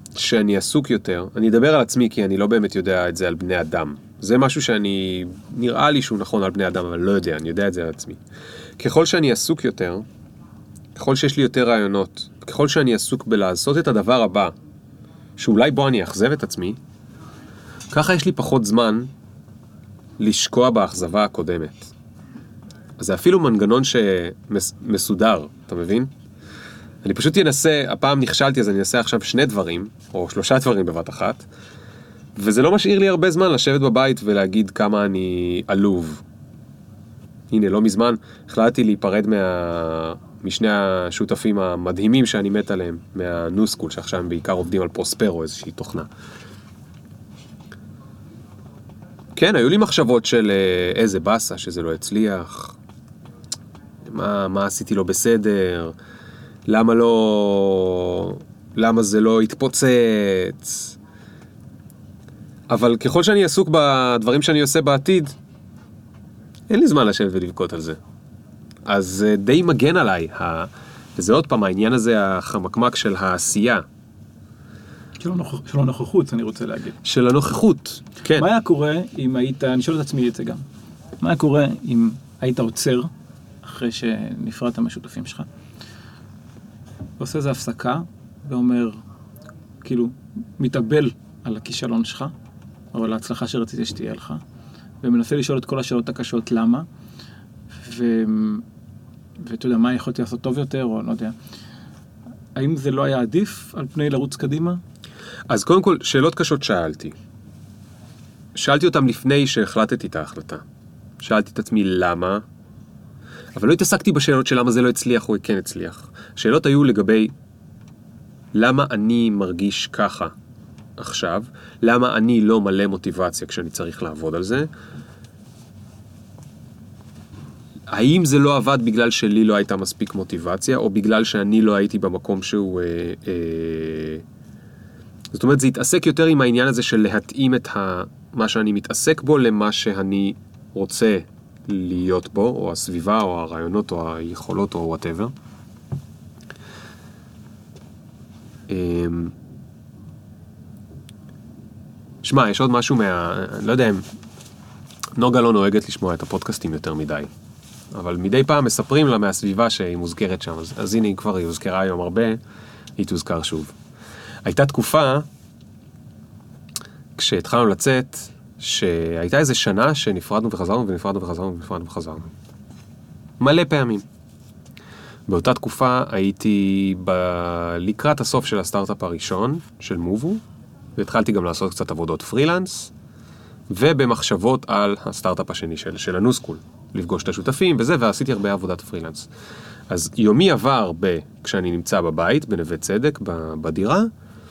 Speaker 2: שאני עסוק יותר, אני אדבר על עצמי כי אני לא באמת יודע את זה על בני אדם. זה משהו שאני, נראה לי שהוא נכון על בני אדם, אבל לא יודע, אני יודע את זה על עצמי. ככל שאני עסוק יותר, ככל שיש לי יותר רעיונות, ככל שאני עסוק בלעשות את הדבר הבא, שאולי בו אני אאכזב את עצמי, ככה יש לי פחות זמן לשקוע באכזבה הקודמת. אז זה אפילו מנגנון שמסודר, אתה מבין? אני פשוט אנסה, הפעם נכשלתי, אז אני אנסה עכשיו 2 דברים, או 3 דברים בבת אחת, וזה לא משאיר לי הרבה זמן לשבת בבית ולהגיד כמה אני עלוב. הנה, לא מזמן החלטתי להיפרד משני השותפים המדהימים שאני מת עליהם, מהנוסקול, שעכשיו הם בעיקר עובדים על פרוספרו, איזושהי תוכנה. כן, היו לי מחשבות של איזה בסה שזה לא הצליח, מה עשיתי לא בסדר, למה זה לא התפוצץ. אבל ככל שאני עסוק בדברים שאני עושה בעתיד, אין לי זמן לשבת ולבכות על זה. אז זה די מגן עליי, וזה עוד פעם העניין הזה החמקמק של העשייה.
Speaker 1: של הנוכחות, אני רוצה להגיד.
Speaker 2: של הנוכחות, כן.
Speaker 1: מה היה קורה אם היית, אני שואל את עצמי את זה גם, מה היה קורה אם היית עוצר אחרי שנפרדת מהשותפים שלך? ועושה איזו הפסקה ואומר, כאילו, מתאבל על הכישלון שלך, או על ההצלחה שרציתי שתהיה לך, ומנסה לשאול את כל השאלות הקשות למה, ואתה יודע, מה יכולתי לעשות טוב יותר, או לא יודע. האם זה לא היה עדיף על פני לרוץ קדימה?
Speaker 2: אז קודם כל, שאלות קשות שאלתי. שאלתי אותם לפני שהחלטתי את ההחלטה. שאלתי את עצמי למה, אבל לא התעסקתי בשאלות של למה זה לא הצליח או כן הצליח. השאלות היו לגבי למה אני מרגיש ככה עכשיו, למה אני לא מלא מוטיבציה כשאני צריך לעבוד על זה, האם זה לא עבד בגלל שלי לא הייתה מספיק מוטיבציה, או בגלל שאני לא הייתי במקום שהוא... זאת אומרת, זה התעסק יותר עם העניין הזה של להתאים את מה שאני מתעסק בו למה שאני רוצה להיות בו, או הסביבה, או הרעיונות, או היכולות, או whatever. שמע, יש עוד משהו לא יודע אם... נוגה לא נוהגת לשמוע את הפודקאסטים יותר מדי. אבל מדי פעם מספרים לה מהסביבה שהיא מוזכרת שם. אז הנה, היא כבר הוזכרה היום הרבה, היא תוזכר שוב. הייתה תקופה, כשהתחלנו לצאת, שהייתה איזה שנה שנפרדנו וחזרנו, ונפרדנו וחזרנו, ונפרדנו וחזרנו. מלא פעמים. באותה תקופה הייתי לקראת הסוף של הסטארט-אפ הראשון, של מובו, והתחלתי גם לעשות קצת עבודות פרילנס, ובמחשבות על הסטארט-אפ השני של הנוסקול, לפגוש את השותפים וזה, ועשיתי הרבה עבודת פרילנס. אז יומי עבר כשאני נמצא בבית, בנווה צדק, בדירה,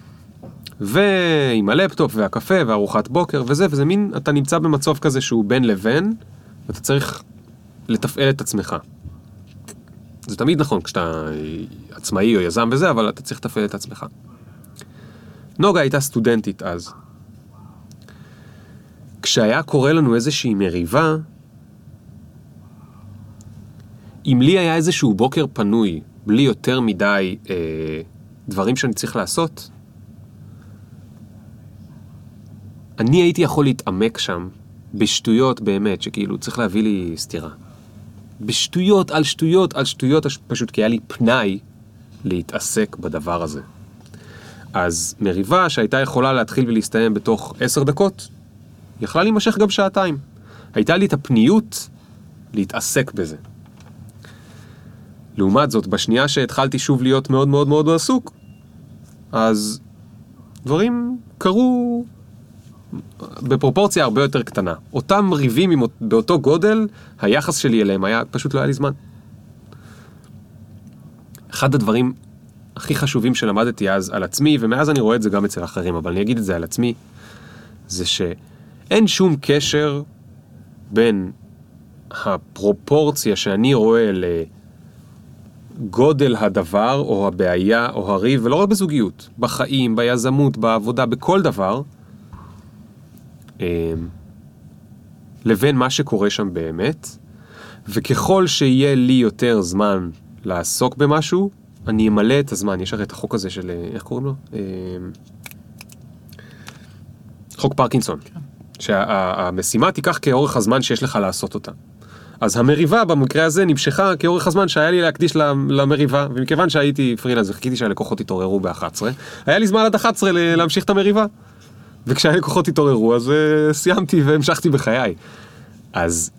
Speaker 2: ועם הלפטופ והקפה והארוחת בוקר וזה מין, אתה נמצא במצב כזה שהוא בין לבין, ואתה צריך לתפעל את עצמך. זה תמיד נכון כשאתה עצמאי או יזם וזה, אבל אתה צריך לתפעל את עצמך. נוגה הייתה סטודנטית אז. כשהיה קורה לנו איזושהי מריבה, אם לי היה איזשהו בוקר פנוי, בלי יותר מדי דברים שאני צריך לעשות, אני הייתי יכול להתעמק שם בשטויות באמת, שכאילו צריך להביא לי סתירה. בשטויות על שטויות על שטויות, פשוט כי היה לי פנאי להתעסק בדבר הזה. אז מריבה שהייתה יכולה להתחיל ולהסתיים בתוך 10 דקות, יכלה להימשך גם 2 שעות. הייתה לי את הפניות להתעסק בזה. לעומת זאת, בשנייה שהתחלתי שוב להיות מאוד מאוד מאוד עסוק, אז דברים קרו בפרופורציה הרבה יותר קטנה. אותם ריבים באותו גודל, היחס שלי אליהם פשוט לא היה לי זמן. אחד הדברים הכי חשובים שלמדתי אז על עצמי, ומאז אני רואה את זה גם אצל אחרים, אבל אני אגיד את זה על עצמי, זה שאין שום קשר בין הפרופורציה שאני רואה לגודל הדבר, או הבעיה, או הריב, ולא רק בזוגיות, בחיים, ביזמות, בעבודה, בכל דבר, לבין מה שקורה שם באמת, וככל שיהיה לי יותר זמן לעסוק במשהו, אני אמלא את הזמן. יש הרי את החוק הזה של, איך קוראים לו? חוק פרקינסון. שהמשימה תיקח כאורך הזמן שיש לך לעשות אותה. אז המריבה במקרה הזה נמשכה כאורך הזמן שהיה לי להקדיש למריבה, ומכיוון שהייתי פרילנס וחיכיתי שהלקוחות התעוררו ב-11, היה לי זמן עד 11 להמשיך את המריבה. וכשהלקוחות התעוררו, אז סיימתי והמשכתי בחיי. אז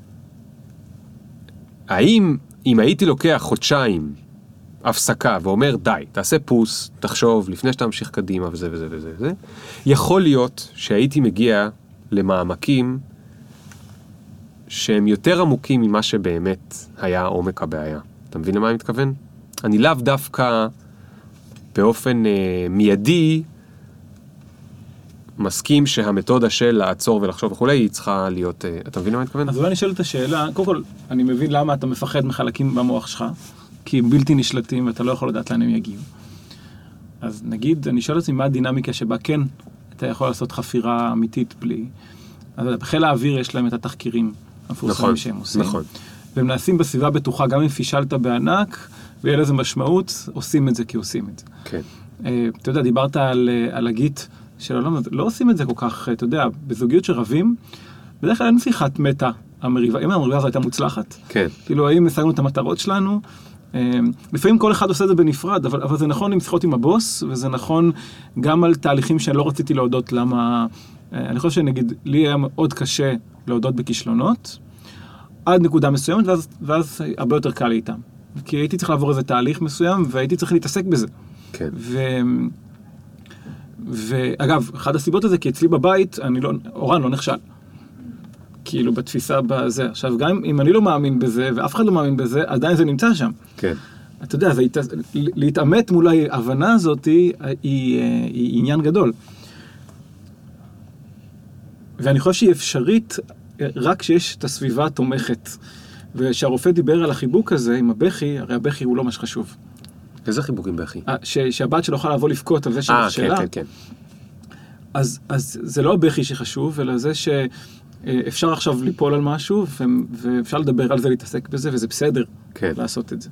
Speaker 2: אם הייתי לוקח חודשיים הפסקה ואומר די, תעשה פוס, תחשוב לפני שאתה ממשיך קדימה וזה וזה וזה וזה, יכול להיות שהייתי מגיע למעמקים שהם יותר עמוקים ממה שבאמת היה עומק הבעיה. אתה מבין למה אני מתכוון? אני לאו דווקא באופן מיידי מסכים שהמתודה של לעצור ולחשוב וכולי היא צריכה להיות... אתה מבין למה אני מתכוון?
Speaker 1: אז אולי אני שואל את השאלה, קודם כל, אני מבין למה אתה מפחד מחלקים במוח שלך, כי הם בלתי נשלטים ואתה לא יכול לדעת לאן הם יגיעו. אז נגיד, אני שואל לעצמי מה הדינמיקה שבה כן אתה יכול לעשות חפירה אמיתית בלי... אז בחיל האוויר יש להם את התחקירים המפורסמים שהם עושים.
Speaker 2: נכון.
Speaker 1: והם נעשים בסביבה בטוחה, גם אם פישלת בענק, ויהיה לזה משמעות, עושים את זה כי עושים את זה.
Speaker 2: כן.
Speaker 1: אתה יודע, דיברת על הגיט של העולם, לא עושים את זה כל כך, אתה יודע, בזוגיות שרבים, בדרך כלל אין שיחת מטה המריבה, אם המריבה הזו הייתה מוצלחת.
Speaker 2: כן.
Speaker 1: כאילו, האם השגנו את המטרות שלנו, לפעמים כל אחד עושה את זה בנפרד, אבל זה נכון עם שיחות עם הבוס, וזה נכון גם על תהליכים שאני לא רציתי להודות למה... אני חושב שנגיד, לי היה מאוד קשה להודות בכישלונות, עד נקודה מסוימת, ואז הרבה יותר קל לי איתם. כי הייתי צריך לעבור איזה תהליך מסוים, והייתי צריך להתעסק בזה.
Speaker 2: כן.
Speaker 1: ואגב, אחת הסיבות הזה, כי אצלי בבית, אורן לא נכשל. כאילו, בתפיסה בזה. עכשיו, גם אם אני לא מאמין בזה, ואף אחד לא מאמין בזה, עדיין זה נמצא שם.
Speaker 2: כן.
Speaker 1: אתה יודע, להתאמת מול ההבנה הזאת היא עניין גדול. ואני חושב שהיא אפשרית רק כשיש את הסביבה התומכת. ושהרופא דיבר על החיבוק הזה עם הבכי, הרי הבכי הוא לא מה שחשוב.
Speaker 2: איזה חיבוק עם בכי?
Speaker 1: שהבת שלו יכולה לבוא לבכות על זה שנכשלה.
Speaker 2: כן, כן.
Speaker 1: אז זה לא הבכי שחשוב, אלא זה שאפשר עכשיו ליפול על משהו, ואפשר לדבר על זה, להתעסק בזה, וזה בסדר לעשות את זה.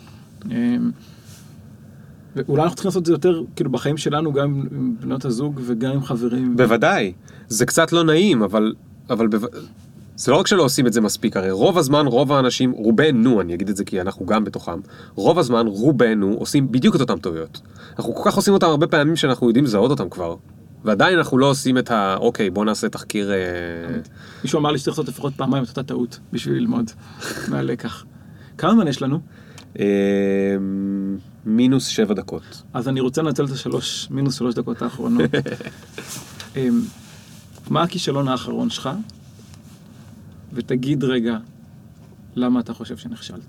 Speaker 1: ואולי אנחנו צריכים לעשות את זה יותר, כאילו, בחיים שלנו, גם עם בנות הזוג וגם עם חברים.
Speaker 2: בוודאי. זה קצת לא נעים, אבל זה לא רק שלא עושים את זה מספיק, הרי רוב הזמן, רוב האנשים, רובנו, אני אגיד את זה כי אנחנו גם בתוכם, רוב הזמן, רובנו עושים בדיוק את אותם טעויות. אנחנו כל כך עושים אותם הרבה פעמים שאנחנו יודעים לזהות אותם כבר, ועדיין אנחנו לא עושים את אוקיי, בוא נעשה תחקיר...
Speaker 1: מישהו אמר לי שצריך לעשות לפחות פעמיים את אותה טעות, בשביל ללמוד מהלקח. כמה זמן יש לנו?
Speaker 2: מינוס 7 דקות.
Speaker 1: אז אני רוצה לנצל את מינוס 3 דקות האחרונות. מה הכישלון האחרון שלך? ותגיד רגע, למה אתה חושב שנכשלת?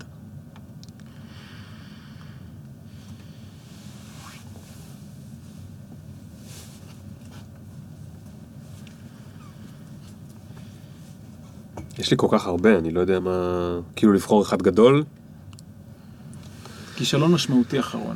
Speaker 2: יש לי כל כך הרבה, אני לא יודע מה... כאילו לבחור אחד גדול?
Speaker 1: כישלון משמעותי אחרון.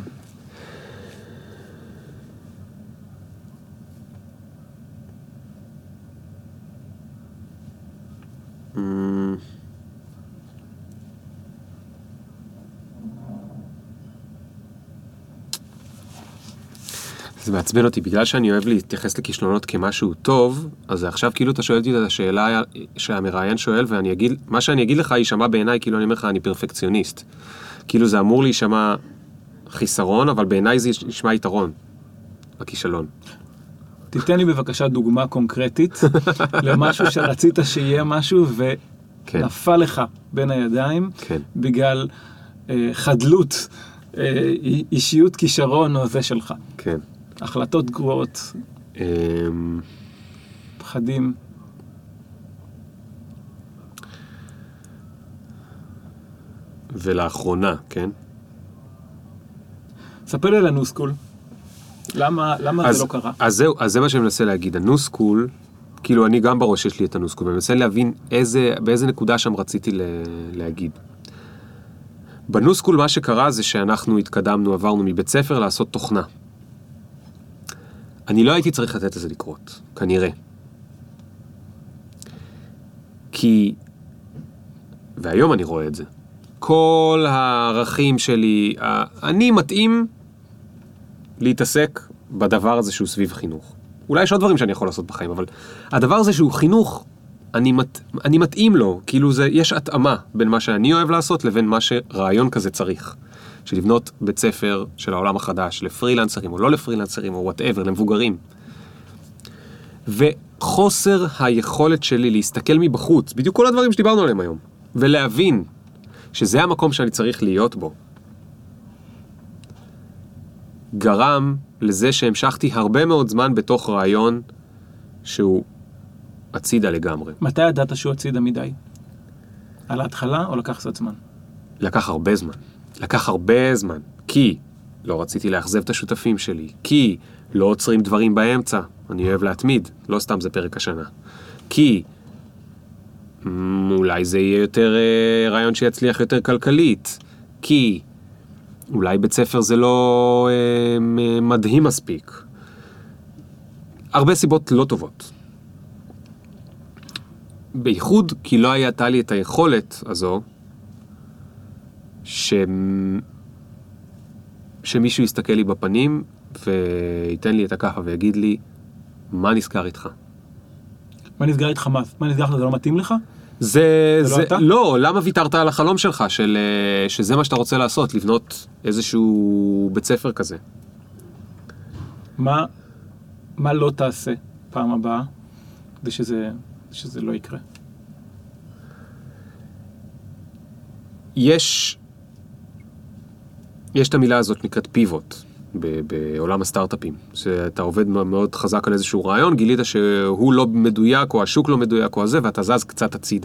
Speaker 2: זה מעצבן אותי, בגלל שאני אוהב להתייחס לכישלונות כמשהו טוב, אז עכשיו כאילו אתה שואל אותי את השאלה שהמראיין שואל, ואני אגיד, מה שאני אגיד לך יישמע בעיניי, כאילו אני אומר לך, אני פרפקציוניסט. כאילו זה אמור להישמע חיסרון, אבל בעיניי זה ישמע יתרון, הכישלון.
Speaker 1: תיתן לי בבקשה דוגמה קונקרטית, למשהו שרצית שיהיה משהו, ונפל לך בין הידיים, בגלל חדלות, אישיות כישרון או זה שלך.
Speaker 2: כן.
Speaker 1: החלטות גרועות, פחדים.
Speaker 2: ולאחרונה, כן?
Speaker 1: ספר לי על הנוסקול. למה זה לא קרה?
Speaker 2: אז זה מה שאני מנסה להגיד. הנוסקול, כאילו אני גם בראש יש לי את הנוסקול, ואני מנסה להבין באיזה נקודה שם רציתי להגיד. בנוסקול מה שקרה זה שאנחנו התקדמנו, עברנו מבית ספר לעשות תוכנה. אני לא הייתי צריך לתת לזה לקרות, כנראה. כי, והיום אני רואה את זה, כל הערכים שלי, אני מתאים להתעסק בדבר הזה שהוא סביב חינוך. אולי יש עוד דברים שאני יכול לעשות בחיים, אבל הדבר הזה שהוא חינוך, אני מתאים לו, כאילו יש התאמה בין מה שאני אוהב לעשות לבין מה שרעיון כזה צריך. של לבנות בית ספר של העולם החדש, לפרילנסרים או לא לפרילנסרים או whatever, למבוגרים. וחוסר היכולת שלי להסתכל מבחוץ, בדיוק כל הדברים שדיברנו עליהם היום, ולהבין שזה המקום שאני צריך להיות בו, גרם לזה שהמשכתי הרבה מאוד זמן בתוך רעיון שהוא הצידה לגמרי.
Speaker 1: מתי ידעת שהוא הצידה מדי? על ההתחלה או לקח קצת זמן?
Speaker 2: לקח הרבה זמן. לקח הרבה זמן. כי לא רציתי לאכזב את השותפים שלי. כי לא עוצרים דברים באמצע. אני אוהב להתמיד. לא סתם זה פרק השנה. כי אולי זה יהיה יותר רעיון שיצליח יותר כלכלית. כי אולי בית ספר זה לא מדהים מספיק. הרבה סיבות לא טובות. בייחוד כי לא הייתה לי את היכולת הזו שמישהו יסתכל לי בפנים וייתן לי את הככה ויגיד לי מה נסגר איתך.
Speaker 1: מה נסגר איתך? מה נסגר איתך? זה לא מתאים לך?
Speaker 2: לא, למה ויתרת על החלום שלך שזה מה שאתה רוצה לעשות, לבנות איזשהו בית ספר כזה?
Speaker 1: מה לא תעשה פעם הבאה כדי שזה לא יקרה?
Speaker 2: יש את המילה הזאת נקראת פיבוט בעולם הסטארט-אפים. שאתה עובד מאוד חזק על איזשהו רעיון, גילית שהוא לא מדויק או השוק לא מדויק או הזה, ואתה זז קצת הצידה.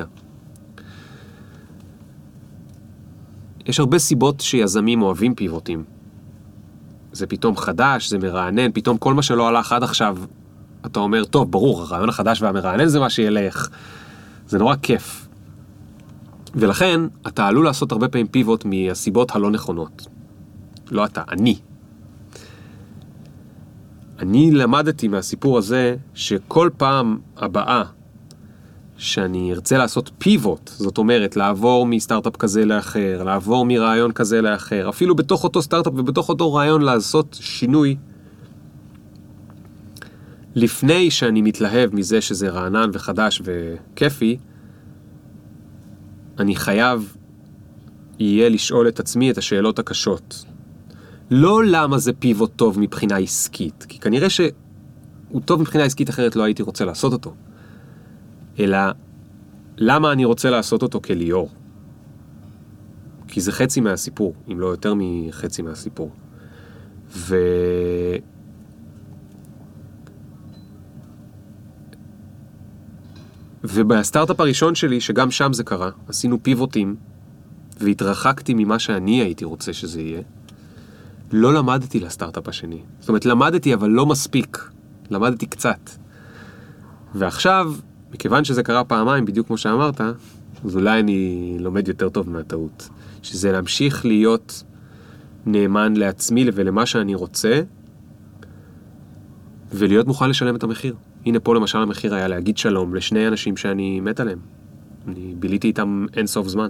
Speaker 2: יש הרבה סיבות שיזמים אוהבים פיבוטים. זה פתאום חדש, זה מרענן, פתאום כל מה שלא הלך עד עכשיו, אתה אומר, טוב, ברור, הרעיון החדש והמרענן זה מה שילך. זה נורא כיף. ולכן, אתה עלול לעשות הרבה פעמים פיבוט מהסיבות הלא נכונות. לא אתה, אני למדתי מהסיפור הזה שכל פעם הבאה שאני ארצה לעשות פיבוט, זאת אומרת, לעבור מסטארט-אפ כזה לאחר, לעבור מרעיון כזה לאחר, אפילו בתוך אותו סטארט-אפ ובתוך אותו רעיון לעשות שינוי, לפני שאני מתלהב מזה שזה רענן וחדש וכיפי, אני חייב יהיה לשאול את עצמי את השאלות הקשות. לא למה זה פיבוט טוב מבחינה עסקית, כי כנראה שהוא טוב מבחינה עסקית אחרת לא הייתי רוצה לעשות אותו. אלא למה אני רוצה לעשות אותו כליאור? כי זה חצי מהסיפור, אם לא יותר מחצי מהסיפור. ובסטארט-אפ הראשון שלי, שגם שם זה קרה, עשינו פיבוטים, והתרחקתי ממה שאני הייתי רוצה שזה יהיה, לא למדתי לסטארט-אפ השני. זאת אומרת, למדתי, אבל לא מספיק. למדתי קצת. ועכשיו, מכיוון שזה קרה פעמיים, בדיוק כמו שאמרת, אז אולי אני לומד יותר טוב מהטעות. שזה להמשיך להיות נאמן לעצמי ולמה שאני רוצה, ולהיות מוכן לשלם את המחיר. הנה פה למשל המחיר היה להגיד שלום לשני אנשים שאני מת עליהם. אני ביליתי איתם אין סוף זמן.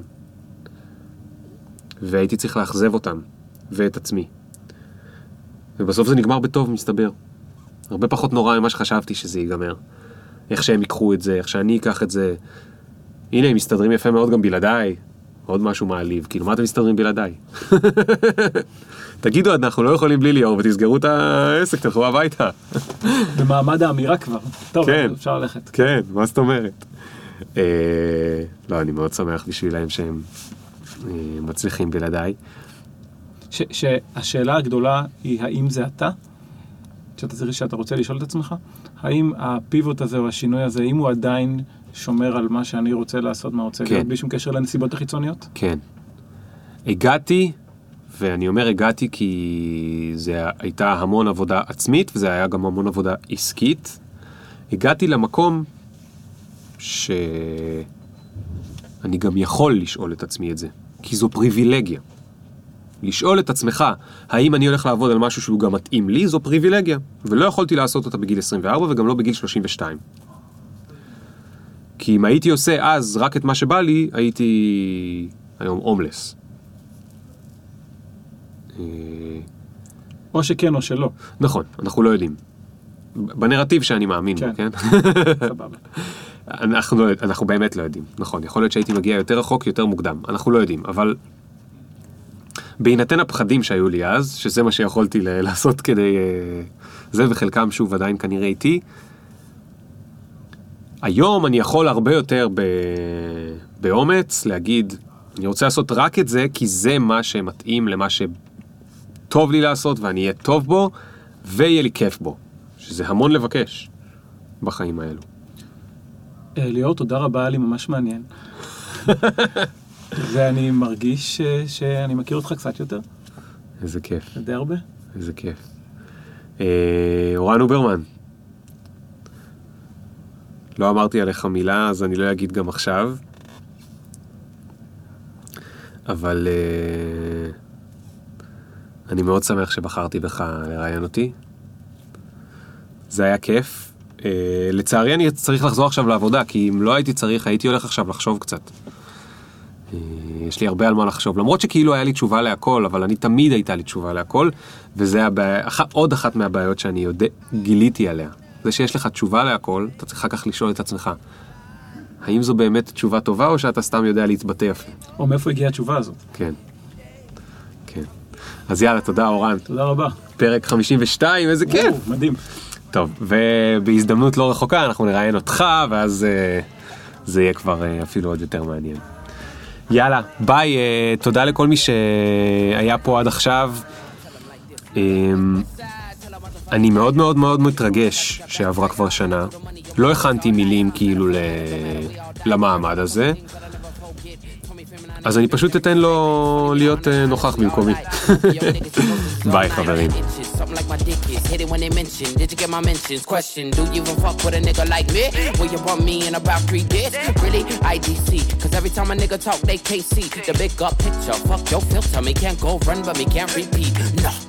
Speaker 2: והייתי צריך לאכזב אותם, ואת עצמי. ובסוף זה נגמר בטוב, מסתבר. הרבה פחות נורא ממה שחשבתי שזה ייגמר. איך שהם ייקחו את זה, איך שאני אקח את זה. הנה, הם מסתדרים יפה מאוד גם בלעדיי. עוד משהו מעליב. כאילו, מה אתם מסתדרים בלעדיי? תגידו, אנחנו לא יכולים בלי ליאור, ותסגרו את העסק, תלכו הביתה.
Speaker 1: במעמד האמירה כבר. טוב,
Speaker 2: כן,
Speaker 1: אפשר ללכת.
Speaker 2: כן, מה זאת אומרת? לא, אני מאוד שמח בשבילהם שהם מצליחים בלעדיי.
Speaker 1: שהשאלה הגדולה היא האם זה אתה? שאתה רוצה לשאול את עצמך? האם הפיבוט הזה או השינוי הזה, האם הוא עדיין שומר על מה שאני רוצה לעשות, מה רוצה להיות, בלי שום קשר לנסיבות החיצוניות?
Speaker 2: כן. הגעתי, ואני אומר הגעתי כי זה הייתה המון עבודה עצמית, וזה היה גם המון עבודה עסקית. הגעתי למקום שאני גם יכול לשאול את עצמי את זה, כי זו פריבילגיה. לשאול את עצמך, האם אני הולך לעבוד על משהו שהוא גם מתאים לי, זו פריבילגיה. ולא יכולתי לעשות אותה בגיל 24 וגם לא בגיל 32. כי אם הייתי עושה אז רק את מה שבא לי, הייתי היום הומלס.
Speaker 1: או שכן או שלא.
Speaker 2: נכון, אנחנו לא יודעים. בנרטיב שאני מאמין בו, כן?
Speaker 1: סבבה.
Speaker 2: אנחנו באמת לא יודעים, נכון, יכול להיות שהייתי מגיע יותר רחוק, יותר מוקדם, אנחנו לא יודעים, אבל בהינתן הפחדים שהיו לי אז, שזה מה שיכולתי לעשות כדי, זה וחלקם שוב עדיין כנראה איתי, היום אני יכול הרבה יותר באומץ להגיד, אני רוצה לעשות רק את זה, כי זה מה שמתאים למה שטוב לי לעשות, ואני אהיה טוב בו, ויהיה לי כיף בו, שזה המון לבקש בחיים האלו.
Speaker 1: ליאור, תודה רבה, היה לי ממש מעניין. ואני מרגיש שאני מכיר אותך קצת יותר.
Speaker 2: איזה כיף.
Speaker 1: די הרבה.
Speaker 2: איזה כיף. אורן אוברמן. לא אמרתי עליך מילה, אז אני לא אגיד גם עכשיו. אבל אני מאוד שמח שבחרתי בך לראיין אותי. זה היה כיף. לצערי אני צריך לחזור עכשיו לעבודה, כי אם לא הייתי צריך, הייתי הולך עכשיו לחשוב קצת. יש לי הרבה על מה לחשוב, למרות שכאילו היה לי תשובה להכל, אבל אני תמיד הייתה לי תשובה להכל, וזה עוד אחת מהבעיות שאני גיליתי עליה. זה שיש לך תשובה להכל, אתה צריך כך לשאול את עצמך, האם זו באמת תשובה טובה, או שאתה סתם יודע להתבטא יפה?
Speaker 1: או מאיפה הגיעה התשובה הזאת?
Speaker 2: כן. כן. אז יאללה, תודה אורן.
Speaker 1: תודה רבה.
Speaker 2: פרק 52, איזה כיף.
Speaker 1: מדהים.
Speaker 2: טוב, ובהזדמנות לא רחוקה אנחנו נראיין אותך, ואז זה יהיה כבר אפילו עוד יותר מעניין. יאללה, ביי, תודה לכל מי שהיה פה עד עכשיו. אני מאוד מאוד מאוד מתרגש שעברה כבר שנה. לא הכנתי מילים כאילו למעמד הזה. אז אני פשוט אתן לו להיות נוכח במקומי. ביי חברים. Like my dick is hit it when they mention. Did you get my mentions? Question: do you even fuck with a nigga like me? Will you want me in about 3 days? Really? IDC. Cause every time a nigga talk, they can't see the big up picture. Fuck your filter, me can't go run, but me can't repeat. No.